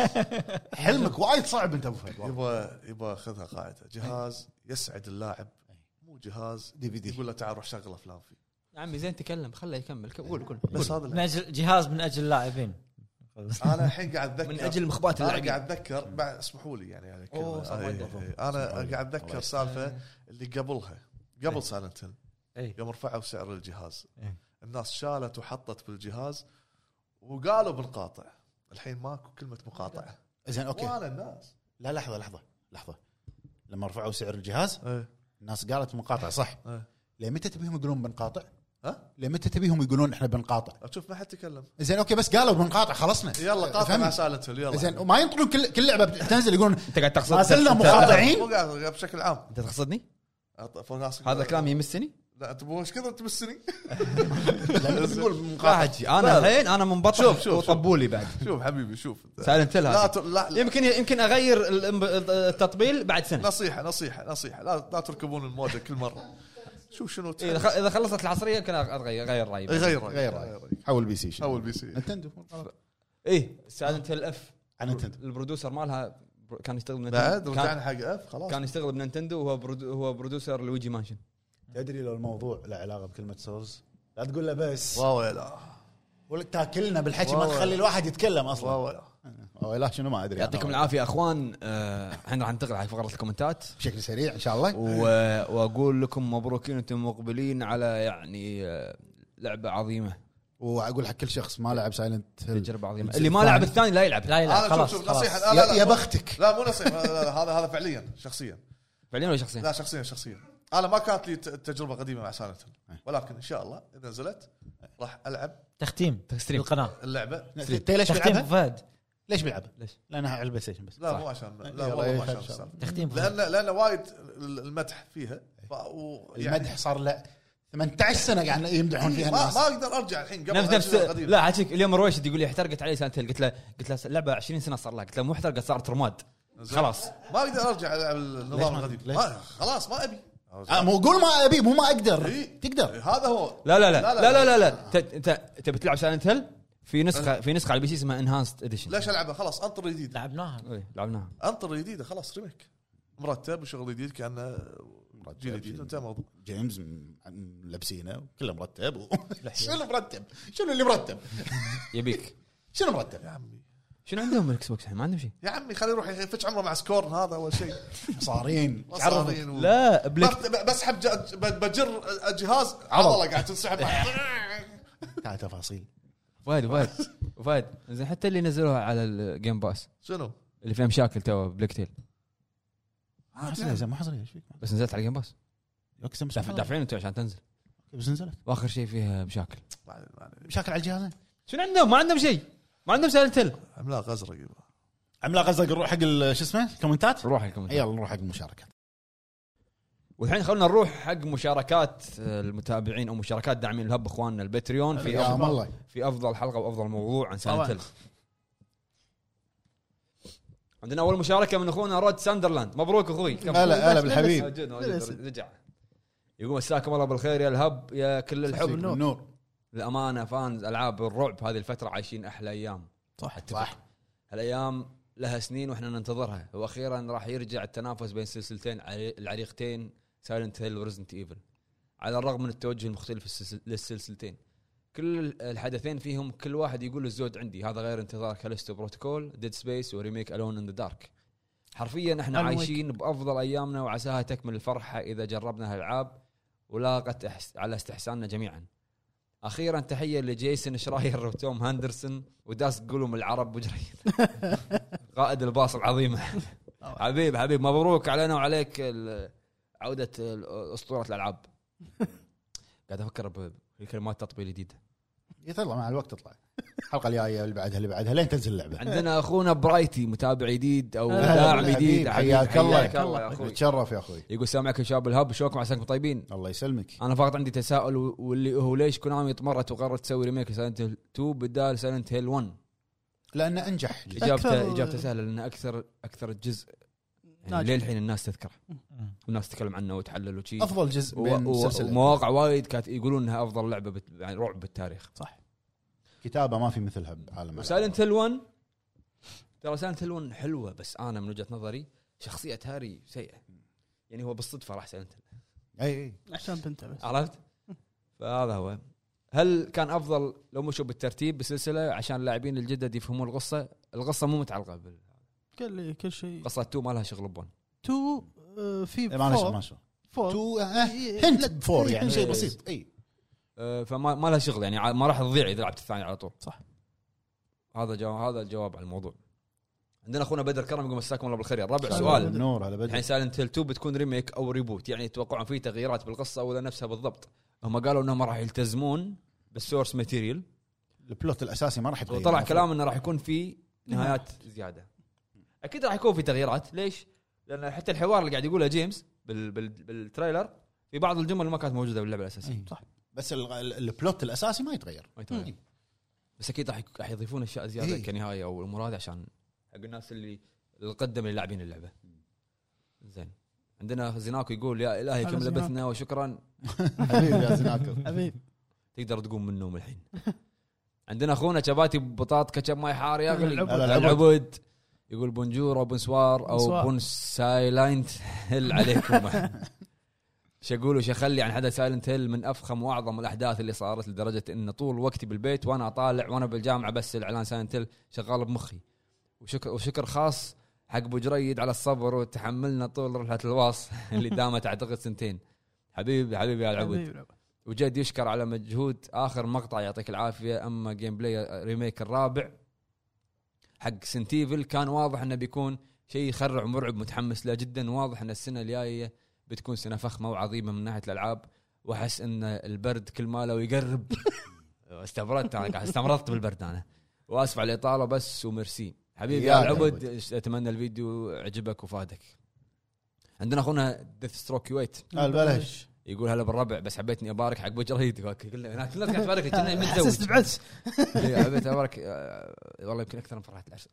حلمك وايد صعب انت ابو فهد. يبا خذها قاعده جهاز يسعد اللاعب مو جهاز DVD يقول له تعال روح شغل افلام فيه. يا عمي زين تكلم خله يكمل قول بس هذا من اجل جهاز من اجل اللاعبين. انا الحين قاعد اتذكر من اجل مخبات انا اللاعبين. قاعد اتذكر بعد اسمحوا لي يعني انا قاعد اتذكر سالفه اللي قبل سايلنت هيل يوم رفعوا سعر الجهاز الناس شالت وحطت بالجهاز وقالوا بالقاطع. الحين ماكو كلمه مقاطعه. زين اوكي وانا الناس لا لحظه لما رفعوا سعر الجهاز الناس قالت مقاطع صح. ليه متى تبيهم يقولون بنقاطع؟ ليه متى تبيهم يقولون احنا بنقاطع؟ اشوف ما حد يتكلم. زين اوكي بس قالوا بنقاطع خلصنا يلا قاطع مع سايلنت هيل يلا. زين وما ينطرون كل لعبه تنزل يقولون انت قاعد تقصد ما زلنا مقاطعين. مو قاعد بشكل عام. انت تقصدني هذا الكلام يمسني. لا انت مو ايش كذا تمسني. لا تقول مقاطع. انا الحين انا منبطح وطبولي بعد. شوف حبيبي شوف سايلنت هيل لا يمكن اغير التطبيل بعد سنه. نصيحه لا تركبون الموجه كل مره. شوف شنو اذا خلصت العصريه يمكن اغير رايي. غير رايي حول بي سي. نتندو سايلنت هيل اف عن نتندو. البرودوسر مالها كان يشتغل من بعد رجعنا حق اف خلاص. كان يشتغل بنينتندو هو برودوسر لويجي مانشن. تدري لو الموضوع له علاقه بكلمه سولز لا تقول له بس واو لا ولك تاكلنا بالحكي ما تخلي الواحد يتكلم اصلا. واو لا شنو ما ادري. يعطيكم العافيه اخوان. الحين راح ننتقل على فقره الكومنتات بشكل سريع ان شاء الله. واقول لكم مبروكين انتم مقبلين على يعني لعبه عظيمه. واقول حق كل شخص ما لعب سايلنت تجربه عظيمه. اللي ما لعب الثاني لا يلعب. خلاص نصيحه. لا يا بختك. لا مو نصيحه. هذا فعليا شخصيا ولا شخصيا. لا شخصيا انا ما كانت لي تجربه قديمه مع سايلنت ولكن ان شاء الله اذا نزلت راح العب تختيم القناه اللعبه. ليش بيلعبها فهد؟ ليش بيلعبها؟ لانها على البلاي ستيشن بس. لا مو عشان لا والله ما عشان تختيم لان وايد المدح فيها المدح صار له 18 سنه قاعد يمدحون فيها الناس. ما اقدر ارجع الحين قبل نفس لا حكيك اليوم رويشد يقول لي احترقت علي سايلنت هيل. قلت له اللعبه 20 سنه صار لها. قلت له مو احترقت صارت رماد خلاص. ما اقدر ارجع العب النظام القديم. خلاص ما ابي. مو قول ما ابي مو ما اقدر. تقدر. هذا هو. لا انت بتلعب سايلنت هيل في نسخه على البي سي اسمها انهانسد اديشن. ليش العبها؟ خلاص انطر جديد. لعبناها انطر جديده خلاص ريميك مرتب وشغل جديد كانه جيل جديد. انت موضوع جيمس لابسينه كله مرتب شنو مرتب؟ شنو اللي مرتب؟ يبيك شنو مرتب يا عمي؟ شنو عندهم الاكس بوكس؟ ما عندهم شيء يا عمي خليه يروح يفتش عمره مع سكورن. هذا اول شيء. صارين لا بسحب بجر الجهاز عضله قاعد تنسحب. تعال تفاصيل. فهد زين حتى اللي نزلوها على الجيم باس شنو اللي فيها مشاكل تو بلاك تيل مو حصريه ايش فيك؟ بس نزلت على الجيم باس اقسم دافعين انتم عشان تنزل بس نزلت. واخر شيء فيها مشاكل على الجهازين. شنو عندهم؟ ما عندهم شيء. ما عندهم سايلنت هيل. عملاق ازرق نروح حق شو اسمه الكومنتات. روح الكومنتات. يلا نروح حق المشاركات. والحين خلونا نروح حق مشاركات المتابعين او مشاركات داعمين الهب اخواننا الباتريون في افضل حلقه وافضل موضوع عن سايلنت هيل. عندنا اول مشاركه من اخونا رود ساندرلاند. مبروك اخوي. هلا بالحبيب. رجع يقول مساكم الله بالخير يا الهب يا كل الحب النور. الامانه فانز العاب الرعب هذه الفتره عايشين احلى ايام. صح. هالايام لها سنين واحنا ننتظرها، واخيرا راح يرجع التنافس بين سلسلتين العريقتين سايلنت هيل وريزنت ايفل، على الرغم من التوجه المختلف للسلسلتين. كل الحدثين فيهم كل واحد يقول الزود عندي، هذا غير انتظار كاليستو بروتوكول، ديد سبيس، وريميك الون ان ذا دارك. حرفيا احنا عايشين بافضل ايامنا، وعساها تكمل الفرحه اذا جربنا هالالعاب ولاقت على استحساننا جميعا. اخيرا تحيه لجيسون شراير وتوم هاندرسون وداس قولهم العرب وجريد قائد الباص العظيمه. حبيب مبروك علينا وعليك عوده اسطوره الالعاب. قاعد افكر بكلمات تطبيل جديده يطلع مع الوقت، تطلع الحلقه الجايه اللي بعدها لين تنزل اللعبه. عندنا اخونا برايتي متابع جديد او داعم جديد. حياك الله يا اخوي. تشرف يا اخوي. يقول السلام عليكم شباب الهب، شلونكم عساكم طيبين؟ الله يسلمك. انا فقط عندي تساؤل، واللي هو ليش كونامي تمرت وقررت تسوي ريميك سايلنت هيل 2 بدال سايلنت هيل 1؟ لانه انجح. اجابته سهله، لان اكثر جزء يعني للحين الناس تذكره والناس تتكلم عنه وتحلل وشيء. افضل جزء بين السلسله. ومواقع وايد كانت يقولون انها افضل لعبه يعني رعب بالتاريخ. صح. كتابه ما في مثلها بعالم. سايلنت هيل 1 ترى سايلنت هيل 1 حلوه، بس انا من وجهه نظري شخصيه هاري سيئه. يعني هو بالصدفه راح سايلنت هيل اي عشان بنته بس، عرفت؟ فهذا هو. هل كان افضل لو مشوا بالترتيب بالسلسله عشان اللاعبين الجدد يفهمون القصه مو متعلقه كل شيء. قصه 2 ما لها شغل ب1. 2 في ما شاء 2 هنت 4 يعني شيء بسيط. اي فما لها شغل، يعني ما راح تضيع اذا لعبت الثاني على طول. صح. هذا الجواب على الموضوع. عندنا اخونا بدر كرم يقول مساكم الله بالخير. الرابع سؤال، النور على بدر. الحين سايلنت هيل 2 بتكون ريميك او ريبوت، يعني يتوقعون فيه تغييرات بالقصه ولا نفسها بالضبط؟ هم قالوا انهم راح يلتزمون بالسورس ماتيريال، البلوت الاساسي ما راح يتغير. وطلع كلام انه راح يكون في نهايات زياده. اكيد راح يكون في تغييرات. ليش؟ لان حتى الحوار اللي قاعد يقوله جيمس بالتريلر في بعض الجمل اللي ما كانت موجوده باللعبه الاساسيه. صح. بس البلوت الاساسي ما يتغير. بس اكيد راح يضيفون اشياء زياده كنهايه او الامور هذه عشان حق الناس اللي قدم اللاعبين اللعبه. زين. عندنا زيناكو يقول يا الهي كم لبثنا وشكرا. حبيبي يا زيناكو حبيب. تقدر تقوم من النوم الحين. عندنا اخونا شباتي بطاط كاتشب ماي حار يغلي العبد يقول بونجور او بونسوار او بونسايلنت هل عليكم. شو اقول وش اخلي عن حدث سايلنت هيل من افخم واعظم الاحداث اللي صارت، لدرجه ان طول وقتي بالبيت وانا اطالع وانا بالجامعه بس الاعلان سايلنت هيل شغال بمخي. وشكر خاص حق ابو جريد على الصبر وتحملنا طول رحله الواص اللي دامت اعتقد 2 سنين. حبيبي يا العبد. وجد يشكر على مجهود اخر مقطع يعطيك العافيه. اما جيم بلاي ريميك الرابع حق سنتيفل كان واضح انه بيكون شيء يخرع ومرعب، متحمس له جدا. واضح ان السنه الجايه بتكون سنه فخمه وعظيمه من ناحيه الالعاب، واحس ان البرد كل ما لو يقرب استمرضت بالبرد انا. واسف على الاطاله بس، وميرسي حبيبي يا العبد. اتمنى الفيديو عجبك وفادك. عندنا اخونا ديث ستروك كويت البلاش يقول هلا بالربع، بس حبيت اني ابارك حق بجريد. كلنا قاعد تبارك كنا متزوج. حسست بعدس. حبيت ابارك والله يمكن اكثر من فرحت العرس.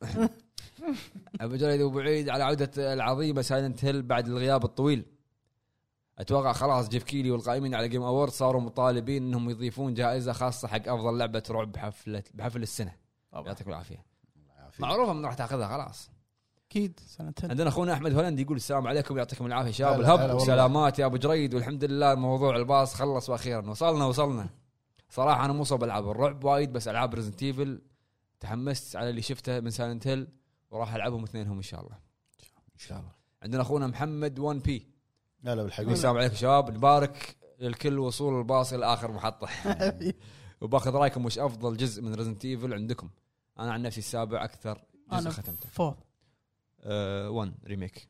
ابو جريد وابو عيد على عوده العظيمه سايلنت هيل بعد الغياب الطويل. اتوقع خلاص جيف كيلي والقائمين على جيم أورد صاروا مطالبين انهم يضيفون جائزه خاصه حق افضل لعبه رعب بحفل السنه. يعطيكم العافيه. معروفه من راح تاخذها خلاص اكيد سنتين. عندنا اخونا احمد هولند يقول السلام عليكم يعطيكم العافيه شباب الهب. سلامات يا ابو جريد، والحمد لله موضوع الباص خلص واخيرا وصلنا. صراحه انا مو صوب العاب الرعب وايد، بس العاب ريزنت ايفل تحمست على اللي شفته من سايلنت هيل وراح العبهم اثنينهم ان شاء الله. عندنا اخونا محمد 1 بي. لا بالحقيقه السلام عليكم شباب، نبارك للكل وصول الباص الى اخر محطه. وباخذ رايكم وش افضل جزء من ريزنت ايفل عندكم؟ انا عن نفسي السابع اكثر جزء ختمته. 1 ريميك.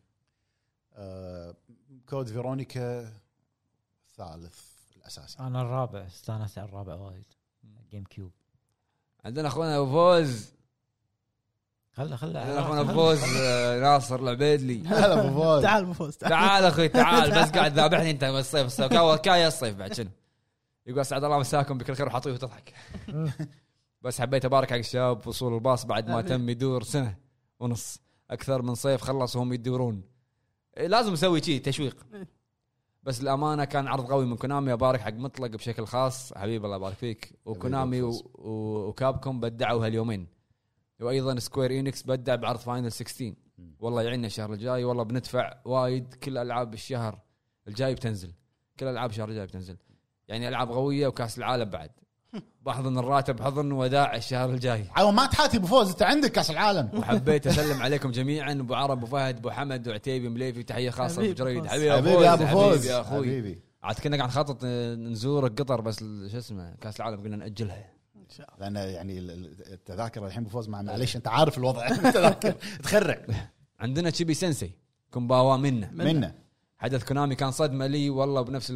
كود فيرونيكا الثالث الاساسي. انا الرابع، استانست على الرابع وايد. جيم كيوب. عندنا اخونا ابو فوز خلا اخونا فوز ناصر العبيدلي. هلا ابو فوز. تعال ابو فوز تعال اخوي تعال بس قاعد ذابحني انت بالصيف كايا الصيف بعد شنو يقول اسعد الله مساكم بكل خير وحاطيه وتضحك. بس حبيت ابارك حق الشباب بوصول الباص بعد ما تم يدور سنه ونص اكثر من صيف خلص وهم يدورون. لازم نسوي شيء تشويق. بس الامانه كان عرض قوي من كونامي. ابارك حق مطلق بشكل خاص حبيبي الله يبارك فيك. وكونامي وكابكوم بدعوا هاليومين وايضا سكوير إينكس بدع بعرض فاينل 16. والله يعيننا الشهر الجاي والله بندفع وايد. كل العاب الشهر الجاي بتنزل كل العاب الشهر الجاي بتنزل يعني العاب قويه وكاس العالم بعد بحضن الراتب حضن وداع الشهر الجاي. ما تحاتي ابو فوز انت عندك كاس العالم. وحبيت اسلم عليكم جميعا ابو عرب ابو فهد ابو حمد وعتيبي مليفي تحيه خاصه ابو جريد حبيبي يا ابو فوز يا اخوي حبيبي. عاد كنا قاعد نخطط نزور قطر بس شو اسمه كاس العالم قلنا ناجلها لان يعني التذاكر الحين بفوز معليش انت عارف الوضع. التذاكر تخرع. عندنا تشيبي سensei كومباوا منا حدث كونامي كان صدمه لي والله. بنفس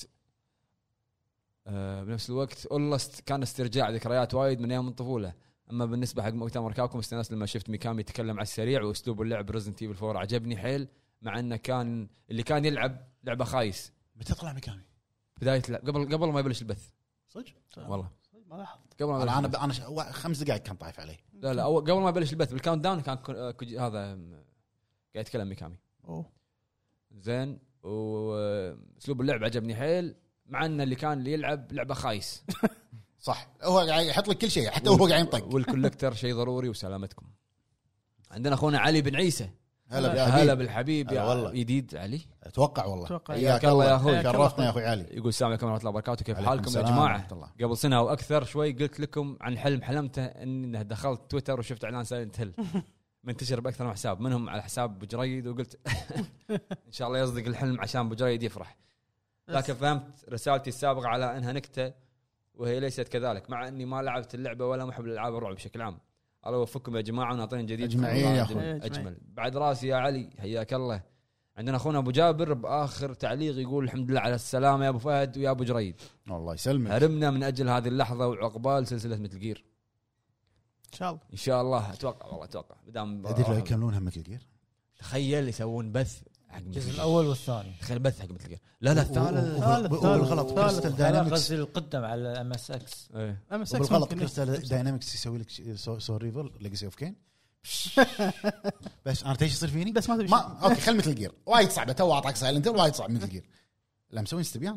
الوقت أولست كان استرجاع ذكريات وايد من ايام الطفوله. اما بالنسبه حق مؤتمر كابكوم استانست لما شفت ميكامي يتكلم على السريع واسلوب اللعب ريزنت ايفل 4 عجبني حيل مع انه كان اللي كان يلعب لعبه خايس. متى طلع ميكامي؟ بدايه قبل ما يبلش البث صدق والله ما لاحظت. قبل ما انا 5 دقائق كان طايف عليه. لا قبل ما يبلش البث بالكاونت داون كان هذا قاعد يتكلم ميكامي. زين واسلوب اللعب عجبني حيل مع ان اللي كان اللي يلعب لعبه خايس. صح هو قاعد يحط لك كل شيء حتى هو قاعد ينطق. والكولكتر شيء ضروري وسلامتكم. عندنا اخونا علي بن عيسى. هلا بالحبيب يا والله جديد علي. اتوقع والله حياك الله يا اخوي شرفتنا يا اخوي علي. يقول السلام عليكم ورحمه الله وبركاته كيف حالكم يا جماعه. قبل سنه او اكثر شوي قلت لكم عن حلم حلمته اني دخلت تويتر وشفت اعلان سايلنت هيل منتشر باكثر من حساب منهم على حساب بجريد وقلت ان شاء الله يصدق الحلم عشان بجريد يفرح. لكن فهمت رسالتي السابقه على انها نكته وهي ليست كذلك مع اني ما لعبت اللعبه ولا محب للالعاب الرعب بشكل عام. الله يوفقكم يا جماعه ونعطينا جديد اجمعين يا اخوي اجمل. بعد راسي يا علي حياك الله. عندنا اخونا ابو جابر باخر تعليق يقول الحمد لله على السلامه يا ابو فهد ويا ابو جريد. الله يسلمك. هرمنا من اجل هذه اللحظه وعقبال سلسله مثل جير ان شاء الله. اتوقع بدام ادري لو يكملونها مثل جير. تخيل يسوون بث حق الجزء الاول والثاني. تخيل بث حق مثل جير. لا الثالث بالغلط كريستال داينامكس القدم على الام اس اكس. بالغلط كريستال داينامكس يسوي لك سو ريفر ليجاسي اوف كين. بس انا تيجي يصير فيني بس ما اوكي خل مثل جير وايد صعبه تو اعطاك سايلنت وايد صعب مثل جير. لا مسوين استبيان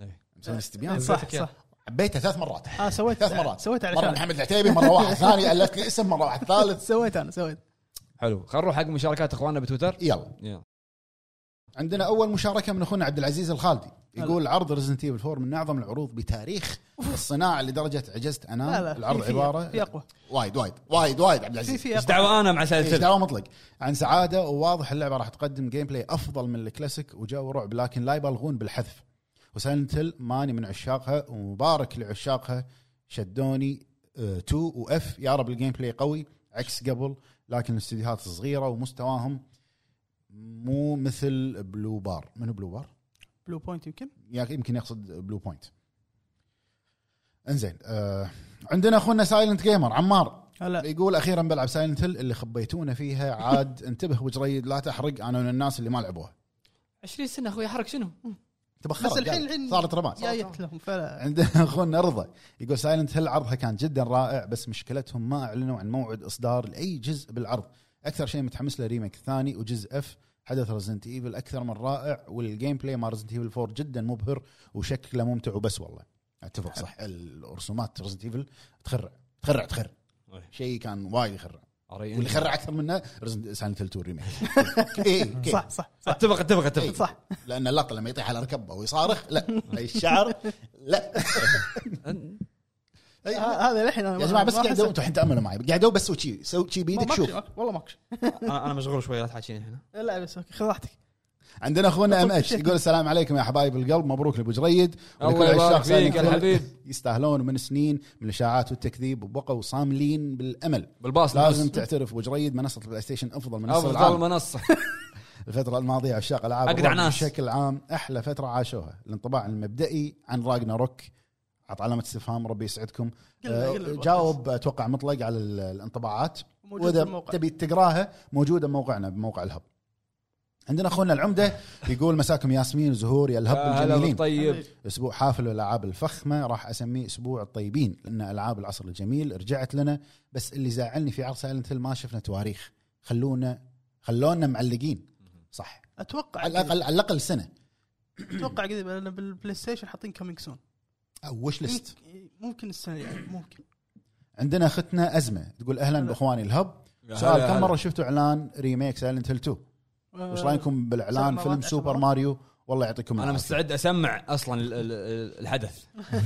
صح عبيته 3 مرات. سويت 3 مرات سويت مره من محمد العتيبي مره واحد ثاني الفت لي اسم مره واحد ثالث سويت حلو. خلينا نروح حق مشاركات اخواننا بتويتر. يلا. عندنا اول مشاركه من اخونا عبد العزيز الخالدي يقول عرض ريزنت ايفل 4 من اعظم العروض بتاريخ الصناعه لدرجه عجزت انام. العرض عباره في اقوى وايد عبد العزيز. ايش دعوه انا مع سالفه دعوه مطلق عن سعاده وواضح اللعبه راح تقدم جيم بلاي افضل من الكلاسيك وجو رعب لكن لا يبالغون بالحذف. وسايلنت هيل ماني من عشاقها ومبارك لعشاقها شدوني 2 وF يا رب الجيم بلاي قوي عكس قبل لكن الاستديوهات صغيره ومستواهم مو مثل بلو بار. من بلو بوينت يمكن يقصد بلو بوينت. انزين عندنا اخونا سايلنت جيمر عمار يقول اخيرا بلعب سايلنت هيل اللي خبيتونا فيها عاد انتبه وجريد لا تحرق انا من الناس اللي ما لعبوها 20 سنه اخوي احرق شنو بس الحين صارت رماد جايت لهم. عندنا اخونا رضا يقول سايلنت هيل عرضها كان جدا رائع بس مشكلتهم ما اعلنوا عن موعد اصدار لاي جزء بالعرض. اكثر شيء متحمس له ريميك الثاني وجزء اف. حدث ريزنت ايفل اكثر من رائع والجيم بلاي مع ريزنت ايفل 4 جدا مبهر وشكله ممتع وبس. والله اتفق صح الرسومات ريزنت ايفل تخرع شيء كان وايد يخرع واللي خرع اكثر منه سايلنت هيل 2 ريميك. صح اتفق صح لان اللقطه لما يطيح على ركبه ويصارخ لا الشعر لا هذا الحين يا جماعه بس قاعدوا انتوا الحين تاملوا معي قاعدوا بس سوي شيء بيدك شوف والله ماكش انا مشغول شويه لا تحكيني هنا. لا بس اوكي خذ راحتك. عندنا اخونا ام اتش يقول السلام عليكم يا حبايب القلب مبروك لابو جريد الله يبارك فيك يا الحبيب. يستاهلون من سنين من الاشاعات والتكذيب وبقوا صاملين بالامل بالباص لازم تعترف ابو جريد منصه البلاي ستيشن افضل منصه الفتره الماضيه عشاق العاب بشكل عام احلى فتره عاشوها. الانطباع المبدئي عن راجناروك عط علامه استفهام ربي يسعدكم. جاوب اتوقع مطلق على الانطباعات موجود في واذا الموقع. تبي تقراها موجوده بموقعنا بموقع الهب. عندنا اخونا العمده يقول مساكم ياسمين وزهور يا الهب هلا الجميلين. طيب. اسبوع حافل الالعاب الفخمه راح اسميه اسبوع الطيبين لان العاب العصر الجميل رجعت لنا. بس اللي زعلني في عرض سايلنت هيل ما شفنا تواريخ. خلونا معلقين صح اتوقع على الاقل سنه اتوقع قريب لان بالبلاي ستيشن حاطين كومينج سون او وش ليست. ممكن السنه يعني ممكن. عندنا اختنا ازمه تقول اهلا باخواني الهب. سؤال كم مره شفتوا اعلان ريميك سايلنت هيل 2؟ وش رايكم بالاعلان فيلم سوبر ماريو؟ والله يعطيكم انا العافية. مستعد اسمع اصلا الحدث.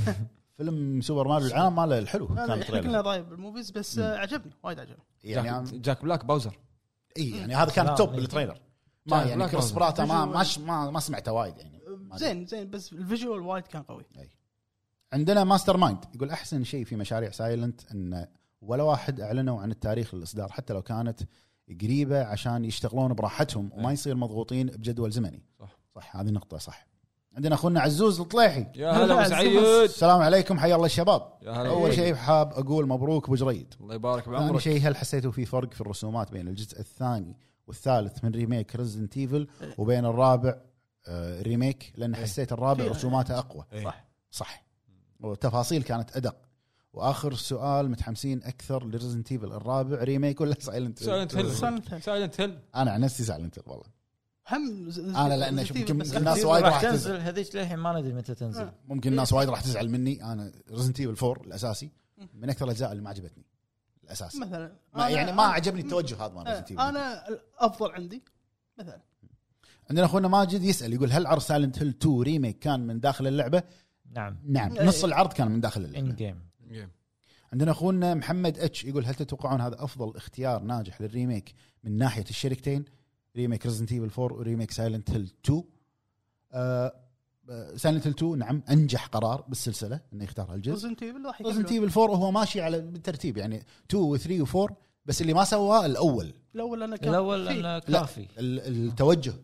فيلم سوبر ماريو الاعلان ماله الحلو كان احنا كلنا تريلر ضايب بالموفيز بس عجبني وايد عجبني. يعني جاك بلاك باوزر. اي يعني هذا كان توب بالتريلر. ما جاك يعني بلاك كريس باوزر. براتا ما سمعته وايد يعني. زين بس الفيجوال وايد كان قوي. عندنا ماستر مايند يقول احسن شيء في مشاريع سايلنت ان ولا واحد اعلنوا عن التاريخ للاصدار حتى لو كانت قريبه عشان يشتغلون براحتهم وما يصير مضغوطين بجدول زمني. صح هذه نقطه صح. عندنا اخونا عزوز الطليحي يا هلا ابو سعيد. السلام عليكم حيا الله الشباب. يا هلا. اول شيء حاب اقول مبروك ابو جريد. الله يبارك ثاني بعمرك. شيء هل حسيتوا في فرق في الرسومات بين الجزء الثاني والثالث من ريميك ريزدنت ايفل وبين الرابع ريميك؟ لان حسيت الرابع رسوماته اقوى. صح وتفاصيل كانت ادق. واخر سؤال متحمسين اكثر لريزدنت ايفل الرابع ريميك ولا سايلنت هيل؟ انا عن نفسي سايلنت والله. هم انا لان يمكن الناس راح وايد راح تنزل تزعل. هذيك للحين ما ندري متى تنزل. ممكن الناس وايد راح تزعل مني. انا ريزدنت ايفل 4 الاساسي من اكثر الاجزاء اللي ما عجبتني الاساسي. مثلا ما عجبني التوجه هذا مال ريزدنت ايفل. انا الافضل عندي مثلا. عندنا اخونا ماجد يسال يقول هل عرض سايلنت هيل 2 ريميك كان من داخل اللعبه؟ نعم نص العرض كان من داخل اللعبه ان جيم. عندنا اخونا محمد اتش يقول هل تتوقعون هذا افضل اختيار ناجح للريميك من ناحيه الشركتين ريميك ريزدنت ايفل 4 وريميك سايلنت هيل 2؟ سايلنت هيل 2 نعم انجح قرار بالسلسله انه يختار هالجزء. ريزدنت ايفل 4 هو ماشي على بالترتيب يعني 2 و3 و4 بس اللي ما سواه الاول انا كافي. التوجه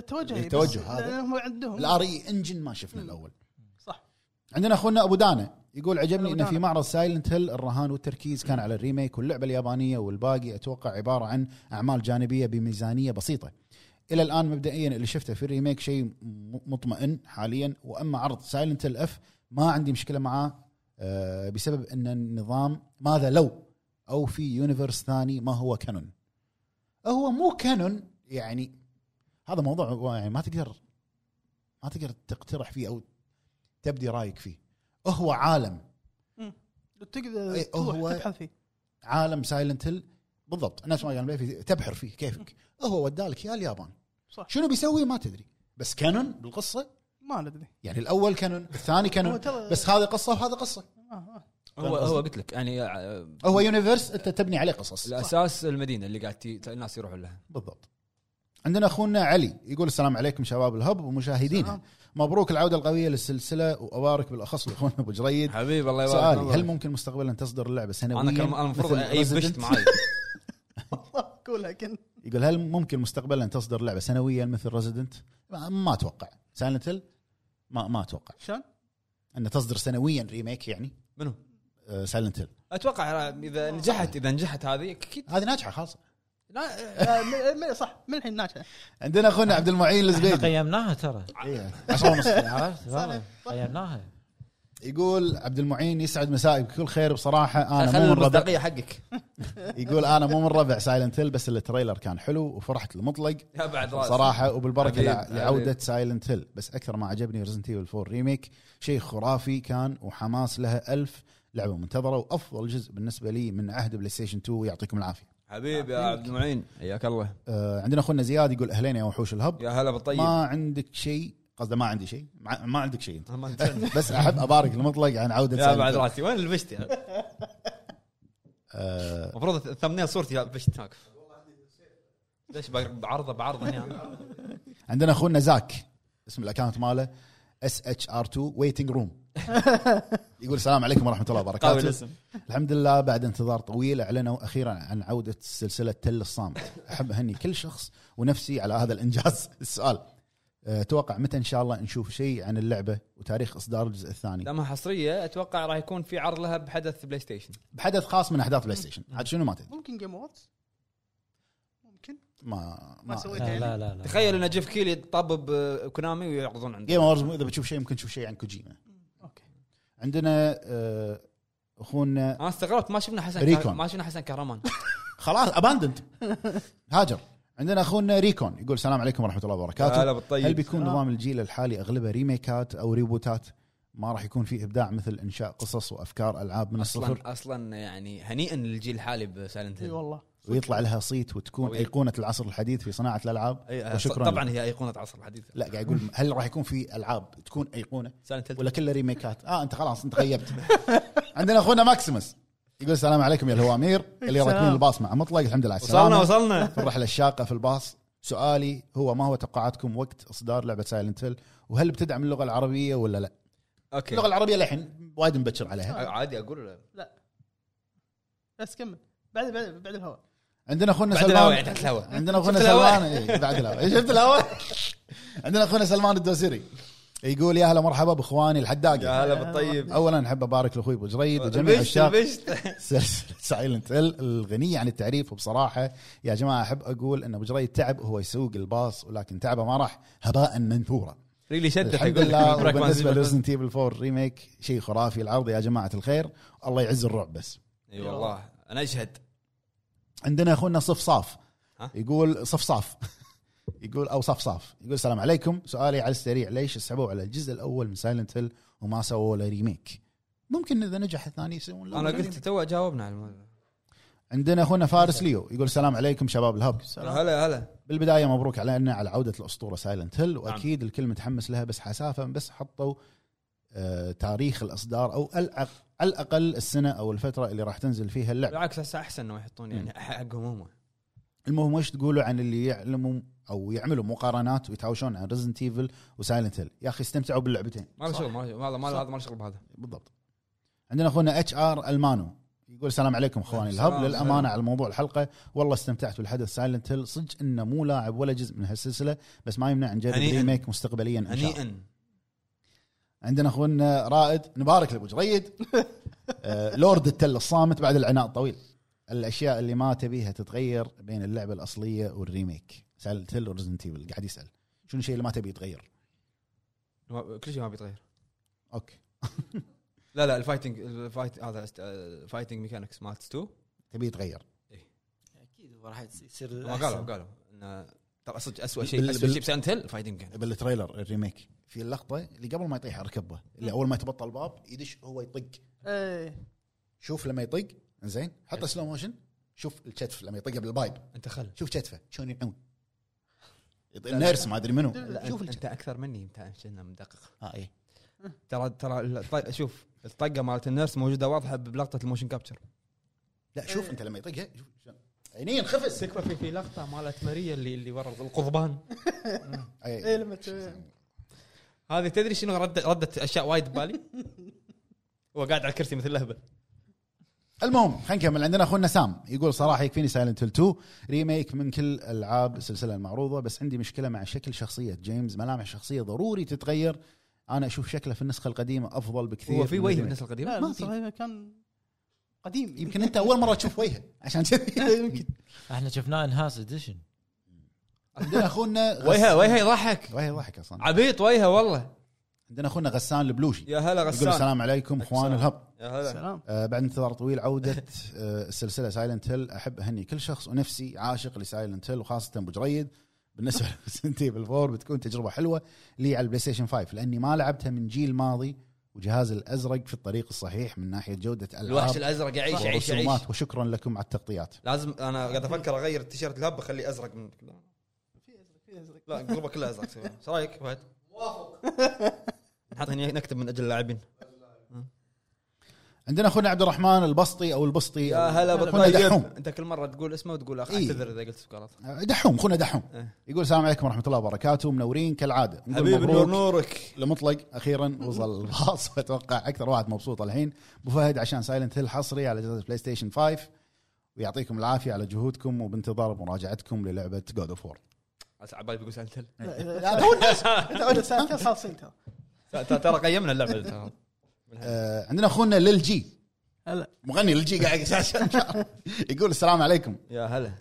هذا هم عندهم الار اي انجن ما شفنا الاول. صح. عندنا اخونا ابو دانا يقول عجبني ان في معرض سايلنت هيل الرهان والتركيز كان على الريميك واللعبه اليابانيه والباقي اتوقع عباره عن اعمال جانبيه بميزانيه بسيطه. الى الان مبدئيا اللي شفته في الريميك شيء مطمئن حاليا. واما عرض سايلنت هيل اف ما عندي مشكله معاه بسبب ان النظام ماذا لو او في يونيفرس ثاني ما هو كانون. هو مو كانون يعني هذا موضوع يعني ما تقدر تقترح فيه او تبدي رايك فيه. هو عالم تقدر تبحث فيه عالم سايلنت هيل بالضبط نفس ما قال فيه تبحر فيه كيفك. هو ودالك يا اليابان صح. شنو بيسوي ما تدري بس كانون بالقصه ما ندري يعني الاول كانون الثاني كانون بس هذه قصه وهذا قصه. هو قلت لك يعني هو يونيفرس انت تبني عليه قصص. الاساس المدينه اللي قاعد الناس يروحون لها بالضبط. عندنا اخونا علي يقول السلام عليكم شباب الهب ومشاهدينها. مبروك العوده القويه للسلسله وابارك بالاخص لاخونا ابو جريد. حبيبي الله يبارك. سؤالي هل ممكن مستقبلا تصدر اللعبه سنويا؟ انا المفروض اي بشت معي. قولها كن. يقول هل ممكن مستقبلا تصدر لعبه سنويا مثل ريزيدنت؟ ما اتوقع. سايلنت هيل ما اتوقع شلون ان تصدر سنويا ريميك يعني. منو؟ سايلنت هيل اتوقع اذا نجحت هذه اكيد هذه ناجحه خلاص. لا صح من الحين ناجحه. عندنا اخونا عبد المعين الزبيدي قيمناها ترى 10:30 عرفت قيمناها. يقول عبد المعين يسعد مسائي بكل خير. بصراحه انا خلي مو من ربع المصداقيه حقك. يقول انا مو من ربع سايلنت هيل بس التريلر كان حلو وفرحت المطلق يا بعد راسي صراحه وبالبركه حبيب. لعوده سايلنت هيل. بس اكثر ما عجبني ريزنت ايفل 4 ريميك شيء خرافي كان وحماس لها 1000 لعبه منتظره وافضل جزء بالنسبه لي من عهد بلاي ستيشن 2. يعطيكم العافيه حبيبي يا عبد المعين حياك الله. عندنا اخونا زياد يقول اهلين يا وحوش الهب. يا هلا بالطيب. ما عندك شيء قصده ما عندي شيء ما عندك شيء انت بس احب ابارك المطلق عن عوده يا بعد راسي. وين البشت يعني؟ المفروض الثمنيل صورتي بشت هناك ليش بعرضه هنا. عندنا اخونا زاك اسم الاكونت ماله SHR2 ويتنج روم يقول السلام عليكم ورحمه الله وبركاته. الحمد لله بعد انتظار طويل اعلنوا اخيرا عن عوده سلسله تل الصامت. احب اهني كل شخص ونفسي على هذا الانجاز. السؤال اتوقع متى ان شاء الله نشوف شيء عن اللعبه وتاريخ اصدار الجزء الثاني؟ لما حصريه اتوقع راح يكون في عرض لها بحدث بلاي ستيشن، بحدث خاص من احداث بلاي ستيشن. عاد شنو ما تدري، ممكن جيم ووردز، ممكن ما سويت لا يعني. لا تخيل ان جيف كيلي يطبب كونامي ويعرضون عنده. جيم اورز اذا بتشوف شيء ممكن تشوف شيء عن كوجيما. اوكي. عندنا اخونا انا استغربت ما شفنا حسن ريكون. ما شفنا حسن كهرمان. خلاص اباندنت هاجر. عندنا اخونا ريكون يقول السلام عليكم ورحمه الله وبركاته. هلا بالطيب. هل بيكون نظام الجيل الحالي اغلبه ريميكات او ريبوتات؟ ما راح يكون في ابداع مثل انشاء قصص وافكار العاب من الصفر اصلا يعني هنيئا للجيل الحالي بسايلنت اي هيل. والله ويطلع لها صيت وتكون طويل. ايقونه العصر الحديث في صناعه الالعاب؟ وشكرا طبعا لك. هي ايقونه عصر الحديث لا قاعد يقول هل راح يكون في العاب تكون ايقونه سايلنت هيل. ولا كلها ريميكات؟ انت خلاص انت غيبت. عندنا اخونا ماكسيمس يقول السلام عليكم يا الهوامير اللي راكبين الباص مع مطلق. الحمد لله على السلامه. وصلنا في الرحله الشاقه في الباص. سؤالي هو ما هو توقعاتكم وقت اصدار لعبه سايلنت هيل؟ وهل بتدعم اللغه العربيه ولا لا؟ اوكي اللغه العربيه للحين وايد مبكر عليها. عادي اقول لا. بس كمل بعد الهواء. عندنا اخونا بعد الهواء سلمان. يعني تحت الهواء. عندنا اخونا شفت الهواء؟ سلمان بعد الهواء. شفت الهواء. عندنا اخونا سلمان الدوسري يقول يا هلا مرحبا باخواني الحداقه. يا هلا بالطيب. اولا نحب ابارك لاخوي ابو جريد وجميع عشاق البشت. سلسله سايلنت هيل الغنيه عن التعريف. وبصراحه يا جماعه احب اقول ان ابو جريد تعب وهو يسوق الباص ولكن تعبه ما راح هباء منثورا. ريلي شدت الحمد اقول لله. لك بالنسبه لريزنت ايفل 4 ريميك شيء خرافي. العرض يا جماعه الخير الله يعز الرعب بس. اي والله انا اشهد. عندنا اخونا صفصاف ها؟ يقول صفصاف يقول او صفصاف يقول السلام عليكم. سؤالي على السريع ليش سحبوا على الجزء الاول من سايلنت هيل وما سووا له ريميك؟ ممكن اذا نجح الثاني يسوون له انا ريميك. قلت تو جاوبنا على الموضوع. عندنا اخونا فارس ليو يقول السلام عليكم شباب الهب. هلا بالبدايه مبروك علينا على عوده الاسطوره سايلنت هيل واكيد الكل متحمس لها بس حسافه بس حطوا تاريخ الاصدار او على الاقل السنه او الفتره اللي راح تنزل فيها اللعبه. بالعكس هسه احسن انه يحطون يعني حقهم هم. المهم وش تقولوا عن اللي يعلموا او يعملوا مقارنات ويتهاوشون عن ريزنت ايفل وسايلنت هيل؟ يا اخي استمتعوا باللعبتين. ما له شغل هذا ما له شغل بهذا. بالضبط. عندنا اخونا اتش ار المانو يقول السلام عليكم اخواني الهب. للامانه على موضوع الحلقه والله استمتعت بالحدث سايلنت هيل. صدق انه مو لاعب ولا جزء من هالسلسله بس ما يمنع نجرب ريميك مستقبليا ان شاء الله. هنيئا. عندنا اخونا رائد نبارك لابو جريد. لورد التل الصامت بعد العناء الطويل. الاشياء اللي ما تبيها تتغير بين اللعبه الاصليه والريميك سايلنت هيل وريزنت ايفل. قاعد يسال شنو الشيء اللي ما تبي يتغير؟ كل شيء ما بيتغير. اوكي. لا الفايت هذا الفايتنج ميكانكس مالت 2 تبي يتغير. اكيد راح يصير. ما قالوا انه ترى صدق اسوء شيء بسايلنت هيل الفايتنج كان. بالتريلر الريميك في اللقطه اللي قبل ما يطيح ركبه اللي اول ما يتبطل الباب يدش هو يطق. شوف لما يطق زين حط سلو موشن. شوف الكتف لما يطقه بالبايب. انت خل شوف كتفه شلون يعون النيرس ما ادري منو. شوف انت اكثر مني انت كنا مدقق. ايه ترى شوف الطقه مالت النيرس موجوده واضحه بلقطه الموشن كابتشر. لا شوف انت لما يطقها شوف عينين خفس. تكفى في لقطه مالت ماريا اللي ورا القضبان. ايه لما هذه تدري شنو ردت اشياء وايد ببالي. هو قاعد على الكرسي مثل لهبه. المهم خلينا نكمل. عندنا اخونا سام يقول صراحه يكفيني سايلنت هيل 2 ريميك من كل العاب السلسله المعروضه بس عندي مشكله مع شكل شخصيه جيمس. ملامح الشخصيه ضروري تتغير. انا اشوف شكله في النسخه القديمه افضل بكثير. هو في وجه النسخه القديمه ما في كان قديم. يمكن انت اول مره تشوف وجهه عشان كذي. يمكن احنا شفناه انهاس اديشن. عندنا اخونا وجهه يضحك. وجهه يضحك اصلا عبيط وجهه والله. عندنا اخونا غسان البلوشي يا هلا يقول غسان. السلام عليكم اخوان الهب. يا هلا. سلام. بعد انتظار طويل عوده السلسله سايلنت هيل. احب اهني كل شخص ونفسي عاشق لسايلنت هيل وخاصه ابو جريد. بالنسبه لسنتي بالفور بتكون تجربه حلوه لي على البلاي ستيشن 5 لاني ما لعبتها من جيل ماضي وجهاز الازرق في الطريق الصحيح من ناحيه جوده الالعاب. الوحش الازرق يعيش. وشكرا لكم على التغطيات. لازم انا قاعد افكر اغير التيشيرت الهب اخليه ازرق من في ازرق لا قلبه كله ازرق. ايش رايك فهد؟ موافق. نحط هنا نكتب من اجل اللاعبين. عندنا اخونا عبد الرحمن البسطي او البسطي. يا هلا بالطيب. انت كل مره تقول اسمه وتقول اخ إيه؟ اعتذر اذا قلت غلط. دحوم اخونا دحوم إيه. يقول السلام عليكم ورحمه الله وبركاته. منورين كالعاده. حبيبي نور نورك. لمطلق اخيرا وصل الباص واتوقع اكثر واحد مبسوط الحين ابو فهد عشان سايلنت هيل حصري على جهاز بلاي ستيشن 5 ويعطيكم العافيه على جهودكم وبانتظار مراجعتكم للعبه جود اوف وور. عبالي بيقول سالت لا تو الناس ساعتين خالصين ترى. ترى قيمنا اللعبه. عندنا اخونا للجي هلا مغني للجي قاعد يقول السلام عليكم. يا هلا.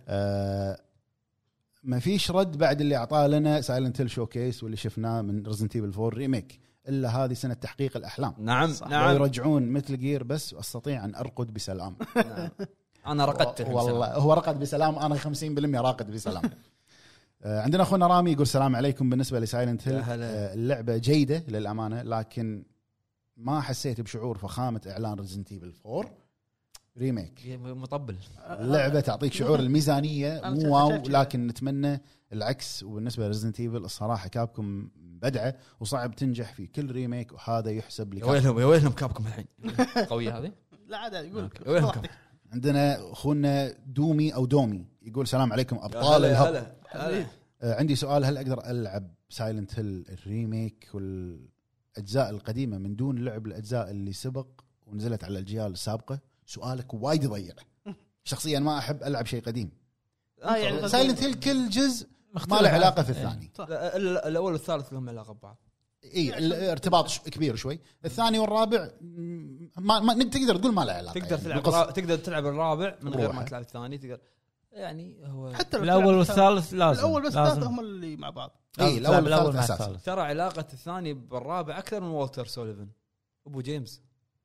ما فيش رد بعد اللي اعطاه لنا سايلنت هيل شوكيس واللي شفناه من ريزنت ايفل 4 ريميك الا هذه سنه تحقيق الاحلام. نعم لو نعم. يرجعون مثل جير بس استطيع ان ارقد بسلام. نعم. انا رقدت والله هو رقد بسلام، انا 50% راقد بسلام. عندنا اخونا رامي يقول السلام عليكم. بالنسبه لسايلنت هيل اللعبه جيده للامانه، لكن ما حسيت بشعور فخامه اعلان ريزنت ايفل 4 ريميك. مطبل. اللعبه تعطيك شعور الميزانيه مو واو، لكن نتمنى العكس. وبالنسبه لريزنت ايفل الصراحه كابكم بدعه وصعب تنجح في كل ريميك، وهذا يحسب لك. يا ويلهم كابكم الحين. قوية هذه. لا عاد يقول ويلكم. عندنا اخونا دومي او دومي يقول السلام عليكم ابطال الهب. عندي سؤال، هل اقدر العب سايلنت هيل الريميك والاجزاء القديمه من دون لعب الاجزاء اللي سبق ونزلت على الاجيال السابقه؟ سؤالك وايد ضيق. شخصيا ما احب العب شيء قديم. يعني سايلنت هيل كل جزء ما له علاقه في الثاني. الاول والثالث لهم علاقه ببعض. اي الارتباط كبير شوي. الثاني والرابع ما تقدر تقول ما له علاقه. تقدر تلعب الرابع من غير ما تلعب الثاني. تقدر يعني هو حتى الاول والثالث لازم. الاول بس الثالث هم اللي مع بعض. اي الاول والثالث اساسا. ترى علاقه الثاني بالرابع اكثر من والتر سوليفن ابو جيمس.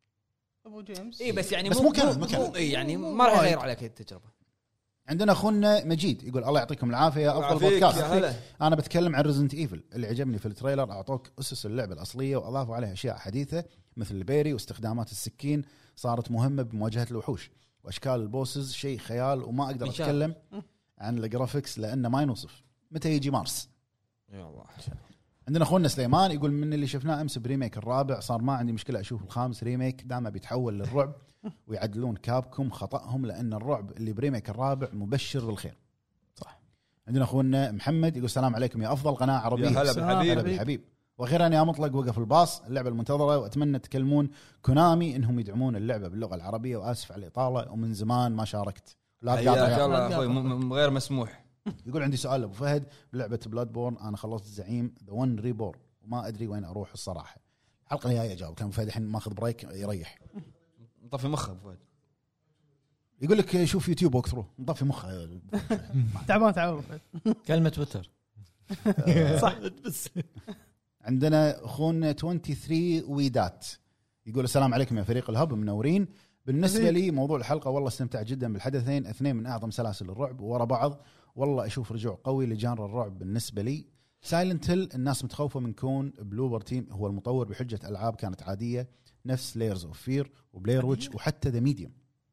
اي بس يعني بس مو كان يعني ما راح يغير عليك التجربه. عندنا اخونا مجيد يقول الله يعطيكم العافيه يا افضل بودكاست. انا بتكلم عن ريزنت ايفل. اللي عجبني في التريلر اعطوك اسس اللعبه الاصليه واضافوا عليها اشياء حديثه مثل البيري واستخدامات السكين صارت مهمه بمواجهه الوحوش، واشكال البوسز شيء خيال. وما اقدر اتكلم عن الجرافيكس لانه ما ينوصف. متى يجي مارس؟ يا الله. عندنا اخونا سليمان يقول من اللي شفناه امس بريميك الرابع صار ما عندي مشكله اشوف الخامس ريميك دام بيتحول للرعب ويعدلون كابكم خطأهم، لان الرعب اللي بريميك الرابع مبشر بالخير. صح. عندنا اخونا محمد يقول السلام عليكم يا افضل قناه عربيه. يا هلا بالحبيب. بالحبيب. واخيرا يا مطلق وقف الباص اللعبه المنتظره، واتمنى تكلمون كونامي انهم يدعمون اللعبه باللغه العربيه. واسف على الاطاله ومن زمان ما شاركت. لا تقاطع يا اخوي غير مسموح. يقول عندي سؤال ابو فهد، بلعبه بلاد بورن انا خلصت الزعيم ذا ون ريبور وما ادري وين اروح الصراحه. الحلقه الجايه اجاوب. كان فهد الحين ماخذ بريك يريح مطفي مخه ابو فهد. يقول لك شوف يوتيوب وقت ثرو مطفي مخه. تعبان كلمه تويتر صح. بس عندنا اخونا 23 ويدات يقول السلام عليكم يا فريق الهب منورين. بالنسبه لي موضوع الحلقه والله استمتع جدا بالحدثين، اثنين من اعظم سلاسل الرعب ورا بعض. والله اشوف رجوع قوي لجانر الرعب. بالنسبه لي سايلنت هيل الناس متخوفه من كون بلوبر تيم هو المطور بحجه العاب كانت عاديه نفس لايرز اوف فير وبلاير ويتش وحتى ذا ميديوم،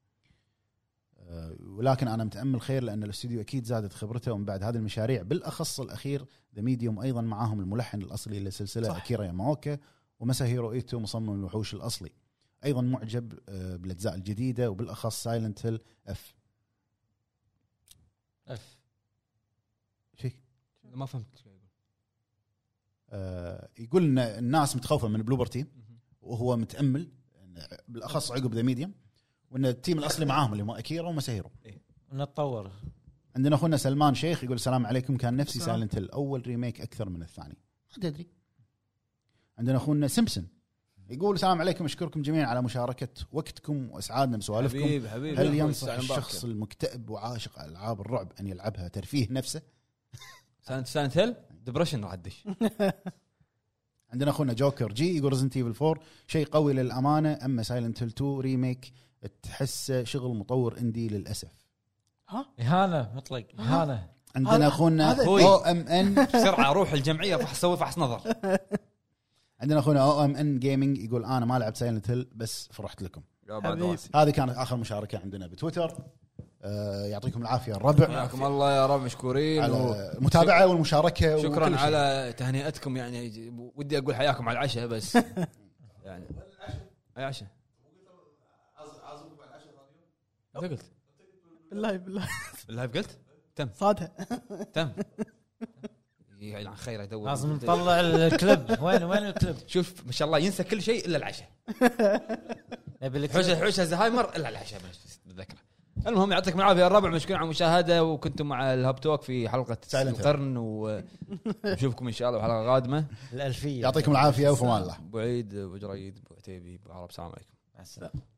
ولكن انا متامل خير لان الاستوديو اكيد زادت خبرته ومن بعد هذه المشاريع بالاخص الاخير ذا ميديوم ايضا معاهم الملحن الاصلي للسلسله اكيرا ياماوكا وماساهيرو ايتو مصمم الوحوش الاصلي. ايضا معجب بالاجزاء الجديده وبالاخص سايلنت هيل اف فيك ما فهمت يقول ان الناس متخوفه من بلوبر تيم وهو متامل بالاخص عقب ذا ميديوم وان التيم الاصلي معاهم اللي هم اكيرا وماساهيرو نتطور. عندنا اخونا سلمان شيخ يقول السلام عليكم. كان نفسي سايلنت هيل اول ريميك اكثر من الثاني ما تدري. عندنا اخونا سيمسون يقول السلام عليكم اشكركم جميعا على مشاركه وقتكم واسعادنا بسوالفكم. هل ينصح الشخص المكتئب وعاشق العاب الرعب ان يلعبها ترفيه نفسه؟ سايلنت هيل ديبرشن راح تدش. عندنا اخونا جوكر جي يقول ريزنت ايفل 4 شيء قوي للامانه، اما سايلنت هيل 2 ريميك تحسه شغل مطور اندي للاسف. اهانه مطلق اهانه. عندنا اخونا او ام ان بسرعه روح الجمعيه سوي فحص نظر. عندنا اخونا او ام ان جيمنج يقول انا ما لعبت سايلنت هيل بس فرحت لكم. هذه كانت اخر مشاركه عندنا بتويتر. يعطيكم العافيه الربع. حياكم الله يا رب مشكورين على المتابعه والمشاركه. شكرا على تهنئتكم. يعني ودي اقول حياكم على العشاء بس يعني اي عشاء قلت باللايف قلت تم صادها تم يعني خير يدور لازم نطلع الكليب. وين الكليب؟ شوف ما شاء الله ينسى كل شيء الا العشاء. حوشه زهايمر الا العشاء بس تتذكره. المهم يعطيكم العافيه الربع، مشكورين على المشاهده، وكنتم مع الهاب توك في حلقه Silent Hill. القرن، ونشوفكم ان شاء الله بحلقه قادمه. الألفية. يعطيكم العافيه وفي امان الله. ابو عيد، ابو جريد، ابو عتيبي، ابو عرب، السلام عليكم. مع السلامة.